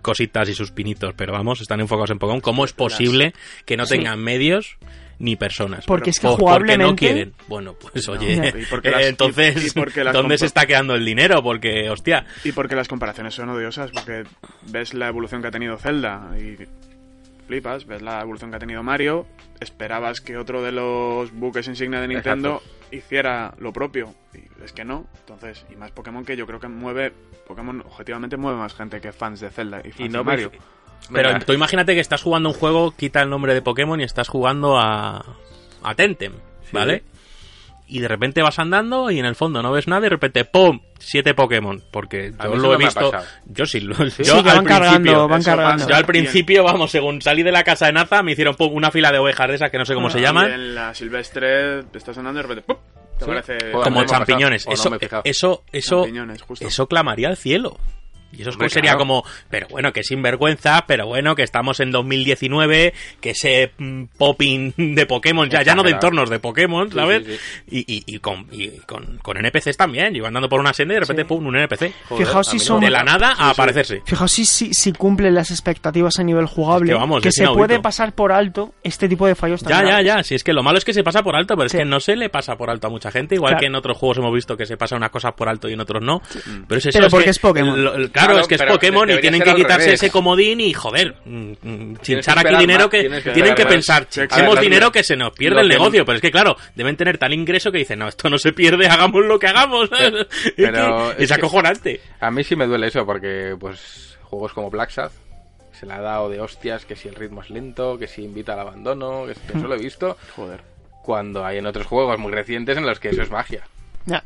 cositas y sus pinitos, pero vamos, están enfocados en Pokémon. ¿Cómo es posible que no Sí. tengan medios ni personas? Porque es que Por- jugablemente- Porque no quieren. Bueno, pues oye, No. Y porque eh, las- entonces, y- y porque las ¿dónde compa- se está quedando el dinero? Porque, hostia, Y porque las comparaciones son odiosas, porque ves la evolución que ha tenido Zelda y flipas, ves la evolución que ha tenido Mario, esperabas que otro de los buques insignia de Nintendo hiciera lo propio, y es que no. Entonces, y más Pokémon, que yo creo que mueve, Pokémon objetivamente mueve más gente que fans de Zelda y fans Y no de Mario. pero Venga. tú imagínate que estás jugando un juego, quita el nombre de Pokémon y estás jugando a, a Temtem, ¿vale? Y de repente vas andando y en el fondo no ves nada y de repente ¡pum! Siete Pokémon. Porque A yo mí eso lo no he me ha visto. pasado. Yo sí, lo, Sí, yo que al van cargando, principio- van eso cargando. pasa. Yo al Y en- principio, vamos, según salí de la casa de Naza, me hicieron pum, una fila de ovejas de esas que no sé cómo se Y llaman. en la Silvestre estás andando y de repente ¡pum! Te Sí. aparece Joder, Como no me ha pasado, champiñones. o no Eso, me he fijado. eso, eso, champiñones, justo. eso clamaría al cielo. Y eso es Hombre, como- sería claro. como, pero bueno, que sinvergüenza, pero bueno, que estamos en dos mil diecinueve, que ese mm, popping de Pokémon, ya, ya no de Exagerado. entornos, de Pokémon, Sí, ¿sabes? sí, Y, y, y con, y con, con N P Cs también. Yo iba andando por una senda y de repente, Sí. pum, un N P C. Joder, Fijaos a si mí no son- me De la pasa. nada a aparecerse. Fijaos si, si, si cumplen las expectativas a nivel jugable, Es que vamos, que es se inaudito. puede pasar por alto este tipo de fallos tan Ya, ya, graves. ya. Si es que lo malo es que se pasa por alto, pero Sí. es que no se le pasa por alto a mucha gente. Igual Claro. que en otros juegos hemos visto que se pasa unas cosas por alto y en otros no. Pero es eso. Pero es porque que es Pokémon. lo- lo- claro, Claro, es que es pero Pokémon y debería tienen ser que al quitarse revés. ese comodín y, joder, mm, mm, Tienes que chinchar aquí esperar dinero más, que tienes que tienen que esperar pensar, más. Sí, echemos claro, dinero lo- que se nos pierde lo el que- negocio. Pero es que, claro, deben tener tal ingreso que dicen, no, esto no se pierde, hagamos lo que hagamos. ¿sabes? Es pero que es es que- acojonante. A mí sí me duele eso, porque pues juegos como Black Sad se le ha dado de hostias que si el ritmo es lento, que si invita al abandono, que eso lo he visto, Joder. cuando hay en otros juegos muy recientes en los que eso es magia. Ya.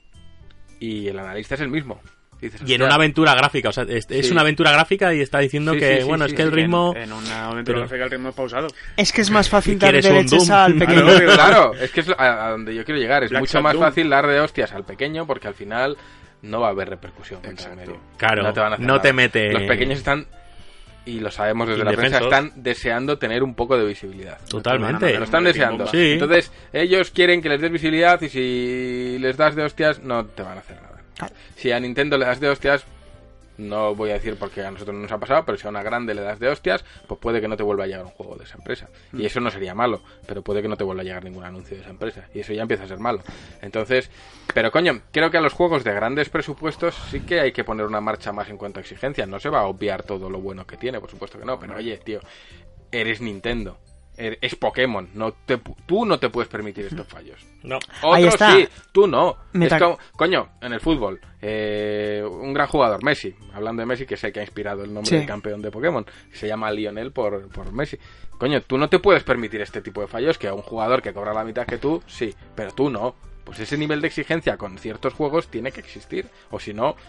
Y el analista es el mismo. Dices, Y en "Hostia, una aventura gráfica, o sea, es, es Sí. una aventura gráfica y está diciendo Sí, que, sí, sí, bueno, sí, es que sí, el ritmo... En, en una aventura Pero- gráfica el ritmo es pausado. Es que es más fácil ¿Y dar quieres de un leches Doom? al pequeño. Claro. Claro, es que es a, a donde yo quiero llegar. Es Black mucho Sad más Doom. fácil dar de hostias al pequeño porque al final no va a haber repercusión contra el Exacto. medio. Claro, no te van a hacer no nada. te mete- Los pequeños están, y lo sabemos desde la prensa, Indefensos. están deseando tener un poco de visibilidad. Totalmente. Lo están deseando. Sí. Entonces, ellos quieren que les des visibilidad y si les das de hostias, no te van a hacer nada. Claro. Si a Nintendo le das de hostias, no voy a decir porque a nosotros no nos ha pasado, pero si a una grande le das de hostias, pues puede que no te vuelva a llegar un juego de esa empresa. Y eso no sería malo, pero puede que no te vuelva a llegar ningún anuncio de esa empresa. Y eso ya empieza a ser malo. Entonces, pero coño, creo que a los juegos de grandes presupuestos sí que hay que poner una marcha más en cuanto a exigencias. No se va a obviar todo lo bueno que tiene, por supuesto que no, pero oye, tío, eres Nintendo. er- Es Pokémon, no te, pu- tú no te puedes permitir estos fallos. No. Ahí Otros está. sí, tú no. Meta- Es como, coño, en el fútbol, eh, un gran jugador, Messi, hablando de Messi, que sé que ha inspirado el nombre Sí. del campeón de Pokémon, se llama Lionel por, por Messi. Coño, tú no te puedes permitir este tipo de fallos, que a un jugador que cobra la mitad que tú, sí, pero tú no. Pues ese nivel de exigencia con ciertos juegos tiene que existir, o si no,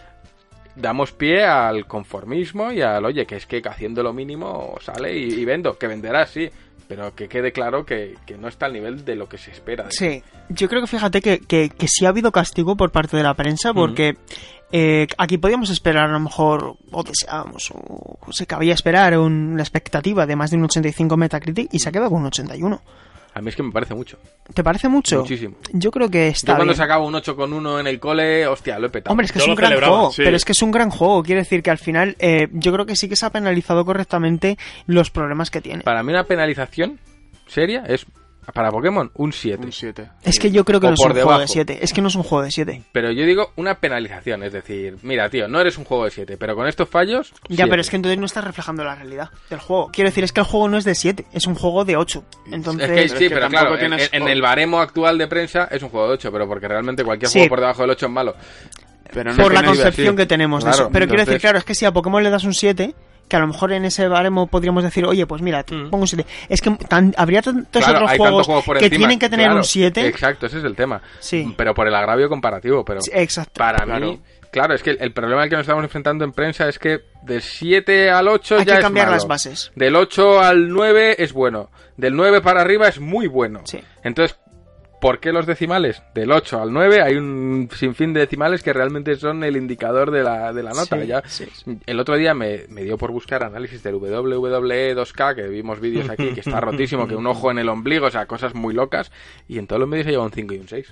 damos pie al conformismo y al, oye, que es que haciendo lo mínimo sale y, y vendo, que venderás, sí, pero que quede claro que, que no está al nivel de lo que se espera. de Sí, yo creo que fíjate que, que, que sí ha habido castigo por parte de la prensa porque eh, aquí podíamos esperar a lo mejor, o deseábamos, o se cabía esperar un- una expectativa de más de un ochenta y cinco Metacritic y se ha quedado con un ochenta y uno. A mí es que me parece mucho. ¿Te parece mucho? Muchísimo. Yo creo que está Yo cuando bien. sacaba un ocho con uno en el cole, hostia, lo he petado. Hombre, es que Yo es lo un gran celebraba, juego, sí. pero es que es un gran juego. Quiere decir que al final eh, yo creo que sí que se ha penalizado correctamente los problemas que tiene. Para mí una penalización seria es, para Pokémon, un siete. Un siete. Es que yo creo que O no es por un juego de debajo. siete. Es que no es un juego de siete. Pero yo digo una penalización, es decir, mira, tío, no eres un juego de siete, pero con estos fallos... Ya, siete. pero es que entonces no estás reflejando la realidad del juego. Quiero decir, es que el juego no es de siete, es un juego de ocho. Entonces, Es que es sí, que pero tampoco claro, en, tienes- en el baremo actual de prensa es un juego de ocho, pero porque realmente cualquier Sí. juego por debajo del ocho es malo. Pero no por la tienes- concepción sí. que tenemos de Claro, eso. Pero quiero decir, entonces- claro, es que si a Pokémon le das un siete, que a lo mejor en ese baremo podríamos decir, oye, pues mira, te Mm. pongo un siete. Es que tan- habría tantos Claro, otros hay juegos, tantos juegos por que encima, tienen que tener claro, un siete. Exacto, ese es el tema. Sí. Pero por el agravio comparativo, pero... Sí, exacto. Para Claro. mí, claro, es que el problema al que nos estamos enfrentando en prensa es que del siete al ocho Hay ya que es cambiar malo. las bases. Del ocho al nueve es bueno. Del nueve para arriba es muy bueno. Sí. Entonces, ¿por qué los decimales? Del ocho al nueve hay un sinfín de decimales que realmente son el indicador de la, de la nota. Sí, ya. sí. El otro día me, me dio por buscar análisis del W W E dos K, que vimos vídeos aquí, que está rotísimo, que un ojo en el ombligo, o sea, cosas muy locas, y en todos los medios se lleva un cinco y un seis.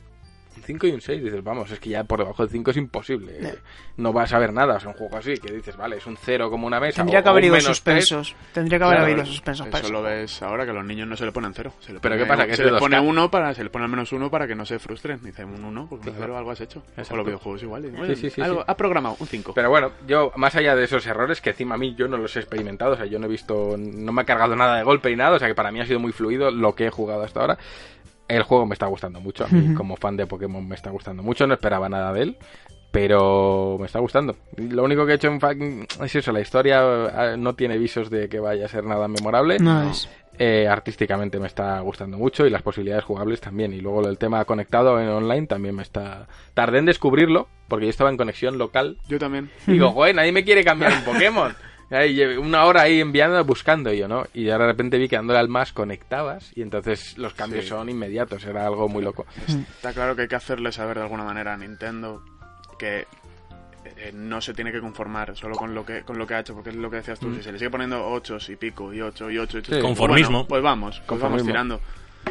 Un cinco y un seis, dices, vamos, es que ya por debajo del cinco es imposible. Eh. No vas a ver nada, o sea, un juego así, que dices, vale, es un cero como una mesa. Tendría o, que haber o un ido menos suspensos. Tendría que haber Claro, habido suspensos para eso eso. lo ves ahora, que a los niños no se le ponen cero. Se le ¿Pero pone, qué pasa? ¿Que es se de les pone dos K? uno para, se le pone al menos uno para que no se frustren. Dice un uno, pues un Claro. cero algo has hecho. Exacto. Con los videojuegos igual. Y, Sí, oye, sí, sí, algo, sí. Ha programado un cinco. Pero bueno, yo, más allá de esos errores, que encima a mí yo no los he experimentado, o sea, yo no he visto, no me ha cargado nada de golpe ni nada, o sea, que para mí ha sido muy fluido lo que he jugado hasta ahora. El juego me está gustando mucho, a mí Ujú. como fan de Pokémon me está gustando mucho, no esperaba nada de él, pero me está gustando. Lo único que he hecho en fa- es eso, la historia eh, no tiene visos de que vaya a ser nada memorable. No es. Eh, artísticamente me está gustando mucho y las posibilidades jugables también. Y luego el tema conectado en online también me está... Tardé en descubrirlo, porque yo estaba en conexión local. Yo también. Y digo, joder, nadie me quiere cambiar un Pokémon. Ahí llevé una hora ahí enviando, buscando yo, ¿no? Y ahora de repente vi que dándole al más conectabas y entonces los cambios Sí. son inmediatos. Era algo muy loco. Está claro que hay que hacerle saber de alguna manera a Nintendo que eh, no se tiene que conformar solo con lo que con lo que ha hecho, porque es lo que decías tú, Mm. si se le sigue poniendo ochos y pico y ocho y ocho y ocho, Sí. pues Conformismo. bueno, pues vamos, pues vamos Conformismo. tirando.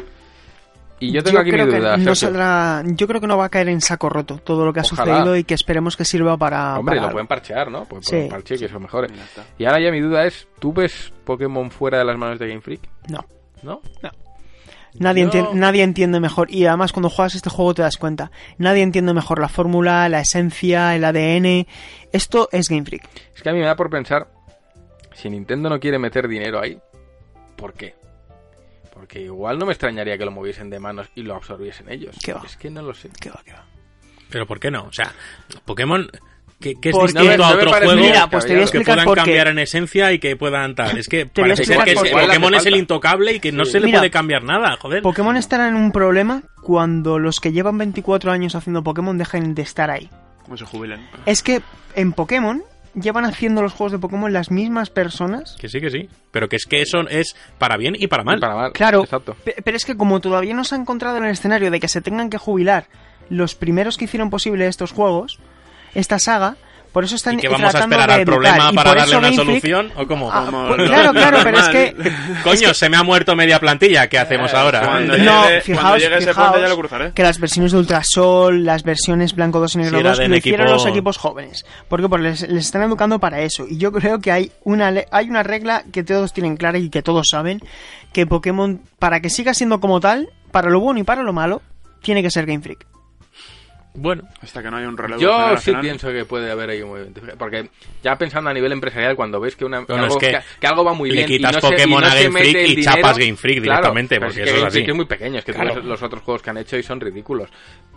Y yo tengo aquí mi creo que duda. no Sergio. saldrá, yo creo que no va a caer en saco roto todo lo que ha Ojalá. sucedido y que esperemos que sirva para... Hombre, para lo algo. pueden parchear, ¿no? Pueden Sí. poner un parche que eso mejore. Y ya está. Y ahora ya mi duda es, ¿tú ves Pokémon fuera de las manos de Game Freak? No. ¿No? Nadie, Yo- entien- nadie entiende mejor, y además cuando juegas este juego te das cuenta, nadie entiende mejor la fórmula, la esencia, el A D N. Esto es Game Freak. Es que a mí me da por pensar, si Nintendo no quiere meter dinero ahí, ¿por qué? Porque igual no me extrañaría que lo moviesen de manos y lo absorbiesen ellos. ¿Qué va? Es que no lo sé. ¿Qué va, qué va? Pero ¿por qué no? O sea, Pokémon, ¿qué, qué es Porque- distinto No me- a no me otro parece juego? Mira, pues te voy a que explicar puedan por qué. cambiar en esencia y que puedan tal. Es que Te voy a parece explicar ser que por es- qué. Igual le Pokémon hace es el falta. intocable y que no Sí. se le Mira, puede cambiar nada, joder. Pokémon estará en un problema cuando los que llevan veinticuatro años haciendo Pokémon dejen de estar ahí. Como se jubilen. Es que en Pokémon llevan haciendo los juegos de Pokémon las mismas personas. Que sí, que sí. Pero que es que eso es para bien y para mal. Y para mal. Claro, Exacto. pe- pero es que como todavía no se ha encontrado en el escenario de que se tengan que jubilar los primeros que hicieron posible estos juegos, esta saga, por eso están ¿Y que vamos a tratando esperar de al educar, problema y para por darle eso una Game Freak- solución? ¿O cómo? Ah, Como pues lo- claro, claro, pero es que Coño, se me ha muerto media plantilla. ¿Qué hacemos Eh, ahora? cuando no, llegue- fijaos, cuando llegue ese fijaos punto ya lo cruzaré. que las versiones de Ultrasol, las versiones Blanco dos y Negro Sí, era dos, de lo en hicieron equipo- los equipos jóvenes. ¿Por qué? Porque les, les están educando para eso. Y yo creo que hay una, le- hay una regla que todos tienen clara y que todos saben, que Pokémon, para que siga siendo como tal, para lo bueno y para lo malo, tiene que ser Game Freak. Bueno, Hasta que no haya un relevo Yo sí generacional. pienso que puede haber ahí un movimiento. Porque ya pensando a nivel empresarial, cuando ves que, una, que Bueno, algo, es que que, que algo va muy le bien quitas y no se, y Pokémon no a se Game mete Freak el y dinero, chapas Game Freak claro, directamente, pero porque es que eso es Game así. Freak es muy pequeño, es que tú Claro. ves los otros juegos que han hecho y son ridículos.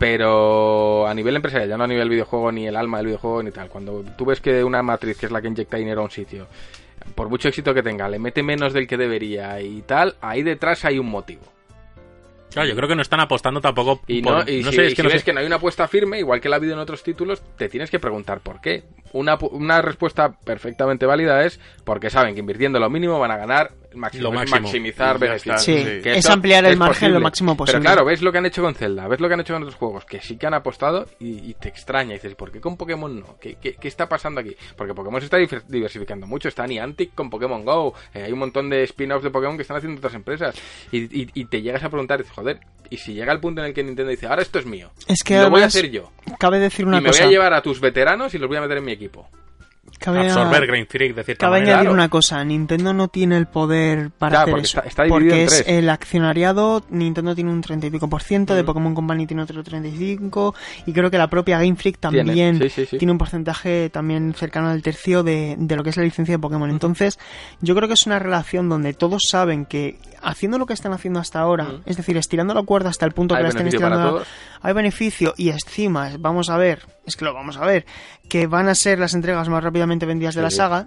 Pero a nivel empresarial, ya no a nivel videojuego, ni el alma del videojuego, ni tal. Cuando tú ves que una matriz, que es la que inyecta dinero a un sitio, por mucho éxito que tenga, le mete menos del que debería y tal, ahí detrás hay un motivo. claro, yo creo que no están apostando tampoco Y por- no, y no si, sé, es si que no ves sé. que no hay una apuesta firme, igual que la ha habido en otros títulos, te tienes que preguntar por qué. Una, pu- una respuesta perfectamente válida es porque saben que invirtiendo lo mínimo van a ganar máximo, Lo es máximo. maximizar Ya beneficios. está, Sí, sí. Que es esto ampliar el es margen lo posible. máximo posible. Pero claro, ves lo que han hecho con Zelda, ves lo que han hecho con otros juegos, que sí que han apostado y, y te extraña. Y dices, ¿por qué con Pokémon no? ¿Qué, qué, qué está pasando aquí? Porque Pokémon se está difer- diversificando mucho. Está Niantic con Pokémon Go. Eh, hay un montón de spin-offs de Pokémon que están haciendo otras empresas. Y, y, y te llegas a preguntar, dices, joder, y si llega el punto en el que Nintendo dice, ahora esto es mío, Es que lo voy a además, hacer yo. cabe decir una Y me cosa. voy a llevar a tus veteranos y los voy a meter en mi equipo. cabe- Absorber Game Freak de cierta Cabe manera. añadir Claro. una cosa, Nintendo no tiene el poder para Ya, hacer porque eso. está- está dividido porque en es tres. el accionariado, Nintendo tiene un treinta y pico por ciento, de Mm. Pokémon Company tiene otro treinta y cinco, y creo que la propia Game Freak Tiene, también sí, sí, sí. tiene un porcentaje también cercano al tercio de, de lo que es la licencia de Pokémon. Entonces, yo creo que es una relación donde todos saben que haciendo lo que están haciendo hasta ahora, Mm. es decir, estirando la cuerda hasta el punto Hay que la estén beneficio para estirando, todos. hay beneficio y encima vamos a ver, es que lo vamos a ver, que van a ser las entregas más rápidamente vendidas de Sí, la sí. saga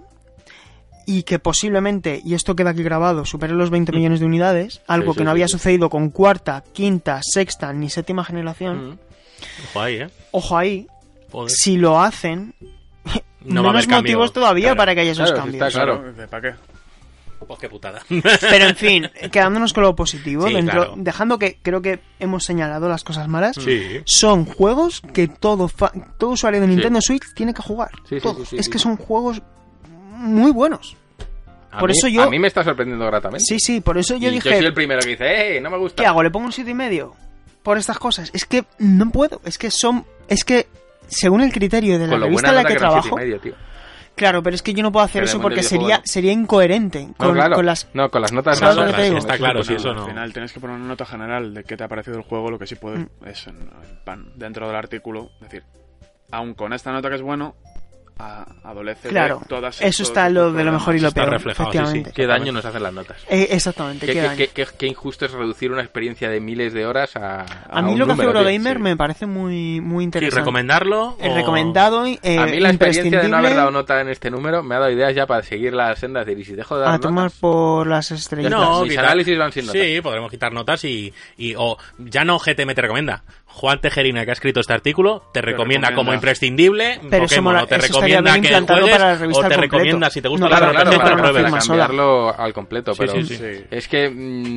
y que posiblemente, y esto queda aquí grabado, superen los veinte millones de unidades, algo Sí, que sí, no sí, había sí. sucedido con cuarta, quinta, sexta ni séptima generación. Mm. Ojo ahí, ¿eh? Ojo ahí, Joder. si lo hacen, No va a menos haber cambio. motivos todavía Claro. para que haya esos Claro, sí cambios. está claro. ¿Para qué? Pues qué putada. Pero en fin, quedándonos con lo positivo, Sí, dentro, claro. dejando que creo que hemos señalado las cosas malas, Sí. son juegos que todo fa- todo usuario de Nintendo Switch tiene que jugar. Sí, sí, Todos. sí, sí, es sí. que son juegos muy buenos. A Por mí- eso yo- A mí me está sorprendiendo gratamente. Sí, sí, por eso yo y dije, yo soy el primero que dice, ¡eh, no me gusta! ¿qué hago? ¿Le pongo un siete y medio? por estas cosas. Es que no puedo. Es que son... Es que, según el criterio de la Con lo revista buena en la nota que que eran siete trabajo... y medio, tío. Claro, pero es que yo no puedo hacer Pero eso el porque videojuego sería no. sería incoherente con, No, claro. con las... No, con las notas ¿Sabes no, lo que te digo? Está claro, si Bueno, eso al no... final tienes que poner una nota general de qué te ha parecido el juego, lo que sí puedes Mm. es en, en pan, dentro del artículo decir, aun con esta nota que es bueno, a- adolece Claro, de todas eso está lo de lo mejor y lo Está peor, reflejado, sí, sí. efectivamente. Qué daño nos hacen las notas. Eh, exactamente, Qué, qué qué- daño. qué- qué- qué injusto es reducir una experiencia de miles de horas a. A mí un lo que hace número, tío. Eurogamer Sí. me parece muy, muy Sí, interesante. recomendarlo. El o- recomendado, eh, A mí la experiencia de no haber imprescindible, dado nota en este número me ha dado ideas ya para seguir las sendas de y si dejo de dar a tomar notas. por las estrellitas. No, Mis quitar- análisis van sin notas. Sí, podremos quitar notas y, y o ya no G T M te recomienda. Juan Tejerina, que ha escrito este artículo, te recomienda recomienda. como imprescindible Pero eso Pokémon, mola- o te eso estaría recomienda bien que implantado juegues, para la revista o te al completo. recomienda, si te gusta No, la Claro, Claro, claro, para para, una para firma sola. cambiarlo al completo, Sí, pero sí, sí. Sí. es que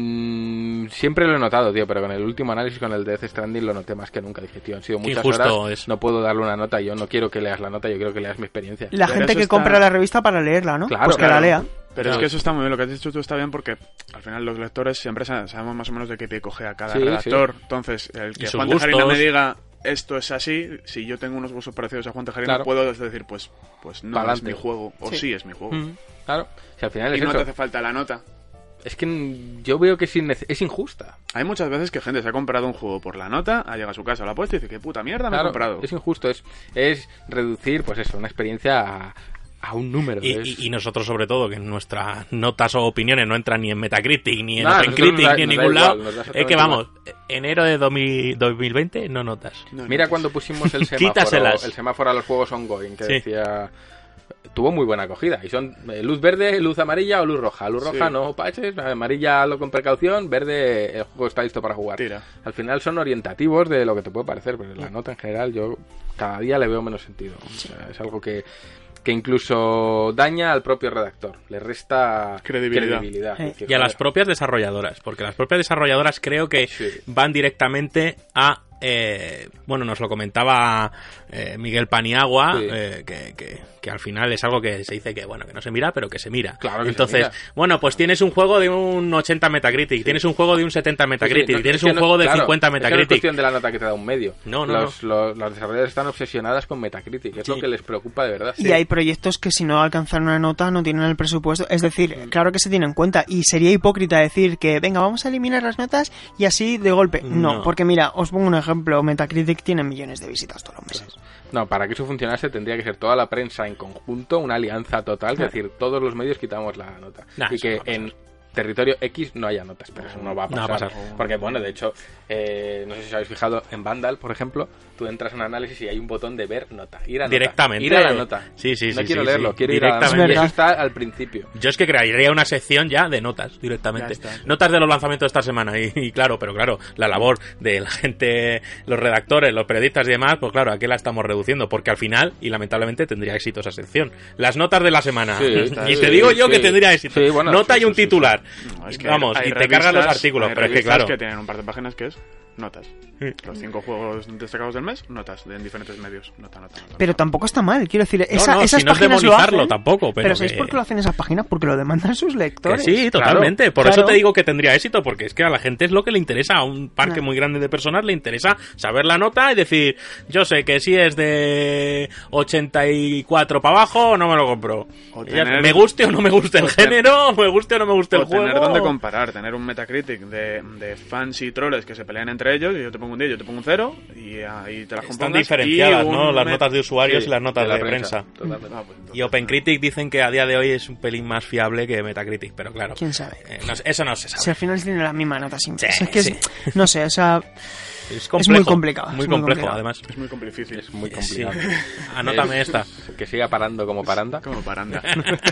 mm, siempre lo he notado, tío, pero con el último análisis con el Death Stranding lo noté más que nunca. Dije, tío, han sido Qué muchas injusto horas, es. no puedo darle una nota, yo no quiero que leas la nota, yo quiero que leas mi experiencia. La Pero gente eso que está- compra la revista para leerla, ¿no? Claro, pues que claro. la lea. Pero Claro. es que eso está muy bien, lo que has dicho tú está bien porque al final los lectores siempre sa- sabemos más o menos de qué pie coge a cada Sí, redactor. Entonces, el Y que sus Juan Tejerina gustos. me diga esto es así, si yo tengo unos gustos parecidos a Juan Tejerina, Claro. puedo decir, pues, pues no Pa'lante. es mi juego, o Sí. sí, es mi juego. Mm, claro, si al final Y es no eso. te hace falta la nota. Es que mm, yo veo que es, innece- es injusta. Hay muchas veces que gente se ha comprado un juego por la nota, ha llegado a su casa, lo ha puesto y dice, qué puta mierda me he Claro, comprado. es injusto, es, es reducir, pues eso, una experiencia a, a un número. Y, es- y- y nosotros, sobre todo, que nuestras notas o opiniones no entran ni en Metacritic, ni en Nah, OpenCritic, nosotros nos da- ni en nos da ningún igual, lado. nos da Es que exactamente vamos, enero de dos mil dos mil veinte, no notas. No, no, Mira pues- cuando pusimos el semáforo, Quítaselas. el semáforo a los juegos ongoing, que Sí. decía... Tuvo muy buena acogida. Y son eh, luz verde, luz amarilla o luz roja. Luz roja Sí. no patches, amarilla lo con precaución, verde el juego está listo para jugar. Tira. Al final son orientativos de lo que te puede parecer, pero la nota en general yo cada día le veo menos sentido. O sea, es algo que, que incluso daña al propio redactor. Le resta Credibilidad. credibilidad. Eh. Es decir, Y a las joder, propias desarrolladoras, porque las propias desarrolladoras creo que Sí. van directamente a... eh, bueno, nos lo comentaba eh, Miguel Paniagua, Sí. eh, que, que, que al final es algo que se dice que, bueno, que no se mira, pero que se mira. Claro que se Entonces, mira. bueno, pues tienes un juego de un ochenta Metacritic, tienes un juego de un setenta Metacritic, Sí, sí, no, tienes es que un no- juego de claro, cincuenta es que no es Metacritic. cuestión de la nota que te da un medio. No, no, los, los, los desarrolladores están obsesionadas con Metacritic, es Sí. lo que les preocupa de verdad. Y hay proyectos que si no alcanzan una nota no tienen el presupuesto. Es decir, claro que se tiene en cuenta. Y sería hipócrita decir que, venga, vamos a eliminar las notas y así de golpe. No, No. porque mira, os pongo un ejemplo. Metacritic tiene millones de visitas todos los meses. No, para que eso funcionase tendría que ser toda la prensa en conjunto, una alianza total, Claro. es decir, todos los medios quitamos la nota. Nah, y eso que no va a pasar. en territorio X no haya notas, pero eso no va a No va pasar. a pasar. Porque, bueno, de hecho, eh, no sé si os habéis fijado, en Vandal, por ejemplo, tú entras en un análisis y hay un botón de ver nota. Ir a nota. Directamente. Ir a la nota. Sí, sí, No sí, quiero sí, leerlo, sí. quiero ir a la nota. Directamente. Y eso Es está al principio. Yo es que crearía una sección ya de notas directamente. Ya está. Notas de los lanzamientos de esta semana. Y, y claro, pero claro, la labor de la gente, los redactores, los periodistas y demás, pues claro, aquí la estamos reduciendo. Porque al final, y lamentablemente, tendría éxito esa sección. Las notas de la semana. Sí, y sí, te digo yo sí. que tendría éxito. Sí, bueno, Nota sí, y un sí, sí, titular. No, es que Vamos, hay y te cargan los revistas- artículos. hay Pero es que revistas claro. que tienen un par de páginas que es notas. Sí. Los cinco juegos destacados del mes, notas de en diferentes medios. Nota, nota, nota. Pero tampoco está mal, quiero decir, esa- no, esas si no es páginas lo demonizarlo hacen, tampoco, pero ¿sabéis que- por qué lo hacen esas páginas? Porque lo demandan sus Que lectores. sí, Claro, totalmente. Por claro. eso te digo que tendría éxito, porque es que a la gente es lo que le interesa. A un parque Claro. muy grande de personas le interesa saber la nota y decir, yo sé que si es de ochenta y cuatro para abajo, no me lo compro. O Ya- tener- me guste o no me guste el o ten- género, me guste o no me guste el O tener juego. dónde comparar, tener un Metacritic de, de fans y troles que se pelean entre ellos, y yo te pongo un diez, yo te pongo un cero, y ahí te las Están compongas, diferenciadas, y un ¿no? Las met- notas de usuarios Sí, y las notas de, la prensa. Totalmente. Ah, pues entonces, Y OpenCritic dicen que a día de hoy es un pelín más fiable que Metacritic, pero claro. ¿Quién sabe? eh, no sé, eso no se sabe. Si al final tiene la misma nota siempre. Sí, es que es- sí. no sé, o sea, Es, muy complicado, Muy es muy complejo, complicado. además. es muy complicado. Es muy Sí. complicado. Anótame Es- esta. Que siga parando como paranda. Como paranda.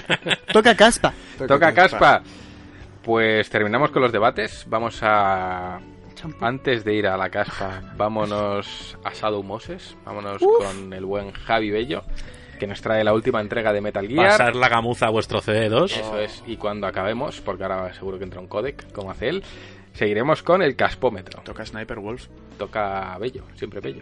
toca caspa. Toca caspa. Pues terminamos con los debates. Vamos a... Champú. Antes de ir a la caspa, vámonos a Shadow Moses. Vámonos Uf. con el buen Javi Bello, que nos trae la última entrega de Metal Gear. Pasar la gamuza a vuestro C D dos. Eso es. Y cuando acabemos, porque ahora seguro que entra un codec, como hace él, seguiremos con el caspómetro. Toca Sniper Wolf. Toca Bello, siempre Bello.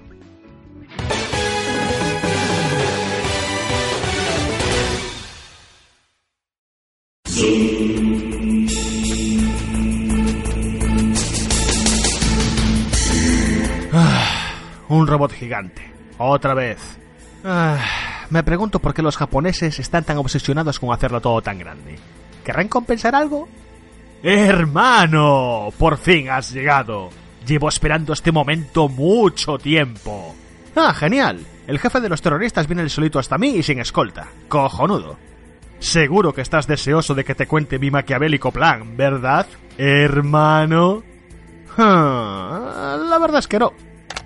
robot gigante. Otra vez. Ah, me pregunto por qué los japoneses están tan obsesionados con hacerlo todo tan grande. ¿Querrán compensar algo? ¡Hermano! ¡Por fin has llegado! Llevo esperando este momento mucho tiempo. ¡Ah, genial! El jefe de los terroristas viene solito hasta mí y sin escolta. ¡Cojonudo! Seguro que estás deseoso de que te cuente mi maquiavélico plan, ¿verdad, hermano? Ah, la verdad es que no.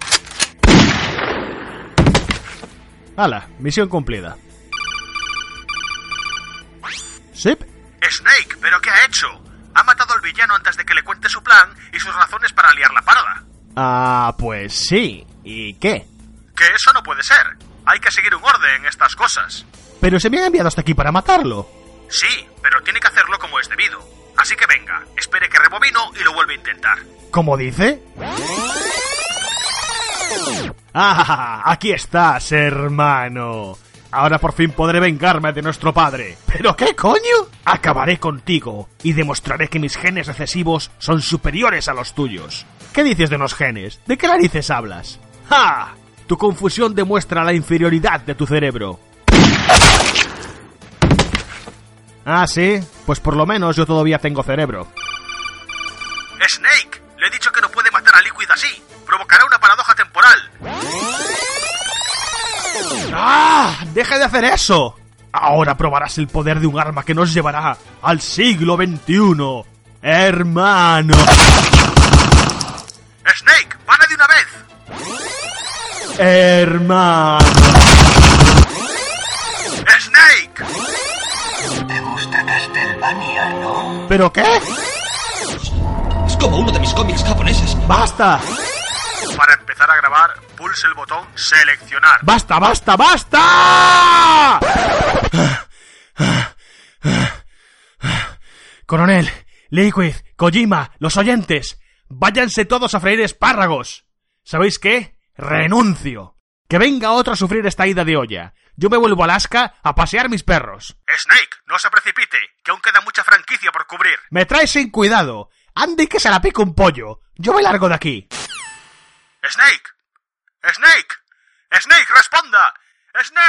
¡Hala! Misión cumplida. ¿Sip? Snake, ¿pero qué ha hecho? Ha matado al villano antes de que le cuente su plan y sus razones para liar la parda. Ah, pues sí. ¿Y qué? Que eso no puede ser. Hay que seguir un orden en estas cosas. Pero se me ha enviado hasta aquí para matarlo. Sí, pero tiene que hacerlo como es debido. Así que venga, espere que rebobino y lo vuelve a intentar. ¿Cómo dice? ¡Ah! Aquí estás, hermano. Ahora por fin podré vengarme de nuestro padre. ¿Pero qué coño? Acabaré contigo y demostraré que mis genes recesivos son superiores a los tuyos. ¿Qué dices de unos genes? ¿De qué narices hablas? ¡Ja! Tu confusión demuestra la inferioridad de tu cerebro. Ah, ¿sí? Pues por lo menos yo todavía tengo cerebro. Snake, le he dicho que no puede matar a Liquid así. Provocará una paradoja temporal. ¡Ah! ¡Deja de hacer eso! Ahora probarás el poder de un arma que nos llevará al siglo veintiuno, hermano. Snake, para de una vez. Hermano. Snake. ¿Te gusta Castlevania, no? ¿Pero qué? Es como uno de mis cómics japoneses. ¡Basta! Para empezar a grabar, pulse el botón seleccionar. ¡Basta, basta, basta! Coronel, Liquid, Kojima, los oyentes, váyanse todos a freír espárragos. ¿Sabéis qué? Renuncio. Que venga otro a sufrir esta ida de olla. Yo me vuelvo a Alaska a pasear mis perros. Snake, no se precipite, que aún queda mucha franquicia por cubrir. Me traes sin cuidado. Ande y que se la pique un pollo. Yo me largo de aquí. Snake. Snake. Snake, responda. Snake.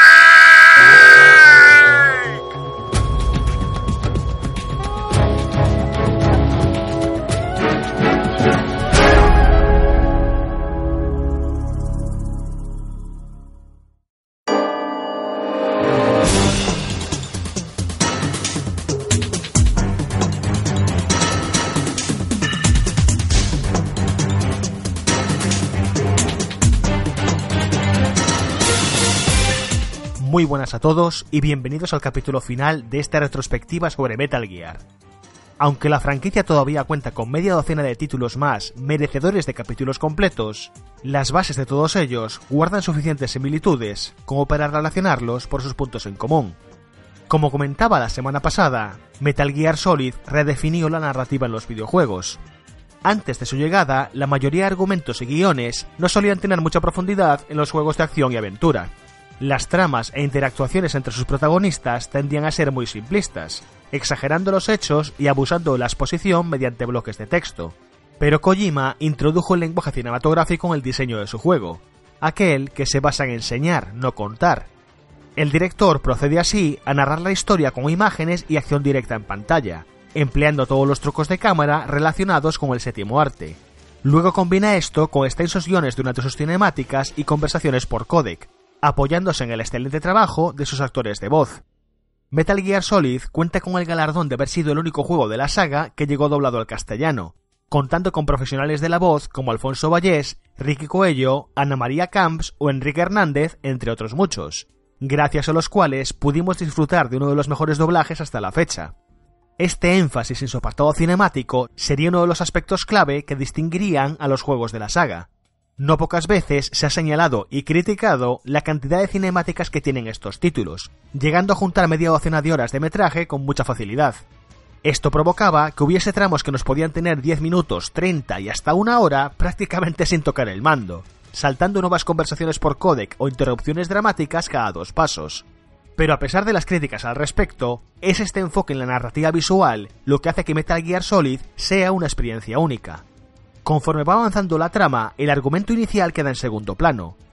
Muy buenas a todos y bienvenidos al capítulo final de esta retrospectiva sobre Metal Gear. Aunque la franquicia todavía cuenta con media docena de títulos más merecedores de capítulos completos, las bases de todos ellos guardan suficientes similitudes como para relacionarlos por sus puntos en común. Como comentaba la semana pasada, Metal Gear Solid redefinió la narrativa en los videojuegos. Antes de su llegada, la mayoría de argumentos y guiones no solían tener mucha profundidad en los juegos de acción y aventura. Las tramas e interactuaciones entre sus protagonistas tendían a ser muy simplistas, exagerando los hechos y abusando de la exposición mediante bloques de texto. Pero Kojima introdujo el lenguaje cinematográfico en el diseño de su juego, aquel que se basa en enseñar, no contar. El director procede así a narrar la historia con imágenes y acción directa en pantalla, empleando todos los trucos de cámara relacionados con el séptimo arte. Luego combina esto con extensos guiones durante sus cinemáticas y conversaciones por códec, apoyándose en el excelente trabajo de sus actores de voz. Metal Gear Solid cuenta con el galardón de haber sido el único juego de la saga que llegó doblado al castellano, contando con profesionales de la voz como Alfonso Vallés, Ricky Coello, Ana María Camps o Enrique Hernández, entre otros muchos, gracias a los cuales pudimos disfrutar de uno de los mejores doblajes hasta la fecha. Este énfasis en su apartado cinemático sería uno de los aspectos clave que distinguirían a los juegos de la saga. No pocas veces se ha señalado y criticado la cantidad de cinemáticas que tienen estos títulos, llegando a juntar media docena de horas de metraje con mucha facilidad. Esto provocaba que hubiese tramos que nos podían tener diez minutos, treinta y hasta una hora prácticamente sin tocar el mando, saltando nuevas conversaciones por códec o interrupciones dramáticas cada dos pasos. Pero a pesar de las críticas al respecto, es este enfoque en la narrativa visual lo que hace que Metal Gear Solid sea una experiencia única. Conforme va avanzando la trama, el argumento inicial queda en segundo plano,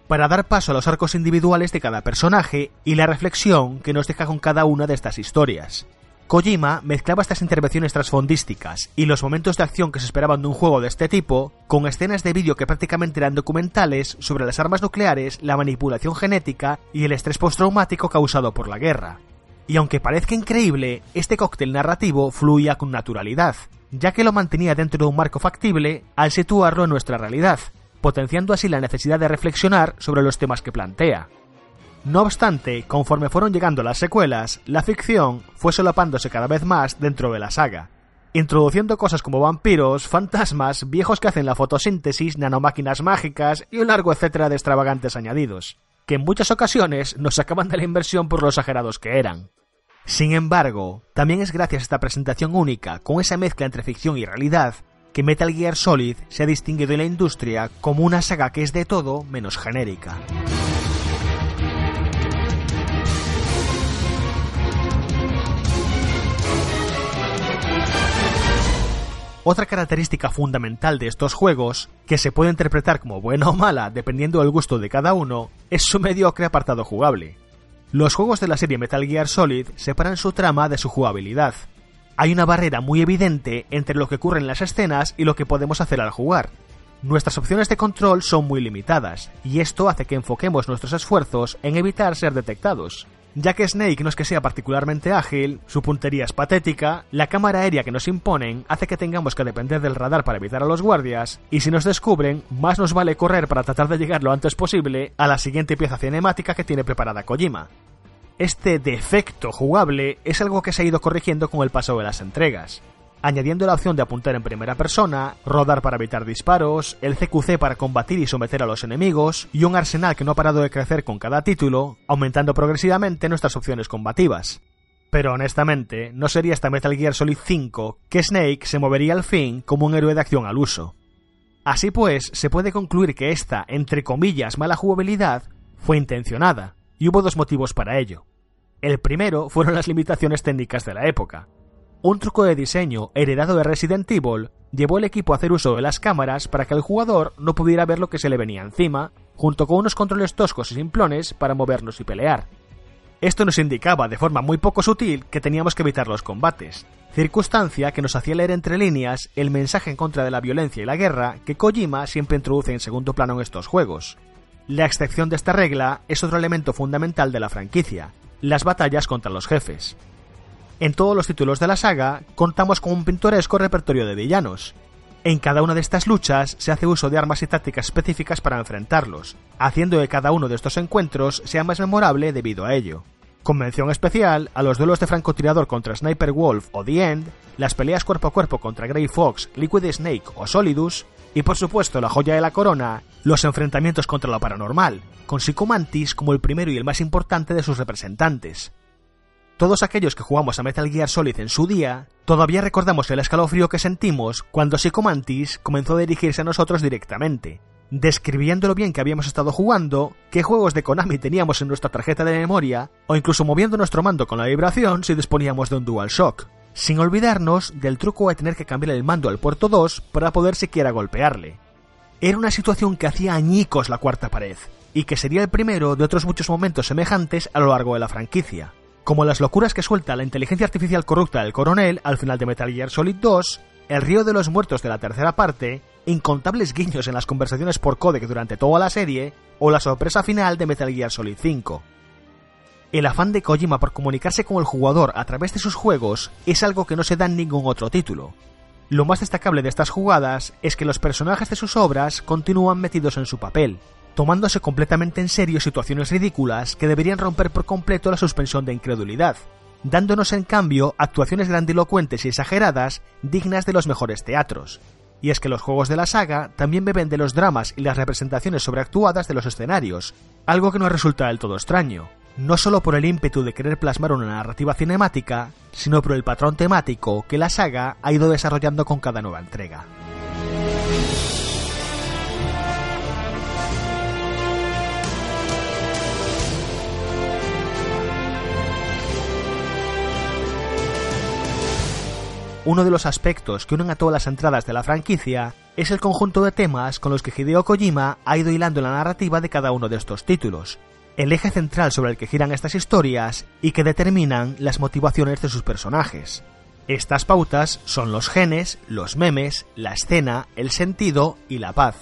para dar paso a los arcos individuales de cada personaje y la reflexión que nos deja con cada una de estas historias. Kojima mezclaba estas intervenciones trasfondísticas y los momentos de acción que se esperaban de un juego de este tipo con escenas de vídeo que prácticamente eran documentales sobre las armas nucleares, la manipulación genética y el estrés postraumático causado por la guerra. Y aunque parezca increíble, este cóctel narrativo fluía con naturalidad, ya que lo mantenía dentro de un marco factible al situarlo en nuestra realidad, potenciando así la necesidad de reflexionar sobre los temas que plantea. No obstante, conforme fueron llegando las secuelas, la ficción fue solapándose cada vez más dentro de la saga, introduciendo cosas como vampiros, fantasmas, viejos que hacen la fotosíntesis, nanomáquinas mágicas y un largo etcétera de extravagantes añadidos, que en muchas ocasiones nos sacaban de la inversión por lo exagerados que eran. Sin embargo, también es gracias a esta presentación única, con esa mezcla entre ficción y realidad, que Metal Gear Solid se ha distinguido en la industria como una saga que es de todo menos genérica. Otra característica fundamental de estos juegos, que se puede interpretar como buena o mala dependiendo del gusto de cada uno, es su mediocre apartado jugable. Los juegos de la serie Metal Gear Solid separan su trama de su jugabilidad. Hay una barrera muy evidente entre lo que ocurre en las escenas y lo que podemos hacer al jugar. Nuestras opciones de control son muy limitadas, y esto hace que enfoquemos nuestros esfuerzos en evitar ser detectados, ya que Snake no es que sea particularmente ágil, su puntería es patética, la cámara aérea que nos imponen hace que tengamos que depender del radar para evitar a los guardias, y si nos descubren, más nos vale correr para tratar de llegar lo antes posible a la siguiente pieza cinemática que tiene preparada Kojima. Este defecto jugable es algo que se ha ido corrigiendo con el paso de las entregas, añadiendo la opción de apuntar en primera persona, rodar para evitar disparos, el C Q C para combatir y someter a los enemigos, y un arsenal que no ha parado de crecer con cada título, aumentando progresivamente nuestras opciones combativas. Pero honestamente, no sería hasta Metal Gear Solid cinco que Snake se movería al fin como un héroe de acción al uso. Así pues, se puede concluir que esta, entre comillas, mala jugabilidad fue intencionada, y hubo dos motivos para ello. El primero fueron las limitaciones técnicas de la época. Un truco de diseño heredado de Resident Evil llevó al equipo a hacer uso de las cámaras para que el jugador no pudiera ver lo que se le venía encima, junto con unos controles toscos y simplones para movernos y pelear. Esto nos indicaba de forma muy poco sutil que teníamos que evitar los combates, circunstancia que nos hacía leer entre líneas el mensaje en contra de la violencia y la guerra que Kojima siempre introduce en segundo plano en estos juegos. La excepción de esta regla es otro elemento fundamental de la franquicia, las batallas contra los jefes. En todos los títulos de la saga contamos con un pintoresco repertorio de villanos. En cada una de estas luchas se hace uso de armas y tácticas específicas para enfrentarlos, haciendo que cada uno de estos encuentros sea más memorable debido a ello. Con mención especial a los duelos de francotirador contra Sniper Wolf o The End, las peleas cuerpo a cuerpo contra Grey Fox, Liquid Snake o Solidus, y por supuesto la joya de la corona, los enfrentamientos contra lo paranormal, con Psycho Mantis como el primero y el más importante de sus representantes. Todos aquellos que jugamos a Metal Gear Solid en su día, todavía recordamos el escalofrío que sentimos cuando Psycho Mantis comenzó a dirigirse a nosotros directamente, describiendo lo bien que habíamos estado jugando, qué juegos de Konami teníamos en nuestra tarjeta de memoria, o incluso moviendo nuestro mando con la vibración si disponíamos de un DualShock, sin olvidarnos del truco de tener que cambiar el mando al puerto dos para poder siquiera golpearle. Era una situación que hacía añicos la cuarta pared, y que sería el primero de otros muchos momentos semejantes a lo largo de la franquicia, como las locuras que suelta la inteligencia artificial corrupta del coronel al final de Metal Gear Solid dos, el río de los muertos de la tercera parte, incontables guiños en las conversaciones por codec durante toda la serie, o la sorpresa final de Metal Gear Solid cinco. El afán de Kojima por comunicarse con el jugador a través de sus juegos es algo que no se da en ningún otro título. Lo más destacable de estas jugadas es que los personajes de sus obras continúan metidos en su papel, tomándose completamente en serio situaciones ridículas que deberían romper por completo la suspensión de incredulidad, dándonos en cambio actuaciones grandilocuentes y exageradas dignas de los mejores teatros. Y es que los juegos de la saga también beben de los dramas y las representaciones sobreactuadas de los escenarios, algo que no resulta del todo extraño, no solo por el ímpetu de querer plasmar una narrativa cinemática, sino por el patrón temático que la saga ha ido desarrollando con cada nueva entrega. uno de los aspectos que unen a todas las entradas de la franquicia es el conjunto de temas con los que Hideo Kojima ha ido hilando la narrativa de cada uno de estos títulos, el eje central sobre el que giran estas historias y que determinan las motivaciones de sus personajes. Estas pautas son los genes, los memes, la escena, el sentido y la paz.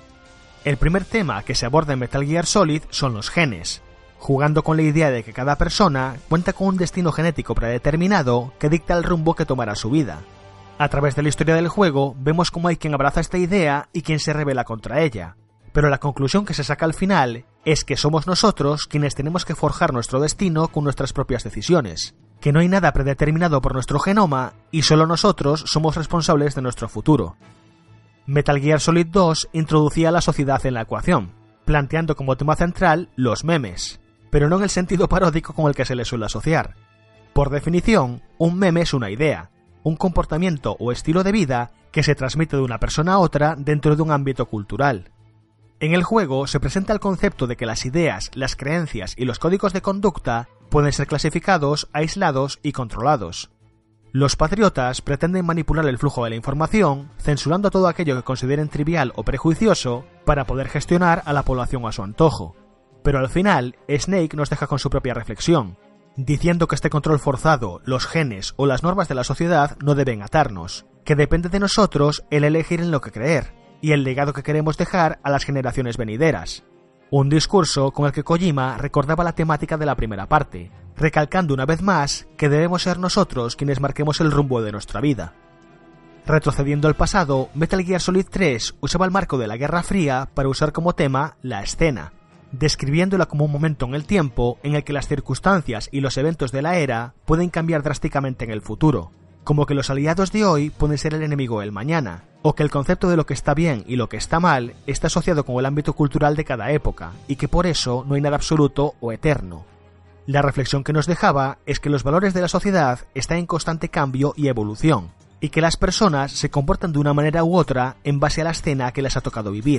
El primer tema que se aborda en Metal Gear Solid son los genes, jugando con la idea de que cada persona cuenta con un destino genético predeterminado que dicta el rumbo que tomará su vida. A través de la historia del juego vemos cómo hay quien abraza esta idea y quien se rebela contra ella, pero la conclusión que se saca al final es que somos nosotros quienes tenemos que forjar nuestro destino con nuestras propias decisiones, que no hay nada predeterminado por nuestro genoma y solo nosotros somos responsables de nuestro futuro. Metal Gear Solid dos introducía a la sociedad en la ecuación, planteando como tema central los memes, pero no en el sentido paródico con el que se le suele asociar. Por definición, un meme es una idea, un comportamiento o estilo de vida que se transmite de una persona a otra dentro de un ámbito cultural. En el juego se presenta el concepto de que las ideas, las creencias y los códigos de conducta pueden ser clasificados, aislados y controlados. Los patriotas pretenden manipular el flujo de la información, censurando todo aquello que consideren trivial o prejuicioso para poder gestionar a la población a su antojo. Pero al final, Snake nos deja con su propia reflexión, diciendo que este control forzado, los genes o las normas de la sociedad no deben atarnos, que depende de nosotros el elegir en lo que creer, y el legado que queremos dejar a las generaciones venideras. Un discurso con el que Kojima recordaba la temática de la primera parte, recalcando una vez más que debemos ser nosotros quienes marquemos el rumbo de nuestra vida. Retrocediendo al pasado, Metal Gear Solid tres usaba el marco de la Guerra Fría para usar como tema la escena, describiéndola como un momento en el tiempo en el que las circunstancias y los eventos de la era pueden cambiar drásticamente en el futuro, como que los aliados de hoy pueden ser el enemigo del mañana, o que el concepto de lo que está bien y lo que está mal está asociado con el ámbito cultural de cada época, y que por eso no hay nada absoluto o eterno. La reflexión que nos dejaba es que los valores de la sociedad están en constante cambio y evolución, y que las personas se comportan de una manera u otra en base a la escena que les ha tocado vivir.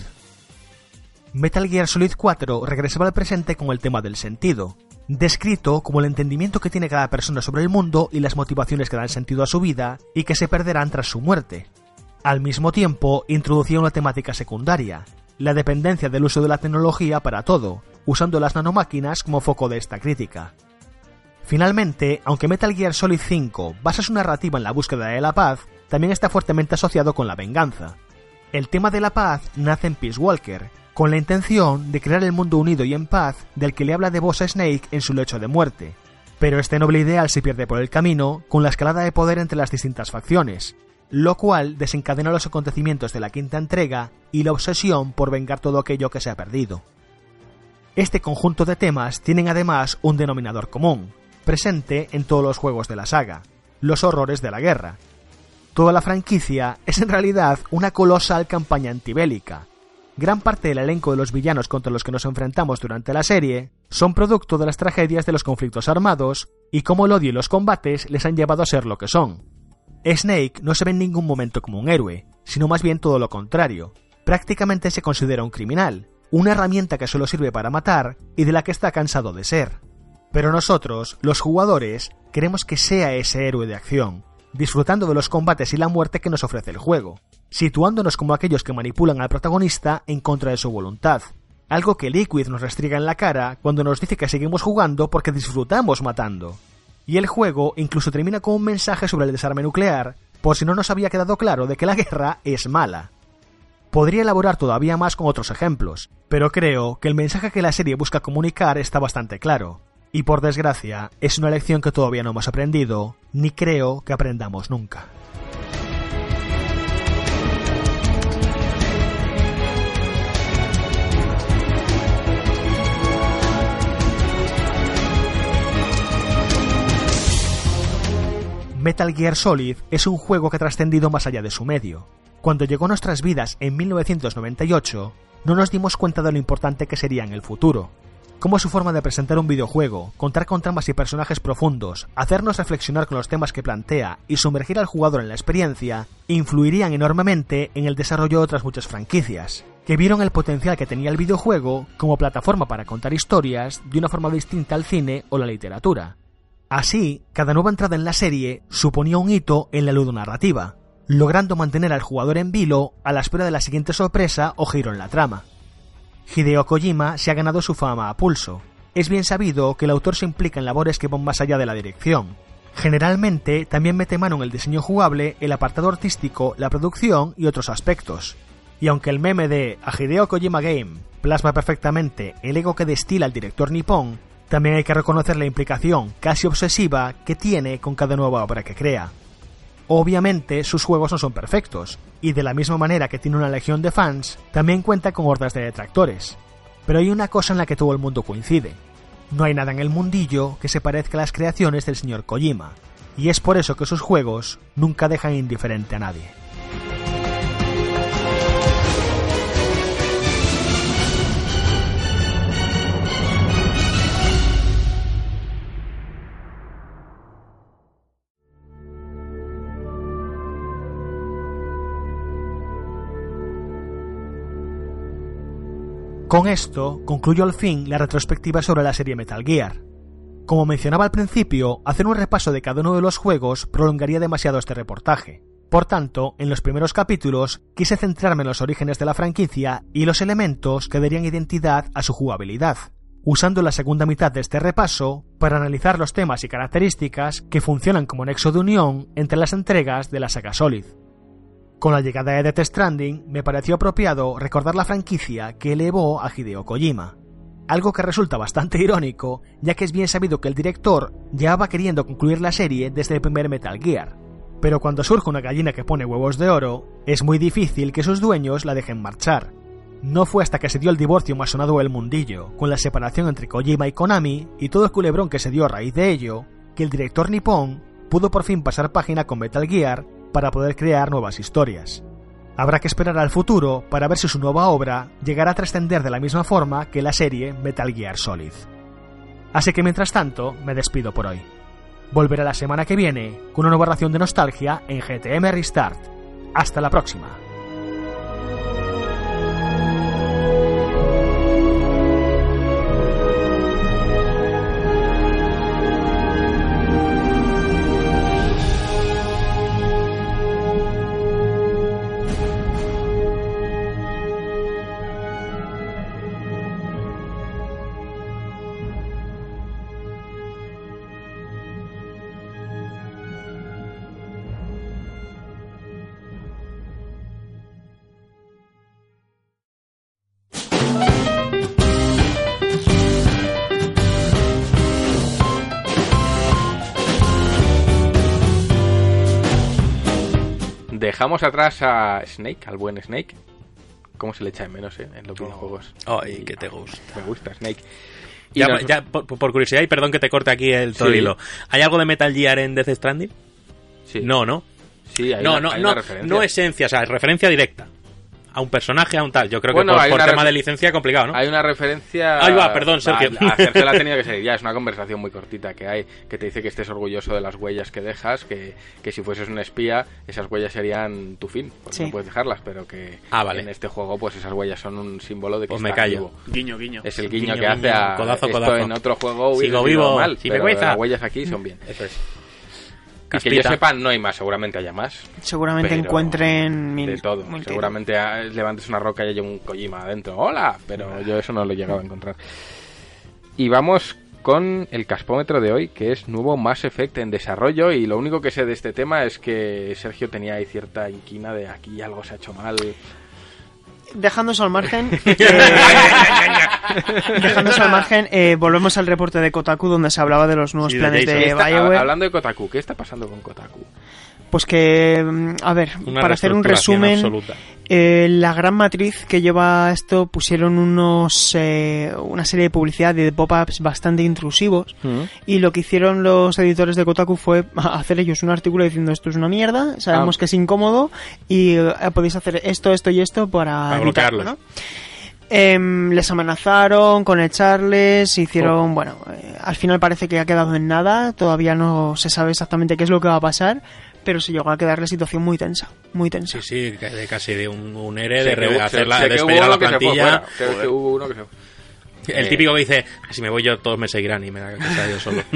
Metal Gear Solid cuatro regresaba al presente con el tema del sentido, descrito como el entendimiento que tiene cada persona sobre el mundo y las motivaciones que dan sentido a su vida y que se perderán tras su muerte. Al mismo tiempo, introducía una temática secundaria, la dependencia del uso de la tecnología para todo, usando las nanomáquinas como foco de esta crítica. Finalmente, aunque Metal Gear Solid cinco basa su narrativa en la búsqueda de la paz, también está fuertemente asociado con la venganza. El tema de la paz nace en Peace Walker, con la intención de crear el mundo unido y en paz del que le habla de voz a Snake en su lecho de muerte. Pero este noble ideal se pierde por el camino con la escalada de poder entre las distintas facciones, lo cual desencadena los acontecimientos de la quinta entrega y la obsesión por vengar todo aquello que se ha perdido. Este conjunto de temas tienen además un denominador común, presente en todos los juegos de la saga, los horrores de la guerra. Toda la franquicia es en realidad una colosal campaña antibélica. Gran parte del elenco de los villanos contra los que nos enfrentamos durante la serie son producto de las tragedias de los conflictos armados y cómo el odio y los combates les han llevado a ser lo que son. Snake no se ve en ningún momento como un héroe, sino más bien todo lo contrario. Prácticamente se considera un criminal, una herramienta que solo sirve para matar y de la que está cansado de ser. Pero nosotros, los jugadores, queremos que sea ese héroe de acción, disfrutando de los combates y la muerte que nos ofrece el juego, situándonos como aquellos que manipulan al protagonista en contra de su voluntad, algo que Liquid nos restriega en la cara cuando nos dice que seguimos jugando porque disfrutamos matando. Y el juego incluso termina con un mensaje sobre el desarme nuclear, por si no nos había quedado claro de que la guerra es mala. Podría elaborar todavía más con otros ejemplos, pero creo que el mensaje que la serie busca comunicar está bastante claro, y por desgracia es una lección que todavía no hemos aprendido, ni creo que aprendamos nunca. Metal Gear Solid es un juego que ha trascendido más allá de su medio. Cuando llegó a nuestras vidas en mil novecientos noventa y ocho, no nos dimos cuenta de lo importante que sería en el futuro. Cómo su forma de presentar un videojuego, contar con tramas y personajes profundos, hacernos reflexionar con los temas que plantea y sumergir al jugador en la experiencia, influirían enormemente en el desarrollo de otras muchas franquicias, que vieron el potencial que tenía el videojuego como plataforma para contar historias de una forma distinta al cine o la literatura. Así, cada nueva entrada en la serie suponía un hito en la ludonarrativa, logrando mantener al jugador en vilo a la espera de la siguiente sorpresa o giro en la trama. Hideo Kojima se ha ganado su fama a pulso. Es bien sabido que el autor se implica en labores que van más allá de la dirección. Generalmente también mete mano en el diseño jugable, el apartado artístico, la producción y otros aspectos. Y aunque el meme de "A Hideo Kojima Game" plasma perfectamente el ego que destila el director nipón, también hay que reconocer la implicación casi obsesiva que tiene con cada nueva obra que crea. Obviamente sus juegos no son perfectos, y de la misma manera que tiene una legión de fans, también cuenta con hordas de detractores. Pero hay una cosa en la que todo el mundo coincide: no hay nada en el mundillo que se parezca a las creaciones del señor Kojima, y es por eso que sus juegos nunca dejan indiferente a nadie. Con esto concluyo al fin la retrospectiva sobre la serie Metal Gear. Como mencionaba al principio, hacer un repaso de cada uno de los juegos prolongaría demasiado este reportaje. Por tanto, en los primeros capítulos quise centrarme en los orígenes de la franquicia y los elementos que darían identidad a su jugabilidad, usando la segunda mitad de este repaso para analizar los temas y características que funcionan como nexo de unión entre las entregas de la saga Solid. Con la llegada de Death Stranding me pareció apropiado recordar la franquicia que elevó a Hideo Kojima, algo que resulta bastante irónico, ya que es bien sabido que el director llevaba queriendo concluir la serie desde el primer Metal Gear, pero cuando surge una gallina que pone huevos de oro, es muy difícil que sus dueños la dejen marchar. No fue hasta que se dio el divorcio más sonado del mundillo, con la separación entre Kojima y Konami y todo el culebrón que se dio a raíz de ello, que el director nipón pudo por fin pasar página con Metal Gear para poder crear nuevas historias. Habrá que esperar al futuro para ver si su nueva obra llegará a trascender de la misma forma que la serie Metal Gear Solid. Así que mientras tanto, me despido por hoy. Volveré la semana que viene con una nueva ración de nostalgia en G T M Restart. Hasta la próxima. Dejamos atrás a Snake, al buen Snake. ¿Cómo se le echa de menos eh, en los videojuegos? Ay, que te gusta. Me gusta Snake. Y Ya, nos- ya por, por curiosidad, y perdón que te corte aquí el todo Sí. el hilo. ¿Hay algo de Metal Gear en Death Stranding? Sí. No, ¿no? Sí, hay no, una, no, hay no, una referencia. no esencia, o sea, referencia directa. A un personaje, a un tal. Yo creo Bueno, que por, hay por una tema ref- de licencia complicado, ¿no? Hay una referencia... Ahí va, perdón, Sergio. Va, a Sergio la ha tenido que seguir. Ya es una conversación muy cortita que hay, que te dice que estés orgulloso de las huellas que dejas, que, que si fueses un espía, esas huellas serían tu fin, porque Sí. no puedes dejarlas, pero que Ah, vale. en este juego pues esas huellas son un símbolo de que Pues me estás callo. vivo. Guiño, guiño. Es el guiño, Guiño, que hace guiño, a... codazo, esto codazo. en otro juego hubiese Sigo sido vivo, mal, si pero me cuesta. las huellas aquí son bien. Eso es. Y que yo Caspita. sepa, no hay más, seguramente haya más. Seguramente Pero encuentren mil, de todo. mil Seguramente ah, levantes una roca y haya un Kojima adentro. ¡Hola! Pero yo eso no lo he llegado a encontrar. Y vamos con el caspómetro de hoy, que es nuevo Mass Effect en desarrollo. Y lo único que sé de este tema es que Sergio tenía ahí cierta inquina de aquí algo se ha hecho mal. Dejando eso al margen, eh, dejando eso al margen, eh, volvemos al reporte de Kotaku donde se hablaba de los nuevos Sí, de planes Jason. de Está- BioWare. hablando de Kotaku, ¿qué está pasando con Kotaku? Pues que, mm, a ver, Una para hacer un reestructuración resumen, absoluta. eh, la gran matriz que lleva esto pusieron unos eh, una serie de publicidad de pop-ups bastante intrusivos y lo que hicieron los editores de Kotaku fue hacer ellos un artículo diciendo esto es una mierda, sabemos Ah. que es incómodo y eh, podéis hacer esto, esto y esto para, Para evitarlo, bloquearlos. ¿no? Em, les amenazaron con echarles, hicieron, bueno, eh, al final parece que ha quedado en nada, todavía no se sabe exactamente qué es lo que va a pasar, pero se llegó a quedar la situación muy tensa, muy tensa. Sí, sí, que de casi de un, un E R E, Sé de que re- hubo- hacer la, sé que despedir hubo a la uno que se fue plantilla. fuera. Sé que hubo uno que se fue. El Eh, típico que dice, si me voy yo todos me seguirán y me da que sea yo solo.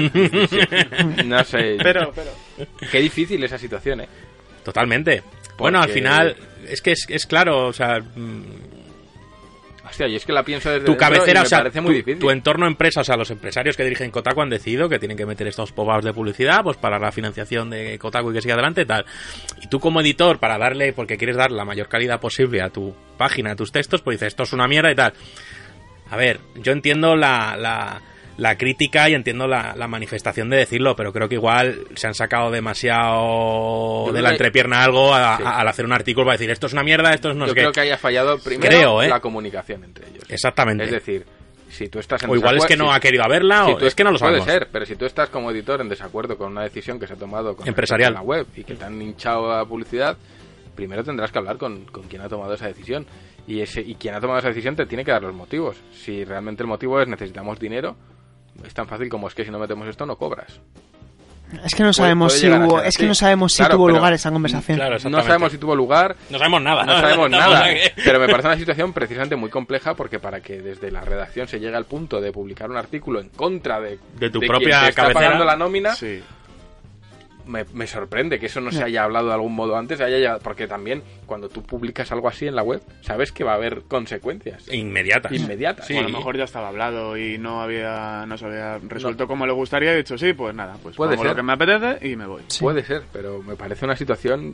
No sé. Pero, pero... Qué difícil esa situación, ¿eh? Totalmente. Bueno, al Porque- final, es que es, es claro, o sea... mm, Hostia, yo es que la pienso desde tu dentro cabecera, y me o sea, parece muy tu, difícil. tu entorno empresa, o sea, los empresarios que dirigen Kotaku han decidido que tienen que meter estos pop-ups de publicidad pues para la financiación de Kotaku y que siga adelante y tal. Y tú como editor, para darle, porque quieres dar la mayor calidad posible a tu página, a tus textos, pues dices, esto es una mierda y tal. A ver, yo entiendo la, la, la crítica y entiendo la, la manifestación de decirlo, pero creo que igual se han sacado demasiado Yo de creo la que- entrepierna algo a- Sí. a- al hacer un artículo para decir, esto es una mierda, esto es no Yo sé qué. creo que haya fallado primero Creo, ¿eh? la comunicación entre ellos. Exactamente. Es decir, si tú estás en O igual es que desacuerdo- no si- ha querido verla, si o tú es que no lo puede sabemos. ser, pero si tú estás como editor en desacuerdo con una decisión que se ha tomado con Empresarial. respecto a la web y que te han hinchado a publicidad, primero tendrás que hablar con, con quien ha tomado esa decisión. Y ese y quien ha tomado esa decisión te tiene que dar los motivos. Si realmente el motivo es necesitamos dinero, es tan fácil como es que si no metemos esto no cobras. Es que no sabemos puede si llegar a hubo, ser es que así. no sabemos si Claro, tuvo pero- lugar esa conversación. Claro, No exactamente. sabemos si tuvo lugar, No sabemos nada. no sabemos Estamos nada, aquí. pero me parece una situación precisamente muy compleja porque para que desde la redacción se llegue al punto de publicar un artículo en contra de, De tu quien propia te está cabecera. pagando la nómina, Sí. me, me sorprende que eso no se haya hablado de algún modo antes, haya ya- porque también cuando tú publicas algo así en la web, sabes que va a haber consecuencias Inmediatas. inmediatas. Sí. O a lo mejor ya estaba hablado y no había no se había resuelto como le gustaría. He dicho, sí, pues nada, pues Puede pongo ser. lo que me apetece y me voy. Puede ser, pero me parece una situación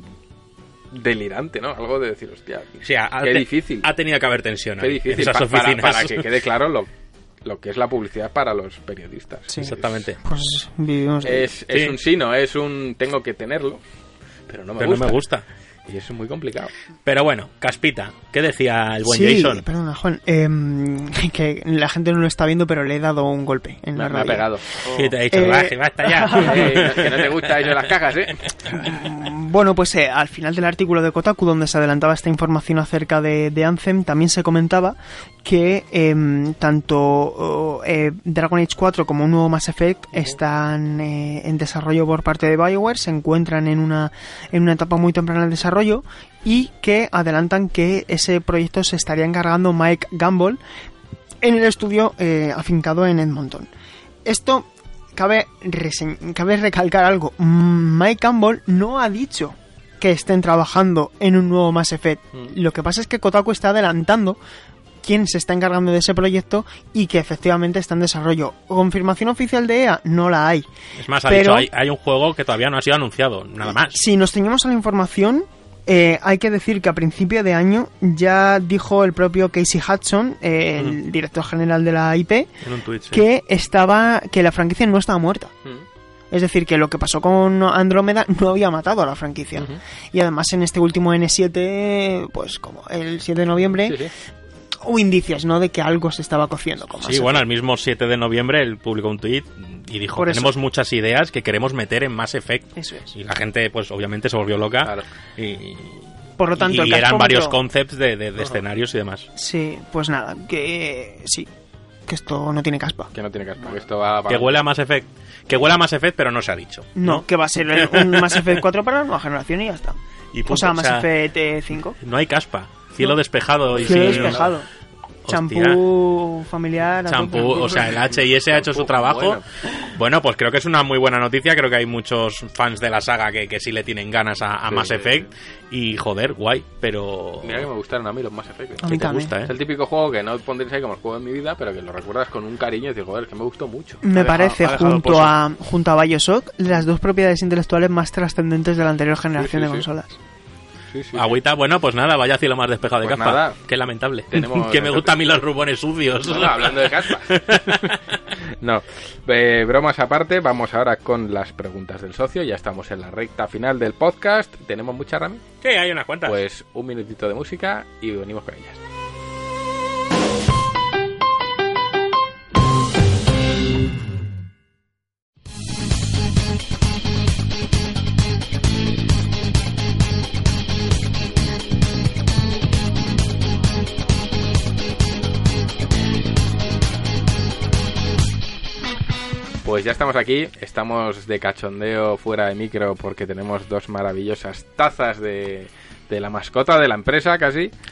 delirante, ¿no? Algo de decir, hostia, Sí, ha, qué te- difícil. ha tenido que haber tensión Qué ahí, difícil en esas pa- para, oficinas. para que quede claro lo, lo que es la publicidad para los periodistas. Sí. Exactamente. Pues vivimos. Es, es Sí. un sí, no es un tengo que tenerlo, pero no me Pero gusta. no me gusta. Y eso es muy complicado. Pero bueno, Caspita, ¿qué decía el buen Sí, Jason? perdona, Juan. em, que la gente no lo está viendo, pero le he dado un golpe en Me, la me ha rodilla. pegado. Sí, te ha dicho, Eh, "Baje, basta ya". Eh, que no te gusta eso de las cajas, ¿eh? Bueno, pues eh, al final del artículo de Kotaku, donde se adelantaba esta información acerca de, de Anthem, también se comentaba que em, tanto oh, eh, Dragon Age cuatro como un nuevo Mass Effect están eh, en desarrollo por parte de BioWare, se encuentran en una, en una etapa muy temprana de desarrollo y que adelantan que ese proyecto se estaría encargando Mike Gamble en el estudio eh, afincado en Edmonton. Esto cabe, reseñ- cabe recalcar algo. Mm, Mike Campbell no ha dicho que estén trabajando en un nuevo Mass Effect. Lo que pasa es que Kotaku está adelantando quién se está encargando de ese proyecto y que efectivamente está en desarrollo. Confirmación oficial de E A no la hay. Es más, ha Pero- dicho, hay, hay un juego que todavía no ha sido anunciado, nada más. Si nos ceñimos a la información, eh, hay que decir que a principio de año ya dijo el propio Casey Hudson, eh, el director general de la I P, En un tweet, sí. que estaba que la franquicia no estaba muerta. Es decir, que lo que pasó con Andrómeda no había matado a la franquicia. Y además en este último N siete, pues como el siete de noviembre, Sí, sí. hubo indicios, ¿no?, de que algo se estaba cociendo. Como Sí, bueno, el mismo siete de noviembre él publicó un tweet y dijo, Por eso. tenemos muchas ideas que queremos meter en Mass Effect. Eso es. Y la gente, pues obviamente se volvió loca. Claro. Y, Por lo tanto, y el eran cascómetro- varios concepts de, de- de escenarios y demás. Sí, pues nada, que sí, que esto no tiene caspa. Que no tiene caspa, que esto va... va- Que huele a Mass Effect. Que huele a Mass Effect, pero no se ha dicho. No, que va a ser el- un Mass Effect cuatro para la nueva generación y ya está. Y punto, O sea, o Mass sea, Effect eh, cinco. No hay caspa. Cielo despejado y Cielo sin- despejado. Hostia. Champú familiar. a Champú, tope. o sea, el H y S ha hecho su trabajo. Bueno. Bueno, pues creo que es una muy buena noticia. Creo que hay muchos fans de la saga que, que sí le tienen ganas a, a Sí, Mass sí, Effect. Y joder, guay, pero. Mira que me gustaron a mí los Mass Effect. A que mí te también. gusta, Es ¿eh? el típico juego que no pondréis ahí como el juego de mi vida, pero que lo recuerdas con un cariño y dices, joder, que me gustó mucho. Me Ha dejado- parece, ha dejado junto pozo. a, junto a Bioshock, las dos propiedades intelectuales más trascendentes de la anterior generación sí, de sí. consolas. Sí, sí, sí. Agüita, bueno, pues nada, vaya cielo más despejado de Pues caspa. nada. Qué lamentable. Tenemos- que me gustan a mí los rubones sucios. No, no, hablando de caspa. No, eh, bromas aparte, vamos ahora con las preguntas del socio. Ya estamos en la recta final del podcast. ¿Tenemos mucha Rami? Sí, hay unas cuantas. Pues un minutito de música y venimos con ellas. Pues ya estamos aquí, estamos de cachondeo fuera de micro porque tenemos dos maravillosas tazas de, de la mascota de la empresa casi.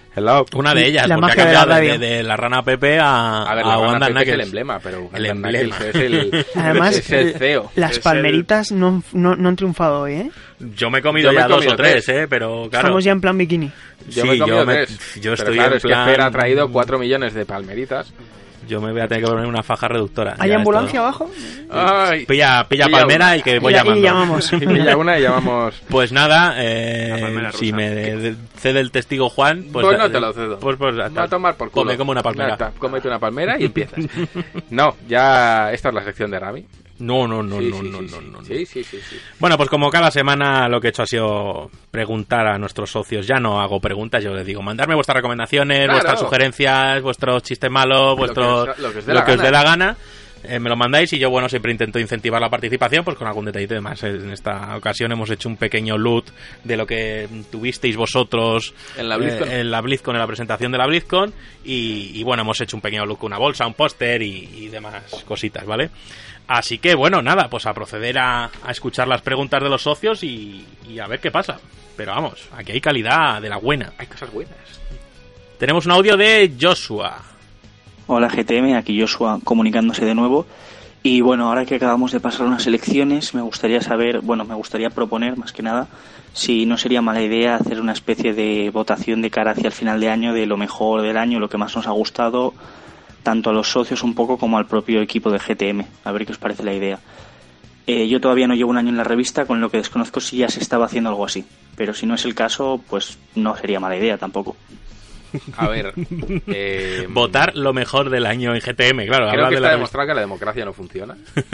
Hello. Una de ellas, La porque ha magia de la cambiado de, radio. de, de la rana Pepe a, A ver, a la Wanda Wanda Pepe es el Knuckles. emblema, pero Wanda El emblema. Knuckles es el, Además, es el C E O. las Es el- palmeritas no, han- no, no han triunfado hoy, ¿eh? Yo me he comido Yo me ya he dos comido o tres, tres. ¿eh? Pero claro. Estamos ya en plan bikini. Yo Sí, me he comido yo me- tres. yo Pero estoy claro, en es que plan- Fer ha traído cuatro millones de palmeritas. Yo me voy a tener que poner una faja reductora. ¿Hay ya ambulancia esto. abajo? Ay. Pilla, pilla Pilla palmera una. y que voy Y- y llamando. llamamos. Y pilla una y llamamos... Pues nada, eh, La palmera si rusa. me de- de- cede el testigo Juan, pues, Pues no eh, te lo cedo. Pues, pues, Va a tomar por culo. Come como una palmera. Ya está, cómete una palmera y empiezas. No, ya esta es la sección de Rami. No, no, no, Sí, no, sí, no, sí, no, sí. no, no. Sí, sí, sí, sí. Bueno, pues como cada semana lo que he hecho ha sido preguntar a nuestros socios. Ya no hago preguntas, yo les digo, mandarme vuestras recomendaciones, Claro. vuestras sugerencias, vuestros chistes malos, vuestros os- lo que os dé lo la que os gana. dé la gana. Eh, me lo mandáis y yo, bueno, siempre intento incentivar la participación, pues con algún detallito de más. En esta ocasión hemos hecho un pequeño loot de lo que tuvisteis vosotros En la BlizzCon. eh, en la BlizzCon, en la presentación de la BlizzCon. Y, y bueno, hemos hecho un pequeño loot con una bolsa, un póster y, y demás cositas, ¿vale? Así que, bueno, nada, pues a proceder a, a escuchar las preguntas de los socios y, y a ver qué pasa. Pero vamos, aquí hay calidad de la buena. Hay cosas buenas. Tenemos un audio de Joshua. Hola G T M, aquí Joshua comunicándose de nuevo. Y bueno, ahora que acabamos de pasar unas elecciones, me gustaría saber, bueno, me gustaría proponer más que nada si no sería mala idea hacer una especie de votación de cara hacia el final de año de lo mejor del año, lo que más nos ha gustado, tanto a los socios un poco como al propio equipo de G T M. A ver qué os parece la idea. Eh, yo todavía no llevo un año en la revista, con lo que desconozco si ya se estaba haciendo algo así. Pero si no es el caso, pues no sería mala idea tampoco. A ver... eh, Votar lo mejor del año en G T M, claro. Creo habla que de está la demostrado que la democracia no funciona.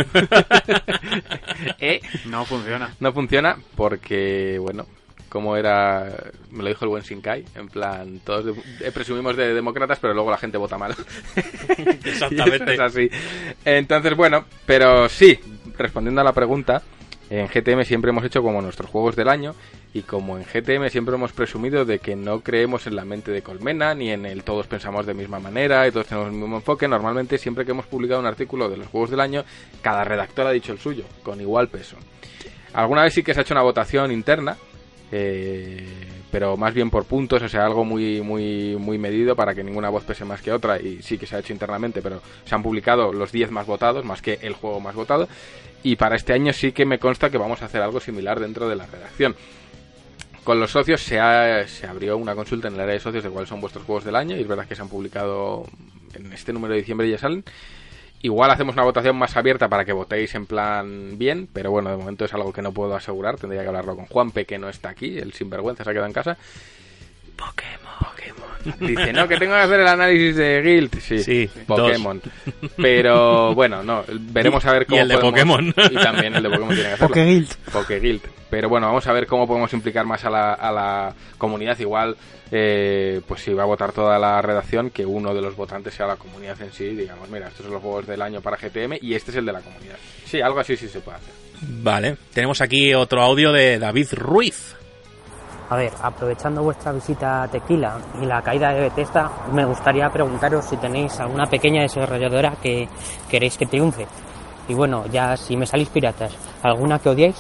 ¿Eh? No funciona. No funciona porque, bueno, como era... Me lo dijo el buen Shinkai, en plan, todos de- presumimos de demócratas, pero luego la gente vota mal. Exactamente. Es así. Entonces, bueno, pero sí, respondiendo a la pregunta, en G T M siempre hemos hecho como nuestros juegos del año, y como en G T M siempre hemos presumido de que no creemos en la mente de Colmena, ni en el todos pensamos de misma manera y todos tenemos el mismo enfoque. Normalmente siempre que hemos publicado un artículo de los juegos del año, cada redactor ha dicho el suyo, con igual peso. Alguna vez sí que se ha hecho una votación interna, eh, pero más bien por puntos, o sea, algo muy muy muy medido para que ninguna voz pese más que otra, y sí que se ha hecho internamente, pero se han publicado los diez más votados, más que el juego más votado, y para este año sí que me consta que vamos a hacer algo similar dentro de la redacción. Con los socios se, ha, se abrió una consulta en el área de socios de cuáles son vuestros juegos del año, y es verdad que se han publicado en este número de diciembre y ya salen. Igual hacemos una votación más abierta para que votéis en plan bien, pero bueno, de momento es algo que no puedo asegurar, tendría que hablarlo con Juanpe, que no está aquí, el sinvergüenza se ha quedado en casa. Pokémon, Pokémon. Dice, no, que tengo que hacer el análisis de Guild. Sí, Sí, Pokémon. Pero bueno, no, veremos a ver Y cómo el de podemos- Pokémon. Y también el de Pokémon tiene que hacerlo. Pokeguild. Pokeguild. Pero bueno, vamos a ver cómo podemos implicar más a la, a la comunidad. Igual, eh, pues si va a votar toda la redacción, que uno de los votantes sea la comunidad en sí. Digamos, mira, estos son los juegos del año para G T M y este es el de la comunidad. Sí, algo así sí se puede hacer. Vale, tenemos aquí otro audio de David Ruiz. A ver, aprovechando vuestra visita a Tequila y la caída de Bethesda, me gustaría preguntaros si tenéis alguna pequeña desarrolladora que queréis que triunfe. Y bueno, ya si me salís piratas, ¿alguna que odiáis?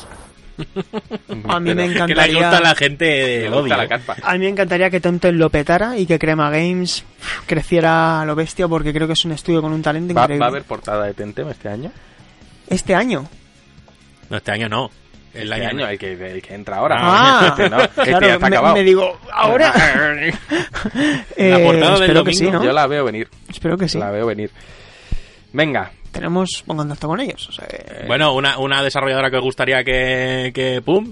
A mí me Que le encantaría... gusta a la gente Me el gusta odio. la ¿eh? caspa. A mí me encantaría que Temtem lo petara y que Crema Games creciera a lo bestia, porque creo que es un estudio con un talento ¿Va, increíble. ¿Va a haber portada de Temtem este año? Este año. No, este año no. El Este año, año, el que, el que entra ahora. Ah, Este no, este claro, ya está me, acabado. me digo, ahora... Eh, La portada del espero que domingo, sí, ¿no? Yo la veo venir. Espero que sí. La veo venir. Venga. Tenemos un contacto con ellos. O sea que... Eh, Bueno, una, una desarrolladora que os gustaría que, que pum,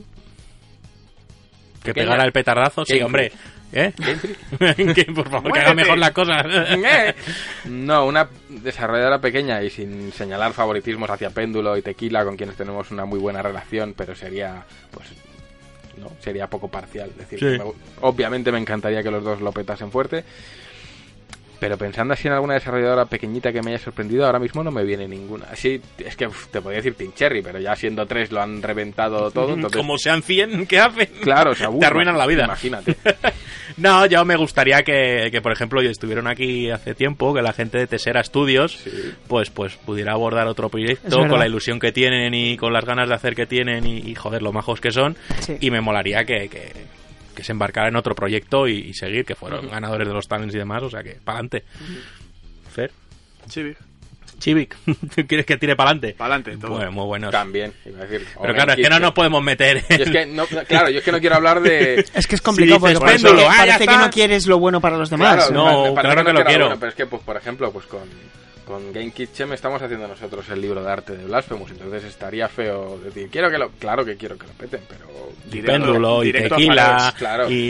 que Pequeña. pegara el petardazo, sí, Game hombre. ¿Eh? Game Freak. Que por favor, que haga mejor las cosas. Eh. No, una desarrolladora pequeña y sin señalar favoritismos hacia Péndulo y Tequila, con quienes tenemos una muy buena relación, pero sería, pues, no, sería poco parcial. Es decir, Sí. que me- obviamente me encantaría que los dos lo petasen fuerte, pero pensando así en alguna desarrolladora pequeñita que me haya sorprendido, ahora mismo no me viene ninguna. Así, es que uf, te podría decir Team Cherry, pero ya siendo tres lo han reventado todo, entonces... Como sean cien, ¿qué hacen? Claro, se Te arruinan la vida. Imagínate. No, yo me gustaría que, que, por ejemplo, estuvieron aquí hace tiempo, que la gente de Tesera Studios, Sí. pues, pues pudiera abordar otro Es proyecto verdad. con la ilusión que tienen y con las ganas de hacer que tienen y, y joder, lo majos que son. Sí. Y me molaría que, que, que se embarcara en otro proyecto y, y seguir, que fueron uh-huh. ganadores de los talents y demás, o sea que para adelante. Uh-huh. Fer. Chibi. Chivik, ¿tú quieres que tire para adelante? Para adelante, todo. Bueno, muy buenos. También, iba a decir. Pero claro, es que no nos podemos meter. En... Yo es que no, claro, yo es que no quiero hablar de. Es que es complicado si dices, porque parece, péndulo, que, ah, parece que no quieres lo bueno para los demás. Claro, no, me, me claro que, que lo quiero. Bueno, pero es que, pues, por ejemplo, pues con, con Game Kitchen estamos haciendo nosotros el libro de arte de Blasphemous, entonces estaría feo decir, quiero que lo. Claro que quiero que lo peten, pero. Y Péndulo, y Tequila, claro. y,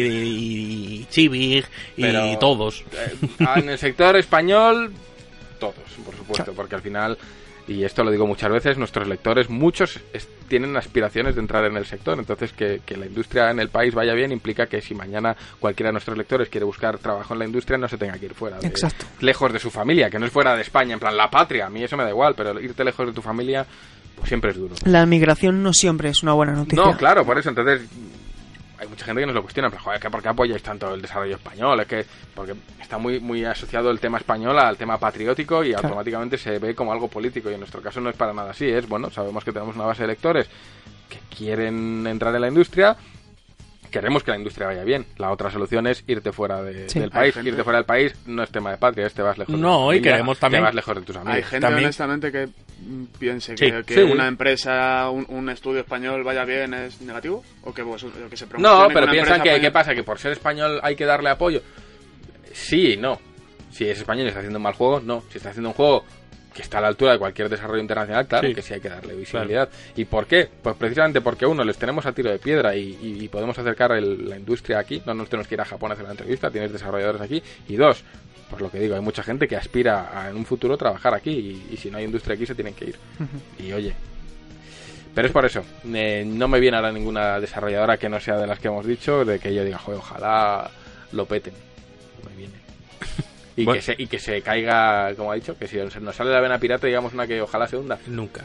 y, y Chivik, y pero, todos. Eh, en el sector español, todos, por supuesto, porque al final. Y esto lo digo muchas veces, nuestros lectores, muchos es, tienen aspiraciones de entrar en el sector, entonces que, que la industria en el país vaya bien implica que si mañana cualquiera de nuestros lectores quiere buscar trabajo en la industria no se tenga que ir fuera, de, Exacto. lejos de su familia, que no es fuera de España, en plan la patria, a mí eso me da igual, pero irte lejos de tu familia pues siempre es duro. La migración no siempre es una buena noticia. No, claro, por eso, entonces... Hay mucha gente que nos lo cuestiona, pero joder, ¿por qué apoyáis tanto el desarrollo español? Es que porque está muy muy asociado el tema español al tema patriótico y claro. automáticamente se ve como algo político, y en nuestro caso no es para nada así, es bueno, sabemos que tenemos una base de lectores que quieren entrar en la industria, queremos que la industria vaya bien. La otra solución es irte fuera de, sí. del país. Gente... Irte fuera del país no es tema de patria, es te vas lejos. No, de y queremos también... Te vas lejos de tus amigos. Hay gente, también... honestamente, que piense sí, que, que sí. una empresa, un, un estudio español vaya bien es negativo, o que, pues, que se No, pero piensan que, ¿qué pasa? Que por ser español hay que darle apoyo. Sí y no. Si es español y está haciendo un mal juego, no. Si está haciendo un juego que está a la altura de cualquier desarrollo internacional, claro sí. que sí hay que darle visibilidad. Claro. ¿Y por qué? Pues precisamente porque uno, les tenemos a tiro de piedra y, y, y podemos acercar el, la industria aquí, no nos tenemos que ir a Japón a hacer la entrevista, tienes desarrolladores aquí. Y dos, pues lo que digo, hay mucha gente que aspira a en un futuro trabajar aquí y, y si no hay industria aquí se tienen que ir. Uh-huh. Y oye, pero es por eso, eh, no me viene ahora ninguna desarrolladora que no sea de las que hemos dicho, de que yo diga, joder, ojalá lo peten. No me viene. Y, bueno. que se, y que se caiga, como ha dicho, que si nos sale la vena pirata, digamos una que ojalá se hunda. Nunca.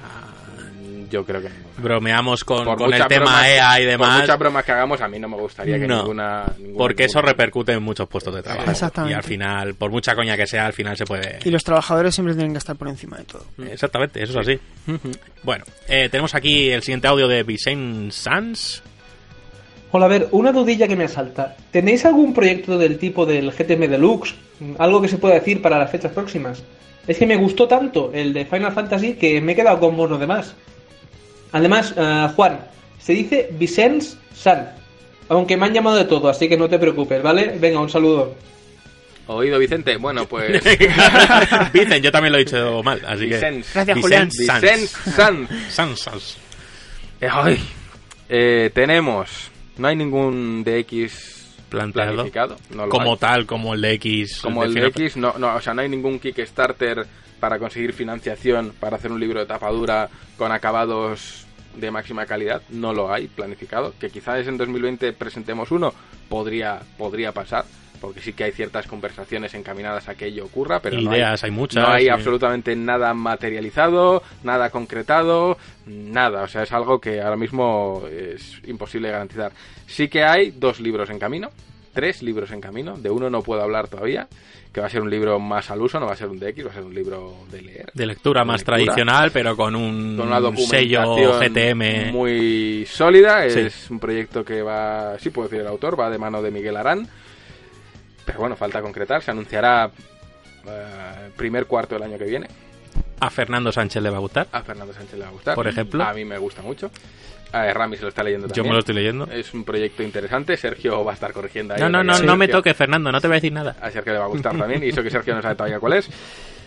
Yo creo que no. Bromeamos con, con el tema bromas, E A y demás. Por muchas bromas que hagamos, a mí no me gustaría que no, ninguna, ninguna... Porque ninguna... eso repercute en muchos puestos de trabajo. Exactamente. Y al final, por mucha coña que sea, al final se puede... Y los trabajadores siempre tienen que estar por encima de todo. Exactamente, eso es así. Bueno, eh, tenemos aquí el siguiente audio de Vicente Sanz. Hola, a ver, una dudilla que me asalta. ¿Tenéis algún proyecto del tipo del G T M Deluxe? Algo que se pueda decir para las fechas próximas. Es que me gustó tanto el de Final Fantasy que me he quedado con vos los demás. Además, uh, Juan, se dice Vicente San. Aunque me han llamado de todo, así que no te preocupes, ¿vale? Venga, un saludo. Oído, Vicente. Bueno, pues... Vicente, yo también lo he dicho mal, así Vicente. que... Gracias, Julián. Vicente Sanz. Sanz. Ay, eh, tenemos... No hay ningún D X planteado, planificado. No lo como hay. tal, como el de X. Como el de de X, no, no, o sea, no hay ningún Kickstarter para conseguir financiación para hacer un libro de tapa dura con acabados de máxima calidad. No lo hay planificado. Que quizás en dos mil veinte presentemos uno, podría, podría pasar. Porque sí que hay ciertas conversaciones encaminadas a que ello ocurra, pero ideas no hay, hay muchas. No hay sí. absolutamente nada materializado, nada concretado, nada. O sea, es algo que ahora mismo es imposible garantizar. Sí que hay dos libros en camino, tres libros en camino. De uno no puedo hablar todavía, que va a ser un libro más al uso, no va a ser un D X, va a ser un libro de leer. De lectura de más lectura, tradicional, pero con un con una sello G T M muy sólida. Es sí. un proyecto que va, sí puedo decir el autor, va de mano de Miguel Arán. Pero bueno, falta concretar, se anunciará uh, primer cuarto del año que viene. ¿A Fernando Sánchez le va a gustar? A Fernando Sánchez le va a gustar. Por ejemplo. A mí me gusta mucho. A Rami se lo está leyendo también. Yo me lo estoy leyendo. Es un proyecto interesante, Sergio va a estar corrigiendo ahí. No, no, no, Sergio, no me toques, Fernando, no te voy a decir nada. A Sergio le va a gustar también, y eso que Sergio no sabe todavía cuál es.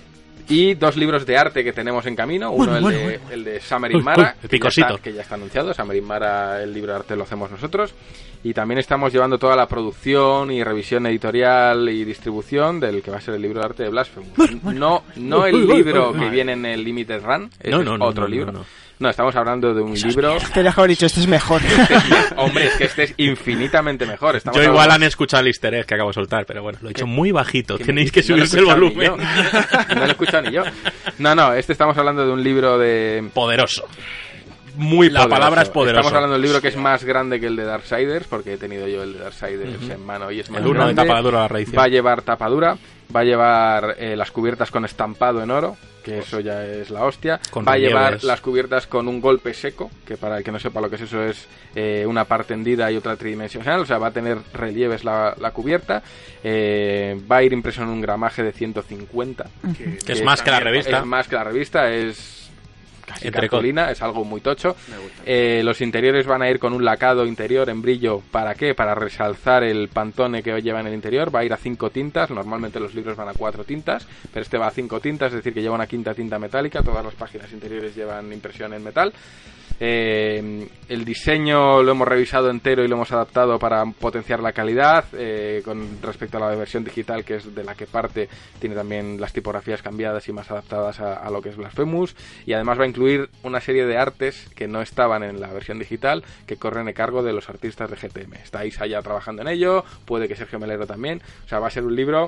Y dos libros de arte que tenemos en camino. Uno, bueno, el, de, bueno, bueno. el de Summer Mara, el que, ya picosito. está, que ya está anunciado. Summer Mara, el libro de arte lo hacemos nosotros. Y también estamos llevando toda la producción y revisión editorial y distribución del que va a ser el libro de arte de Blasphemous. Bueno, bueno. No, no el libro que viene en el Limited Run, ese no, no, es no, otro no, no, libro. no, no. No, estamos hablando de un Eso libro... Es Te dejo haber dicho, este es mejor. Este es me- hombre, es que este es infinitamente mejor. Estamos Yo igual hablando... han escuchado el easter egg que acabo de soltar, pero bueno, lo he hecho muy bajito. Que Tenéis ni- que no lo he subirse el escuchado volumen. ni yo. No lo he escuchado ni yo. No, no, este estamos hablando de un libro de... Poderoso. muy La poderoso. palabra es poderoso. Estamos hablando del libro que es más grande que el de Darksiders, porque he tenido yo el de Darksiders Uh-huh. en mano y es más El uno grande. de tapadura la reedición. Va a llevar tapadura, va a llevar eh, las cubiertas con estampado en oro, que eso ya es la hostia. Con va a relieves. llevar las cubiertas con un golpe seco, que para el que no sepa lo que es eso es eh, una parte hendida y otra tridimensional, o sea, va a tener relieves la, la cubierta. Eh, va a ir impreso en un gramaje de ciento cincuenta. Que, que es más que la revista. Es más que la revista, es... casi Entre cartulina, es algo muy tocho. Eh, los interiores van a ir con un lacado interior en brillo. ¿Para qué? Para resalzar el Pantone que lleva en el interior. Va a ir a cinco tintas. Normalmente los libros van a cuatro tintas, pero este va a cinco tintas, es decir, que lleva una quinta tinta metálica. Todas las páginas interiores llevan impresión en metal. Eh, el diseño lo hemos revisado entero y lo hemos adaptado para potenciar la calidad. Eh, con respecto a la versión digital, que es de la que parte, tiene también las tipografías cambiadas y más adaptadas a, a lo que es Blasphemous. Y además va a incluir una serie de artes que no estaban en la versión digital, que corren a cargo de los artistas de G T M. Está Isa ya trabajando en ello, puede que Sergio Melero también. O sea, va a ser un libro,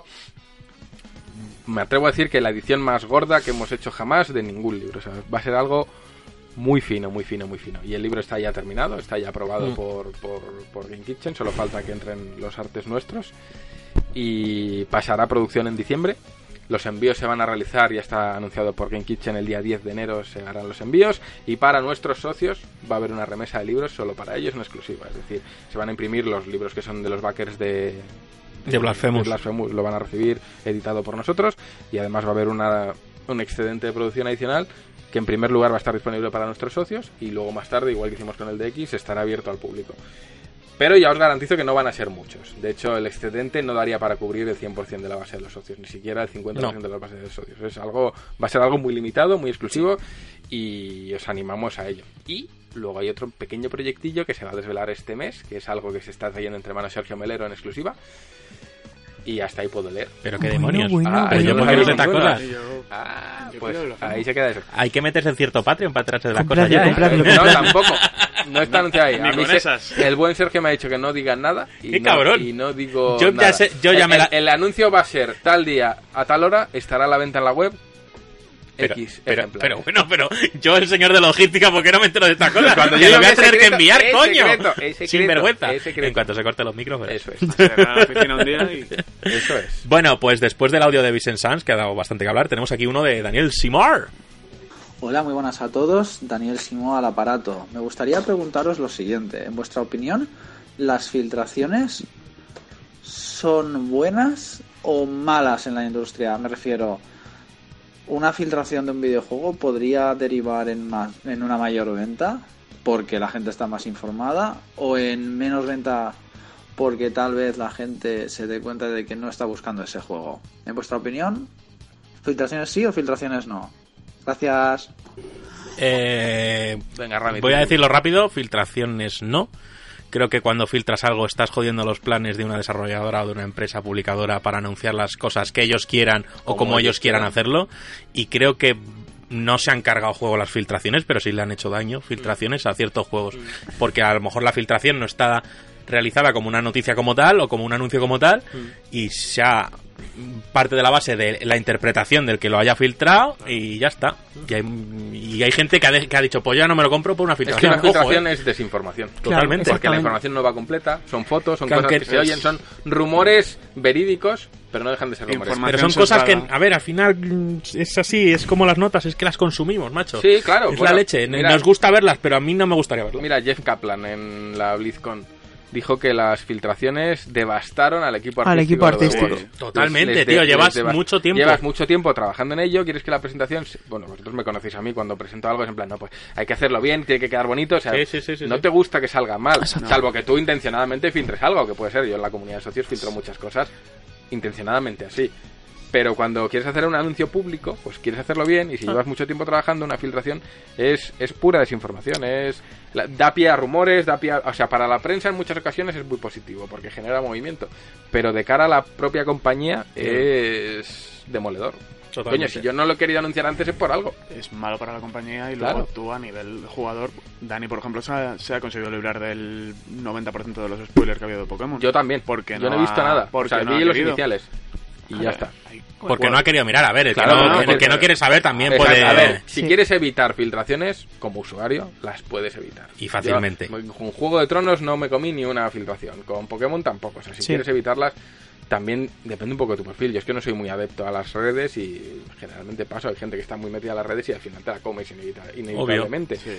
me atrevo a decir que la edición más gorda que hemos hecho jamás de ningún libro. O sea, va a ser algo muy fino, muy fino, muy fino. Y el libro está ya terminado, está ya aprobado Mm. por, por, por Game Kitchen, solo falta que entren los artes nuestros. Y pasará a producción en diciembre. Los envíos se van a realizar, ya está anunciado por Game Kitchen, el día diez de enero se harán los envíos. Y para nuestros socios va a haber una remesa de libros solo para ellos, una exclusiva. Es decir, se van a imprimir los libros que son de los backers de... De Blasphemous. de Blasphemous. Lo van a recibir editado por nosotros. Y además va a haber una, un excedente de producción adicional que en primer lugar va a estar disponible para nuestros socios y luego más tarde, igual que hicimos con el de X, estará abierto al público. Pero ya os garantizo que no van a ser muchos. De hecho, el excedente no daría para cubrir el cien por ciento de la base de los socios, ni siquiera el cincuenta por ciento No. de la base de los socios. Es algo, va a ser algo muy limitado, muy exclusivo y os animamos a ello. Y luego hay otro pequeño proyectillo que se va a desvelar este mes, que es algo que se está trayendo entre manos Sergio Melero en exclusiva. Y hasta ahí puedo leer. Pero qué demonios. bueno, Ah, Pero yo yo no por qué no sé sabía estas ninguna. cosas. Ah, yo pues quiero lo ahí se queda eso. Hay que meterse en cierto Patreon para tratarse de las Compradlo, cosas ya, ¿eh? compradlo. No, tampoco. No está anunciado ahí. Ni A mí con se- esas. el buen Sergio me ha dicho que no digan nada. Y ¡Qué no, cabrón! Y no digo Yo ya nada. sé- yo ya el, me la- el- el anuncio va a ser tal día, a tal hora, estará a la venta en la web. Pero, X pero, ejemplares. pero bueno, pero yo, el señor de logística, ¿por qué no me entero de estas cosas? Cuando Que yo lo digo voy a que es tener que secreto, enviar, es coño. secreto, es secreto, Sin vergüenza. es secreto. En cuanto se corte los micros, verás. Eso es. Será a la oficina un día y... Eso es. Bueno, pues después del audio de Vincent Sanz, que ha dado bastante que hablar, tenemos aquí uno de Daniel Simar. Hola, muy buenas a todos. Daniel Simó al aparato. Me gustaría preguntaros lo siguiente. En vuestra opinión, ¿las filtraciones son buenas o malas en la industria? Me refiero, ¿una filtración de un videojuego podría derivar en, más, en una mayor venta porque la gente está más informada o en menos venta porque tal vez la gente se dé cuenta de que no está buscando ese juego? En vuestra opinión, ¿filtraciones sí o filtraciones no? Gracias. Eh, Venga, Rami. voy tú. a decirlo rápido, filtraciones no. Creo que cuando filtras algo estás jodiendo los planes de una desarrolladora o de una empresa publicadora para anunciar las cosas que ellos quieran o como, ellos quieran, quieran hacerlo. Y creo que no se han cargado juego las filtraciones, pero sí le han hecho daño filtraciones a ciertos juegos. Porque a lo mejor la filtración no está realizada como una noticia como tal o como un anuncio como tal y se ha parte de la base de la interpretación del que lo haya filtrado y ya está. Y hay, y hay gente que ha, de, que ha dicho, pues ya no me lo compro por una Es que filtración. una filtración Ojo, ¿eh? es desinformación. Totalmente. Porque la información no va completa, son fotos, son Que cosas aunque- que se oyen, son rumores verídicos, pero no dejan de ser rumores. Pero son cosas que, a ver, al final mm, es así, es como las notas, es que las consumimos, macho. Sí, claro. Es bueno, la leche. mira, Nos gusta verlas, pero a mí no me gustaría verlas. Mira, Jeff Kaplan en la BlizzCon dijo que las filtraciones devastaron al equipo artístico. Al equipo de los artístico. juegos. Totalmente, Les- les tío, de- llevas les deva- mucho tiempo. Llevas mucho tiempo trabajando en ello, quieres que la presentación... se- Bueno, vosotros me conocéis a mí, cuando presento algo es en plan, no, pues hay que hacerlo bien, tiene que quedar bonito, o sea, Sí, sí, sí, sí, no sí. te gusta que salga mal, Exacto. salvo que tú intencionadamente filtres algo, que puede ser, yo en la comunidad de socios filtro muchas cosas intencionadamente así. Pero cuando quieres hacer un anuncio público, pues quieres hacerlo bien, y si llevas mucho tiempo trabajando, una filtración es, es pura desinformación, es la- da pie a rumores, da pie a- o sea, para la prensa en muchas ocasiones es muy positivo, porque genera movimiento, pero de cara a la propia compañía es demoledor. Totalmente. Coño, si yo no lo he querido anunciar antes es por algo. Es malo para la compañía y Claro. luego tú a nivel jugador, Dani por ejemplo se ha, se ha conseguido librar del noventa por ciento de los spoilers que ha habido de Pokémon. Yo también, Porque yo no he visto ha- nada, o porque sea, no vi ha los querido. iniciales y A ya ver, está. Hay Porque no ha querido mirar. A ver, el Claro, que, no, no, el porque- que no quiere saber también Exacto. puede... A ver, si Sí. quieres evitar filtraciones, como usuario, las puedes evitar. Y fácilmente. Yo, con Juego de Tronos no me comí ni una filtración. Con Pokémon tampoco. O sea, si Sí. quieres evitarlas, también depende un poco de tu perfil. Yo es que no soy muy adepto a las redes y generalmente paso. Hay gente que está muy metida en las redes y al final te la comes inevita- inevitablemente. Sí.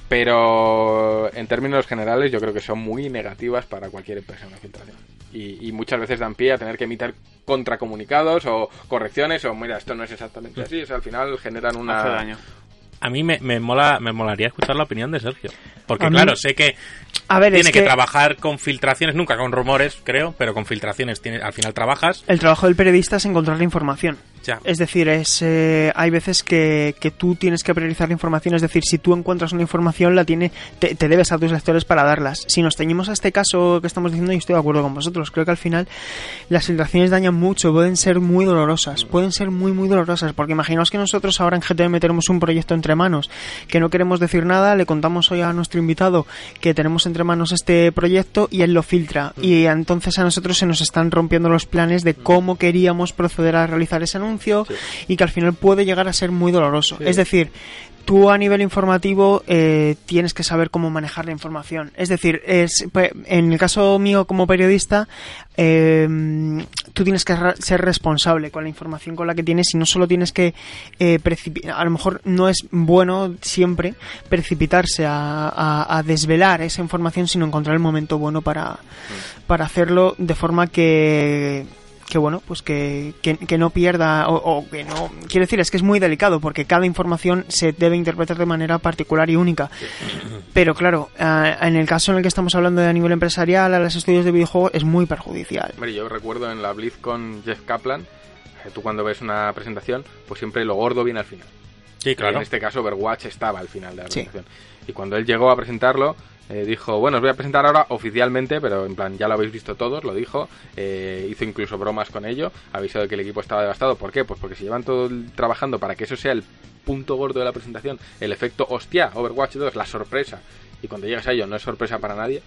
Pero en términos generales yo creo que son muy negativas para cualquier empresa una filtración. Y, y muchas veces dan pie a tener que emitir contracomunicados o correcciones o mira, esto no es exactamente así. O sea, al final generan una... Hace daño. A mí me, me mola me molaría escuchar la opinión de Sergio. Porque A mí- claro, sé que A ver, tiene es que... que trabajar con filtraciones, nunca con rumores, creo, pero con filtraciones tiene, al final trabajas. el trabajo del periodista es encontrar la información. Ya. Es decir, es eh, hay veces que, que tú tienes que priorizar la información, es decir, si tú encuentras una información, la tiene, te, te debes a tus lectores para darlas. Si nos ceñimos a este caso que estamos diciendo, yo estoy de acuerdo con vosotros. Creo que al final las filtraciones dañan mucho, pueden ser muy dolorosas, pueden ser muy, muy dolorosas, porque imaginaos que nosotros ahora en G T M tenemos un proyecto entre manos, que no queremos decir nada, le contamos hoy a nuestro invitado que tenemos entre manos este proyecto y él lo filtra, y entonces a nosotros se nos están rompiendo los planes de cómo queríamos proceder a realizar ese anuncio, y que al final puede llegar a ser muy doloroso. Es decir, tú a nivel informativo eh, tienes que saber cómo manejar la información. Es decir, es, pues, en el caso mío como periodista, eh, tú tienes que ra- ser responsable con la información con la que tienes y no solo tienes que eh, precipi- a lo mejor no es bueno siempre precipitarse a, a, a desvelar esa información, sino encontrar el momento bueno para, para hacerlo de forma que que bueno, pues que, que, que no pierda o, o que no... Quiero decir, es que es muy delicado porque cada información se debe interpretar de manera particular y única. Pero claro, eh, en el caso en el que estamos hablando de a nivel empresarial, a los estudios de videojuegos, es muy perjudicial. Hombre, yo recuerdo en la BlizzCon Jeff Kaplan, eh, tú cuando ves una presentación, pues siempre lo gordo viene al final. Sí, claro. Y en este caso Overwatch estaba al final de la Sí. presentación. Y cuando él llegó a presentarlo, eh, dijo, bueno, os voy a presentar ahora oficialmente, pero en plan, ya lo habéis visto todos, lo dijo, eh, hizo incluso bromas con ello, avisó de que el equipo estaba devastado. ¿Por qué? Pues porque se llevan todo el- trabajando para que eso sea el punto gordo de la presentación, el efecto hostia, Overwatch dos, la sorpresa. Y cuando llegas a ello no es sorpresa para nadie,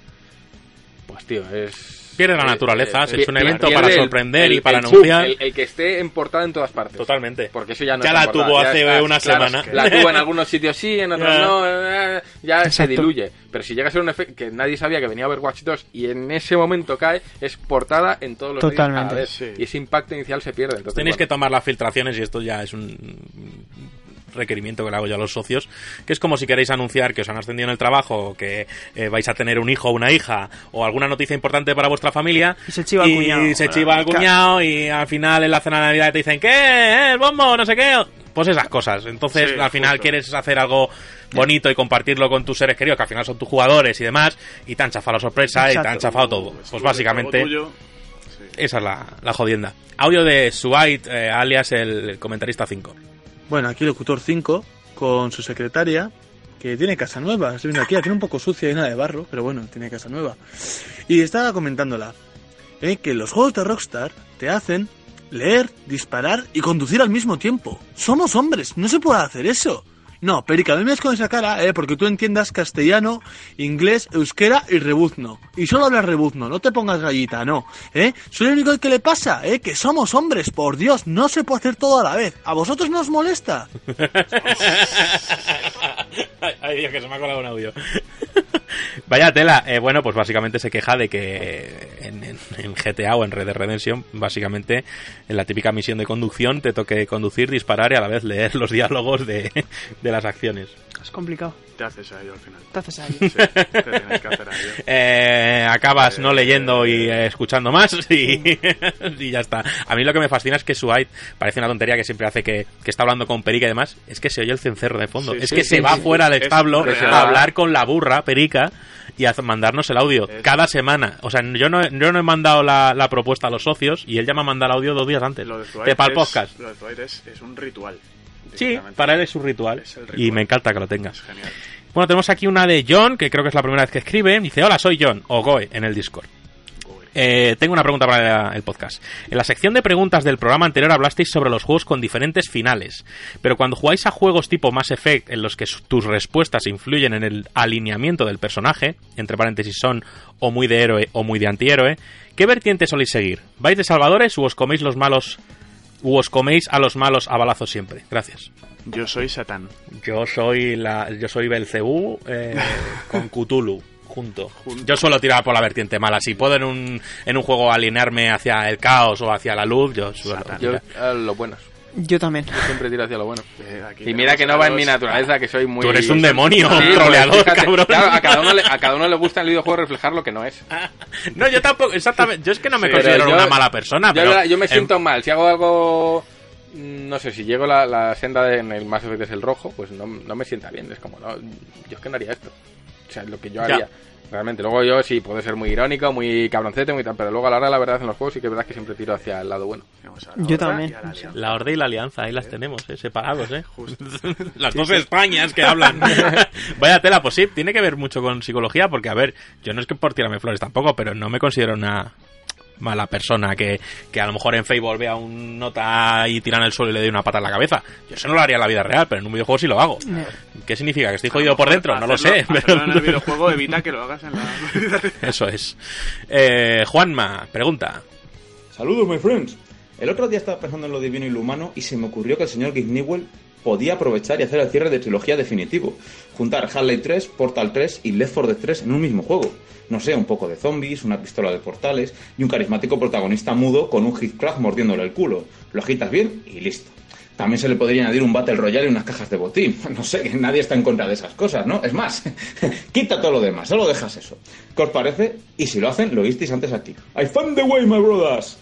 pues tío, es... Pierde la eh, naturaleza, eh, has hecho un pierde evento el- para el- sorprender el- y para el anunciar. El, el que esté en portada en todas partes. Totalmente. Porque eso ya no Ya está la en portada, tuvo ya hace está, una claro, semana. La tuvo en algunos sitios sí, en otros Ya. no, eh, ya se Exacto. diluye. Pero si llega a ser un efecto que nadie sabía que venía Overwatch dos y en ese momento cae, es portada en todos los medios a la Totalmente. vez. Sí. Y ese impacto inicial se pierde. Entonces, Tenéis que bueno, tomar las filtraciones y esto ya es un requerimiento que le hago yo a los socios, que es como si queréis anunciar que os han ascendido en el trabajo, o que eh, vais a tener un hijo o una hija, o alguna noticia importante para vuestra familia, Y se chiva al y cuñado. se chiva al cuñado, y al final en la cena de Navidad te dicen, ¿qué? ¿Eh? ¿El bombo? No sé qué. Pues esas cosas. Entonces, Sí, al final justo. quieres hacer algo bonito y compartirlo con tus seres queridos, que al final son tus jugadores y demás, y te han chafado la sorpresa y te han Exacto. chafado todo. Es Pues algo básicamente... tuyo. Sí. Esa es la, la jodienda. Audio de Suait, eh, alias el comentarista cinco. Bueno, aquí Locutor cinco con su secretaria, que tiene casa nueva. Estoy viendo aquí, la tiene un poco sucia y llena de barro, pero bueno, tiene casa nueva. Y estaba comentándola eh, que los juegos de Rockstar te hacen leer, disparar y conducir al mismo tiempo. Somos hombres, no se puede hacer eso. No, Perica, no me des con esa cara, eh, porque tú entiendas castellano, inglés, euskera y rebuzno. Y solo hablas rebuzno, no te pongas gallita, no. ¿Eh? Soy el único que le pasa, eh, que somos hombres, por Dios, no se puede hacer todo a la vez. ¿A vosotros no os molesta? ay, ay, Dios, que se me ha colado un audio. Vaya tela. Eh, bueno, pues básicamente se queja de que en, en, en G T A o en Red Dead Redemption, básicamente en la típica misión de conducción te toque conducir, disparar y a la vez leer los diálogos de, de las acciones. Es complicado. Te haces a ello al final. Te haces ahí. Sí, te tienes que hacer a ello. Eh, acabas Eh, no leyendo y eh, escuchando más y, y ya está. A mí lo que me fascina es que Suait parece una tontería que siempre hace que, que está hablando con Perica y demás. Es que se oye el cencerro de fondo. Sí, es sí, que sí, se va sí. fuera del Es establo real. a hablar con la burra Perica y a mandarnos el audio Es- cada semana. O sea, yo no, yo no he mandado la, la propuesta a los socios y él ya me ha mandado el audio dos días antes. Lo de De Dwight para el es- podcast. Lo de Dwight es, es un ritual. Sí, directamente. para él es un ritual. Es el Y ritual. me encanta que lo tenga. Es genial. Bueno, tenemos aquí una de John, que creo que es la primera vez que escribe. Dice, hola, soy John, o Goe, en el Discord. Eh, tengo una pregunta para el podcast. En la sección de preguntas del programa anterior hablasteis sobre los juegos con diferentes finales, pero cuando jugáis a juegos tipo Mass Effect en los que su- tus respuestas influyen en el alineamiento del personaje, entre paréntesis son o muy de héroe o muy de antihéroe, ¿qué vertiente soléis seguir? ¿Vais de salvadores o os coméis los malos u os coméis a los malos a balazos siempre. Gracias. Yo soy Satán. Yo soy la, yo soy Belcebú eh, con Cthulhu junto. Yo suelo tirar por la vertiente mala. Si puedo en un en un juego alinearme hacia el caos o hacia la luz, yo suelo. Yo a los buenos. Yo también. Yo siempre tiro hacia lo bueno. Eh, y mira que no va en mi naturaleza, que soy muy... Tú eres un demonio, sí, un troleador, pues, cabrón. Claro, a cada, uno le, a cada uno le gusta en el videojuego reflejar lo que no es. No, yo tampoco, exactamente. Yo es que no me Sí, considero yo, una mala persona, yo, pero... yo me siento en... mal. Si hago algo... No sé, si llego la, la senda de, en el Mass Effect es el rojo, pues no, no me sienta bien. Es como, no, yo es que no haría esto. O sea, lo que yo haría... Ya. Realmente, luego yo sí puedo ser muy irónico, muy cabroncete, muy tal, pero luego a la hora de la verdad en los juegos sí que es verdad que siempre tiro hacia el lado bueno. Yo también. La Horda y la Alianza, ahí las tenemos, ¿eh? Separados, ¿eh? Las dos Españas que hablan. Vaya tela, pues sí, tiene que ver mucho con psicología, porque a ver, yo no es que por tirarme flores tampoco, pero no me considero una mala persona que, que a lo mejor en Facebook vea un nota y tira en el suelo y le doy una pata en la cabeza. Yo eso no lo haría en la vida real, pero en un videojuego sí lo hago. No. ¿Qué significa? ¿Que estoy jodido por dentro? No lo sé. Pero en el videojuego evita que lo hagas en la vida real. Eso es. Eh, Juanma, pregunta. Saludos, my friends. El otro día estaba pensando en lo divino y lo humano y se me ocurrió que el señor Gabe Newell podía aprovechar y hacer el cierre de trilogía definitivo. Juntar Half-Life tres, Portal tres y Left four Dead tres en un mismo juego. No sé, un poco de zombies, una pistola de portales y un carismático protagonista mudo con un Heathcliff mordiéndole el culo. Lo agitas bien y listo. También se le podría añadir un Battle Royale y unas cajas de botín. No sé, que nadie está en contra de esas cosas, ¿no? Es más, quita todo lo demás, solo dejas eso. ¿Qué os parece? Y si lo hacen, lo visteis antes aquí. I found the way, my brothers.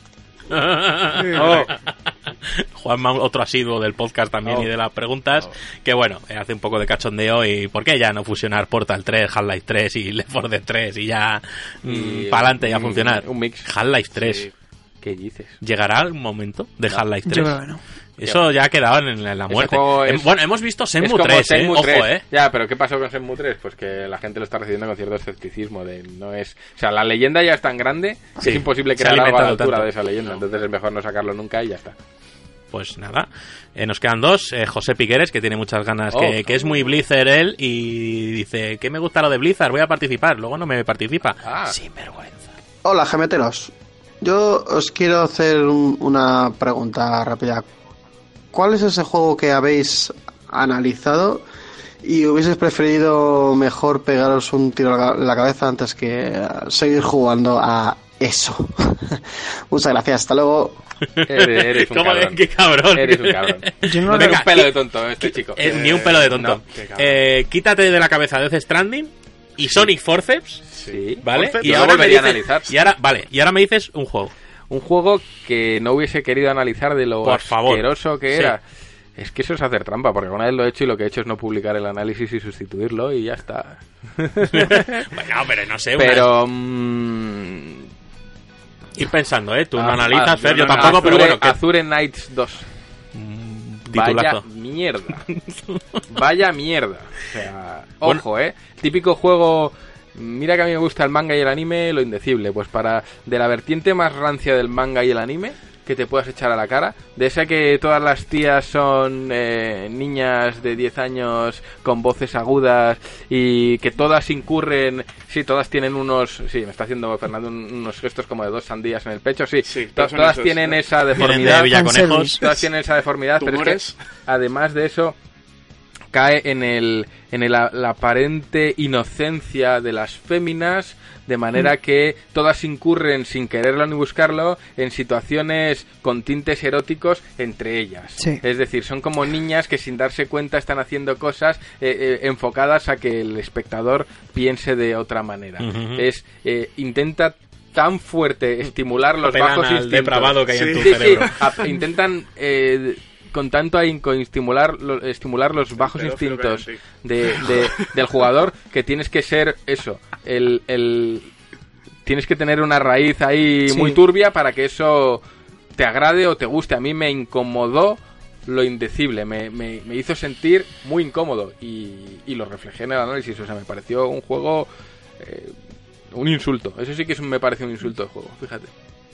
Oh. Juanma, otro asiduo del podcast también oh. y de las preguntas, oh. que bueno, hace un poco de cachondeo y ¿por qué ya no fusionar Portal tres, Half-Life tres y Left four Dead tres y ya mmm, para adelante y a funcionar? Un mix. Half-Life tres. Sí. ¿Qué dices? ¿Llegará el momento de no. Half-Life tres? Yo creo que no. Eso ya ha quedado en la muerte. Es, bueno, hemos visto Shenmue tres, Shenmue ¿eh? tres. Ojo, ¿eh? Ya, pero ¿qué pasó con Shenmue tres? Pues que la gente lo está recibiendo con cierto escepticismo. De no es, o sea, la leyenda ya es tan grande que sí, es imposible crear algo a la altura tanto. de esa leyenda. No. Entonces es mejor no sacarlo nunca y ya está. Pues nada, eh, nos quedan dos. Eh, José Piqueres, que tiene muchas ganas, oh, que, que es muy Blizzard él, y dice, ¿qué me gusta lo de Blizzard? Voy a participar. Luego no me participa. Ah. Sin vergüenza. Hola, gemeteros. Yo os quiero hacer un, una pregunta rápida. ¿Cuál es ese juego que habéis analizado y hubieses preferido mejor pegaros un tiro en la cabeza antes que seguir jugando a eso? Muchas gracias, hasta luego. Eres, eres un ¿Cómo cabrón. ¿Qué cabrón? Eres un cabrón. Yo no no tengo un pelo de tonto este chico. Eh, ni un pelo de tonto. No, eh, quítate de la cabeza Death Stranding y sí. Sonic Forceps. Sí. ¿Vale? Forceps, y ahora me dices, analizar. y ahora, vale, y ahora me dices un juego. Un juego que no hubiese querido analizar de lo Por favor. asqueroso que sí. era. Es que eso es hacer trampa, porque una vez lo he hecho y lo que he hecho es no publicar el análisis y sustituirlo y ya está. Bueno, pero no sé. Pero... Mmm... Ir pensando, ¿eh? Tú ah, no analizas, ah, Fer, yo no, tampoco, Azure, pero bueno. Que... Azure Knights dos. Mm, Vaya mierda. Vaya mierda. O sea, bueno. Ojo, ¿eh? Típico juego... Mira que a mí me gusta el manga y el anime, lo indecible. Pues para de la vertiente más rancia del manga y el anime que te puedas echar a la cara, de esa que todas las tías son eh, niñas de diez años con voces agudas y que todas incurren, sí, todas tienen unos, sí, me está haciendo Fernando unos gestos como de dos sandías en el pecho, sí, sí to- todas, todas esos, tienen ¿no? esa deformidad, de todas tienen esa deformidad, pero es que además de eso cae en el en el, la aparente inocencia de las féminas, de manera que todas incurren sin quererlo ni buscarlo en situaciones con tintes eróticos entre ellas. Sí. Es decir, son como niñas que sin darse cuenta están haciendo cosas eh, eh, enfocadas a que el espectador piense de otra manera. Uh-huh. Es eh, intenta tan fuerte estimular los bajos instintos. Depravado que hay sí, en tu sí, cerebro. Sí. A, intentan eh, con tanto ahínco estimular, lo, estimular los bajos instintos de, de, del jugador que tienes que ser eso, el, el tienes que tener una raíz ahí sí. muy turbia para que eso te agrade o te guste. A mí me incomodó lo indecible, me, me, me hizo sentir muy incómodo y, y lo reflejé en el análisis. O sea, me pareció un juego eh, un insulto. Eso sí que es, me pareció un insulto de juego, fíjate.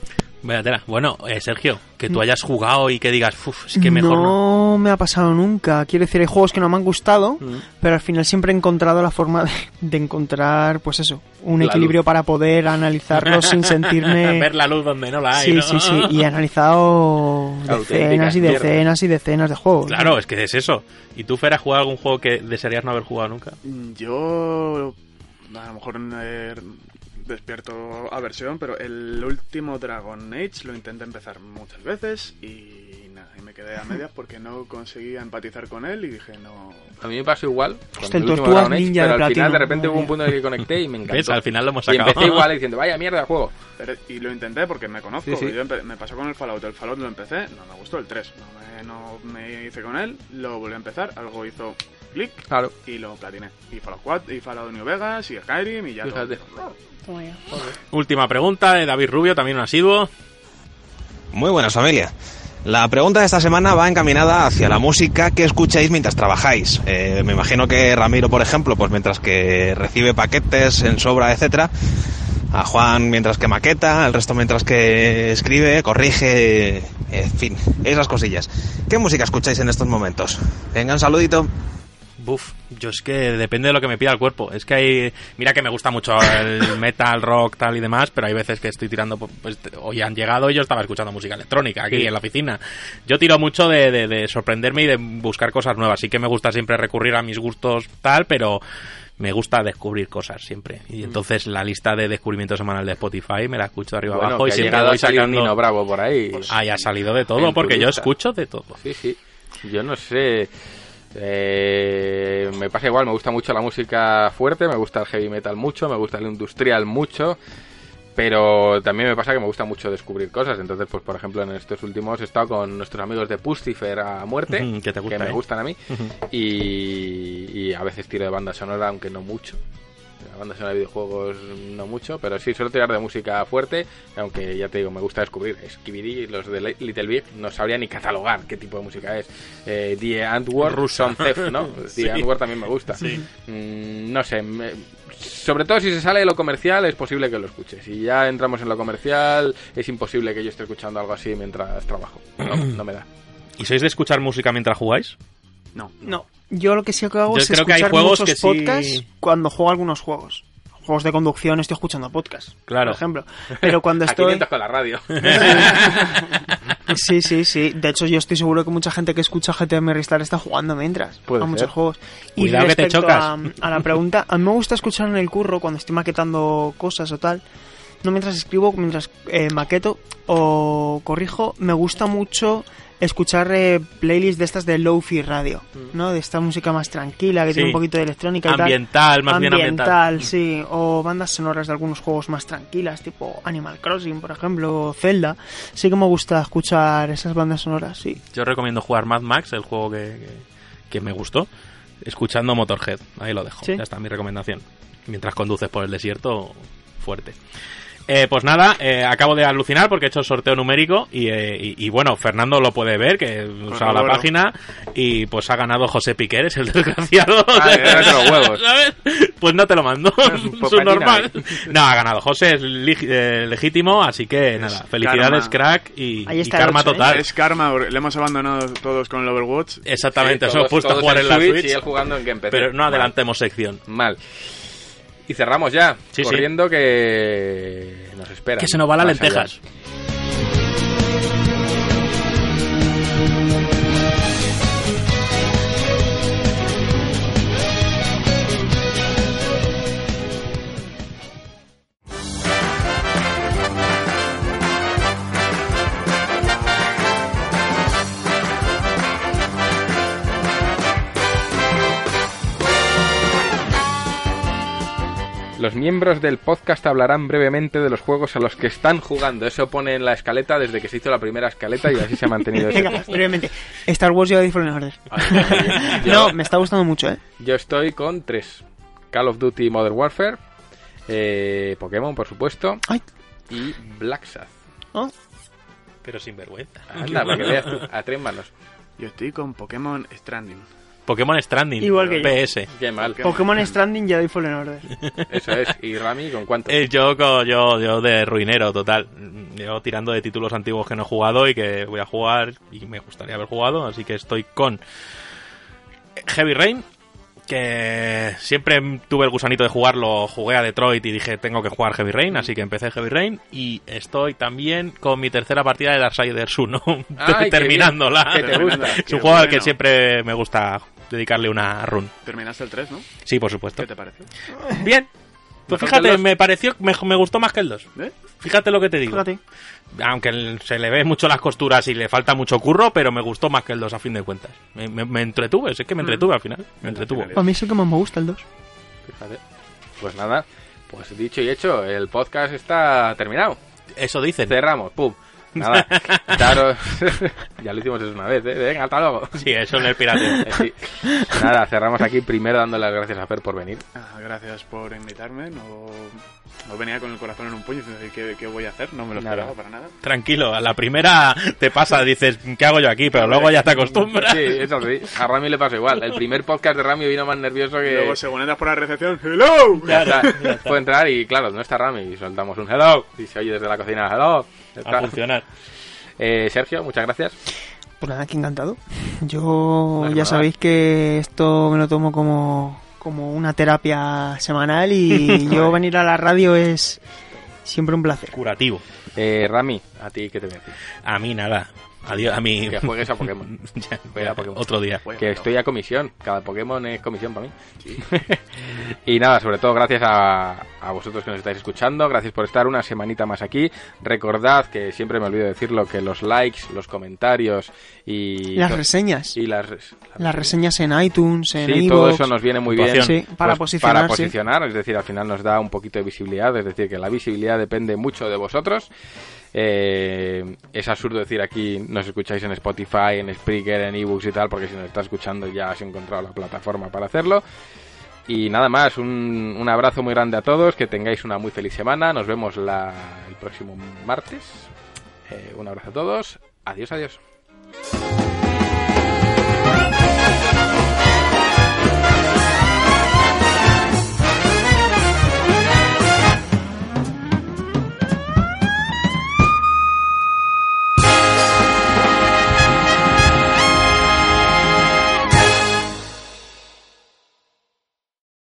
Vaya tela. Bueno, eh, Sergio, que tú hayas jugado y que digas, uff, es que mejor no. No me ha pasado nunca. Quiero decir, hay juegos que no me han gustado, mm. pero al final siempre he encontrado la forma de, de encontrar, pues eso, un la equilibrio luz. Para poder analizarlos sin sentirme... Ver la luz donde no la hay, sí, ¿no? Sí, sí, y he analizado decenas y decenas y decenas de juegos. Claro, ¿no? Es que es eso. ¿Y tú, Fer, has jugado algún juego que desearías no haber jugado nunca? Yo... a lo mejor... Eh... despierto aversión, pero el último Dragon Age lo intenté empezar muchas veces y nada, y me quedé a medias porque no conseguía empatizar con él y dije no... A mí me pasó igual con Hostia, el el último Dragon Age, Ninja pero de al final platino. de repente hubo un punto en el que conecté y me encantó. ¿Ves? Al final lo hemos y sacado. empecé igual diciendo, vaya mierda de juego. Pero, y lo intenté porque me conozco, sí, sí. Yo empe- me pasó con el Fallout, el Fallout lo empecé, no me gustó el tres, no me, no me hice con él, lo volví a empezar, algo hizo clic claro. y lo platiné. Y Fallout cuatro, y Fallout New Vegas, y Skyrim, y ya Fíjate. todo. Última pregunta de David Rubio, también un asiduo. Muy buenas, familia. La pregunta de esta semana va encaminada hacia la música que escucháis mientras trabajáis. Eh, me imagino que Ramiro, por ejemplo, pues mientras que recibe paquetes en sobra, etcétera, a Juan mientras que maqueta, el resto mientras que escribe, corrige, en fin, esas cosillas. ¿Qué música escucháis en estos momentos? Venga, un saludito. Buf, yo es que depende de lo que me pida el cuerpo. Es que hay... Mira que me gusta mucho el metal, rock, tal y demás, pero hay veces que estoy tirando... Pues, hoy han llegado y yo estaba escuchando música electrónica aquí sí. en la oficina. Yo tiro mucho de, de, de sorprenderme y de buscar cosas nuevas. Sí que me gusta siempre recurrir a mis gustos tal, pero... me gusta descubrir cosas siempre. Y entonces la lista de descubrimiento semanal de Spotify me la escucho de arriba bueno, abajo y siempre voy sacando... Nino Bravo por ahí. Pues, ah, ya ha salido de todo, porque yo escucho de todo. Sí, sí. Yo no sé... Eh, me pasa igual, me gusta mucho la música fuerte, me gusta el heavy metal mucho, me gusta el industrial mucho, pero también me pasa que me gusta mucho descubrir cosas. Entonces, pues por ejemplo, en estos últimos he estado con nuestros amigos de Pustifer a muerte, uh-huh, que, te gusta, que me ¿eh? gustan a mí, uh-huh. y, y a veces tiro de banda sonora, aunque no mucho. La banda sonora de videojuegos no mucho, pero sí suelo tirar de música fuerte, aunque ya te digo, me gusta descubrir. Skibidi, los de Little Big, no sabría ni catalogar qué tipo de música es. Eh, The Antwoord, Russian Theft, ¿no? Sí. The Antwoord también me gusta. Sí. Mm, no sé, me, sobre todo si se sale de lo comercial es posible que lo escuche. Si ya entramos en lo comercial es imposible que yo esté escuchando algo así mientras trabajo. No, no me da. ¿Y sois de escuchar música mientras jugáis? No. No. Yo lo que sí que hago Yo es creo escuchar que hay juegos muchos que sí... podcasts cuando juego algunos juegos. Juegos de conducción estoy escuchando podcasts, claro. por ejemplo. Pero cuando A estoy... quinientos con la radio. Sí, sí, sí. De hecho, yo estoy seguro que mucha gente que escucha G T M Restart está jugando mientras Puede a ser. muchos juegos. Cuidado y que te respecto chocas. A, a la pregunta, a mí me gusta escuchar en el curro cuando estoy maquetando cosas o tal. No mientras escribo, mientras eh, maqueto o corrijo. Me gusta mucho escuchar eh, playlists de estas de Lo-Fi Radio, ¿no? De esta música más tranquila, que Sí. tiene un poquito de electrónica y ambiental, tal. más bien ambiental. sí. O bandas sonoras de algunos juegos más tranquilas, tipo Animal Crossing, por ejemplo, o Zelda. Sí que me gusta escuchar esas bandas sonoras, sí. Yo recomiendo jugar Mad Max, el juego que, que, que me gustó, escuchando Motorhead. Ahí lo dejo. Sí. Ya está mi recomendación. Mientras conduces por el desierto, fuerte. Eh, pues nada, eh, acabo de alucinar porque he hecho el sorteo numérico y, eh, y, y bueno, Fernando lo puede ver, que usaba la bueno. página, y pues ha ganado José Piqueres, el desgraciado. Ah, de los huevos. ¿Sabes? Pues no te lo mando, Popatina su normal. ahí. No, ha ganado José, es li- eh, legítimo, así que nada, felicidades, karma. crack, y, Ahí y está el karma ocho, ¿eh? total. Es karma, le hemos abandonado todos con el Overwatch. Exactamente, Sí, eso hemos todos- puesto a todos jugar en la Switch, y él jugando en Game P C. pero no Mal. adelantemos sección. Mal. Y cerramos ya, Sí, sí. corriendo que nos espera. Que se nos va la Más allá. lentejas. Los miembros del podcast hablarán brevemente de los juegos a los que están jugando. Eso pone en la escaleta desde que se hizo la primera escaleta y así se ha mantenido eso. Venga, brevemente. Star Wars Jedi Fallen Order. Yo- No, me está gustando mucho, ¿eh? Yo estoy con tres. Call of Duty Modern Warfare, eh, Pokémon, por supuesto, Ay. y Black Sabbath. Oh. Pero sin vergüenza. Anda, para que veas tú, a tres manos. Yo estoy con Pokémon Stranding. Pokémon Stranding. Igual que yo. P S. Qué mal. Pokémon Stranding, Jedi Fallen Order. Eso es. ¿Y Rami con cuánto? Eh, yo, co- yo, yo de ruinero total. Yo tirando de títulos antiguos que no he jugado y que voy a jugar y me gustaría haber jugado, así que estoy con Heavy Rain, que siempre tuve el gusanito de jugarlo, jugué a Detroit y dije tengo que jugar Heavy Rain, así que empecé Heavy Rain, y estoy también con mi tercera partida de Darksiders uno, Ay, terminándola. qué bien, que te gusta. Es un Qué juego al que bueno. siempre me gusta dedicarle una run. Terminaste el tres, ¿no? Sí, por supuesto. ¿Qué te pareció? Bien. Pues ¿Mejor que el fíjate, dos? me pareció, me, me gustó más que el dos. ¿Eh? Fíjate lo que te digo. Fíjate. Aunque el- se le ve mucho las costuras y le falta mucho curro, pero me gustó más que el dos a fin de cuentas. Me, me, me entretuve, es que me entretuve al final. Me entretuvo. A mí es el que más me gusta, el dos. Fíjate. Pues nada, pues dicho y hecho, el podcast está terminado. Eso dicen. Cerramos, pum. Nada, daros... ya lo hicimos eso una vez, ¿eh? Venga, hasta luego. Sí, eso en el pirateo. Eh, sí. Nada, cerramos aquí primero dando las gracias a Fer por venir. Ah, gracias por invitarme. No, no venía con el corazón en un puño diciendo ¿qué, qué voy a hacer? No me lo Nada. esperaba para nada. Tranquilo, a la primera te pasa, dices, ¿qué hago yo aquí? Pero luego ya te acostumbras. Sí, eso sí. A Rami le pasó igual. El primer podcast de Rami vino más nervioso que... Luego, según entras por la recepción, ¡hello! Ya está. Puede entrar y, claro, no está Rami. Y soltamos un hello. Y se oye desde la cocina, hello. Ya está. A funcionar. Eh, Sergio, muchas gracias. Pues nada, que encantado. Yo Vale, ya nada. sabéis que esto me lo tomo como, como una terapia semanal y yo venir a la radio es siempre un placer. Curativo. Eh, Rami, ¿a ti qué te voy a decir? A mí nada. Adiós, a mí... Que juegues a Pokémon. Ya, Juega a Pokémon. Otro día. Que estoy a comisión. Cada Pokémon es comisión para mí. Y nada, sobre todo gracias a, a vosotros que nos estáis escuchando. Gracias por estar una semanita más aquí. Recordad que siempre me olvido decirlo, que los likes, los comentarios y... Las reseñas. Y las, res- Las reseñas en iTunes, en Sí, iVoox. todo eso nos viene muy bien. Sí, para pues, posicionar. Para sí. posicionar, es decir, al final nos da un poquito de visibilidad. Es decir, que la visibilidad depende mucho de vosotros. Eh, es absurdo decir aquí nos escucháis en Spotify, en Spreaker, en ebooks y tal, porque si nos estás escuchando ya has encontrado la plataforma para hacerlo. Y nada más, un, un abrazo muy grande a todos, que tengáis una muy feliz semana. Nos vemos la, el próximo martes. Eh, un abrazo a todos. Adiós, adiós.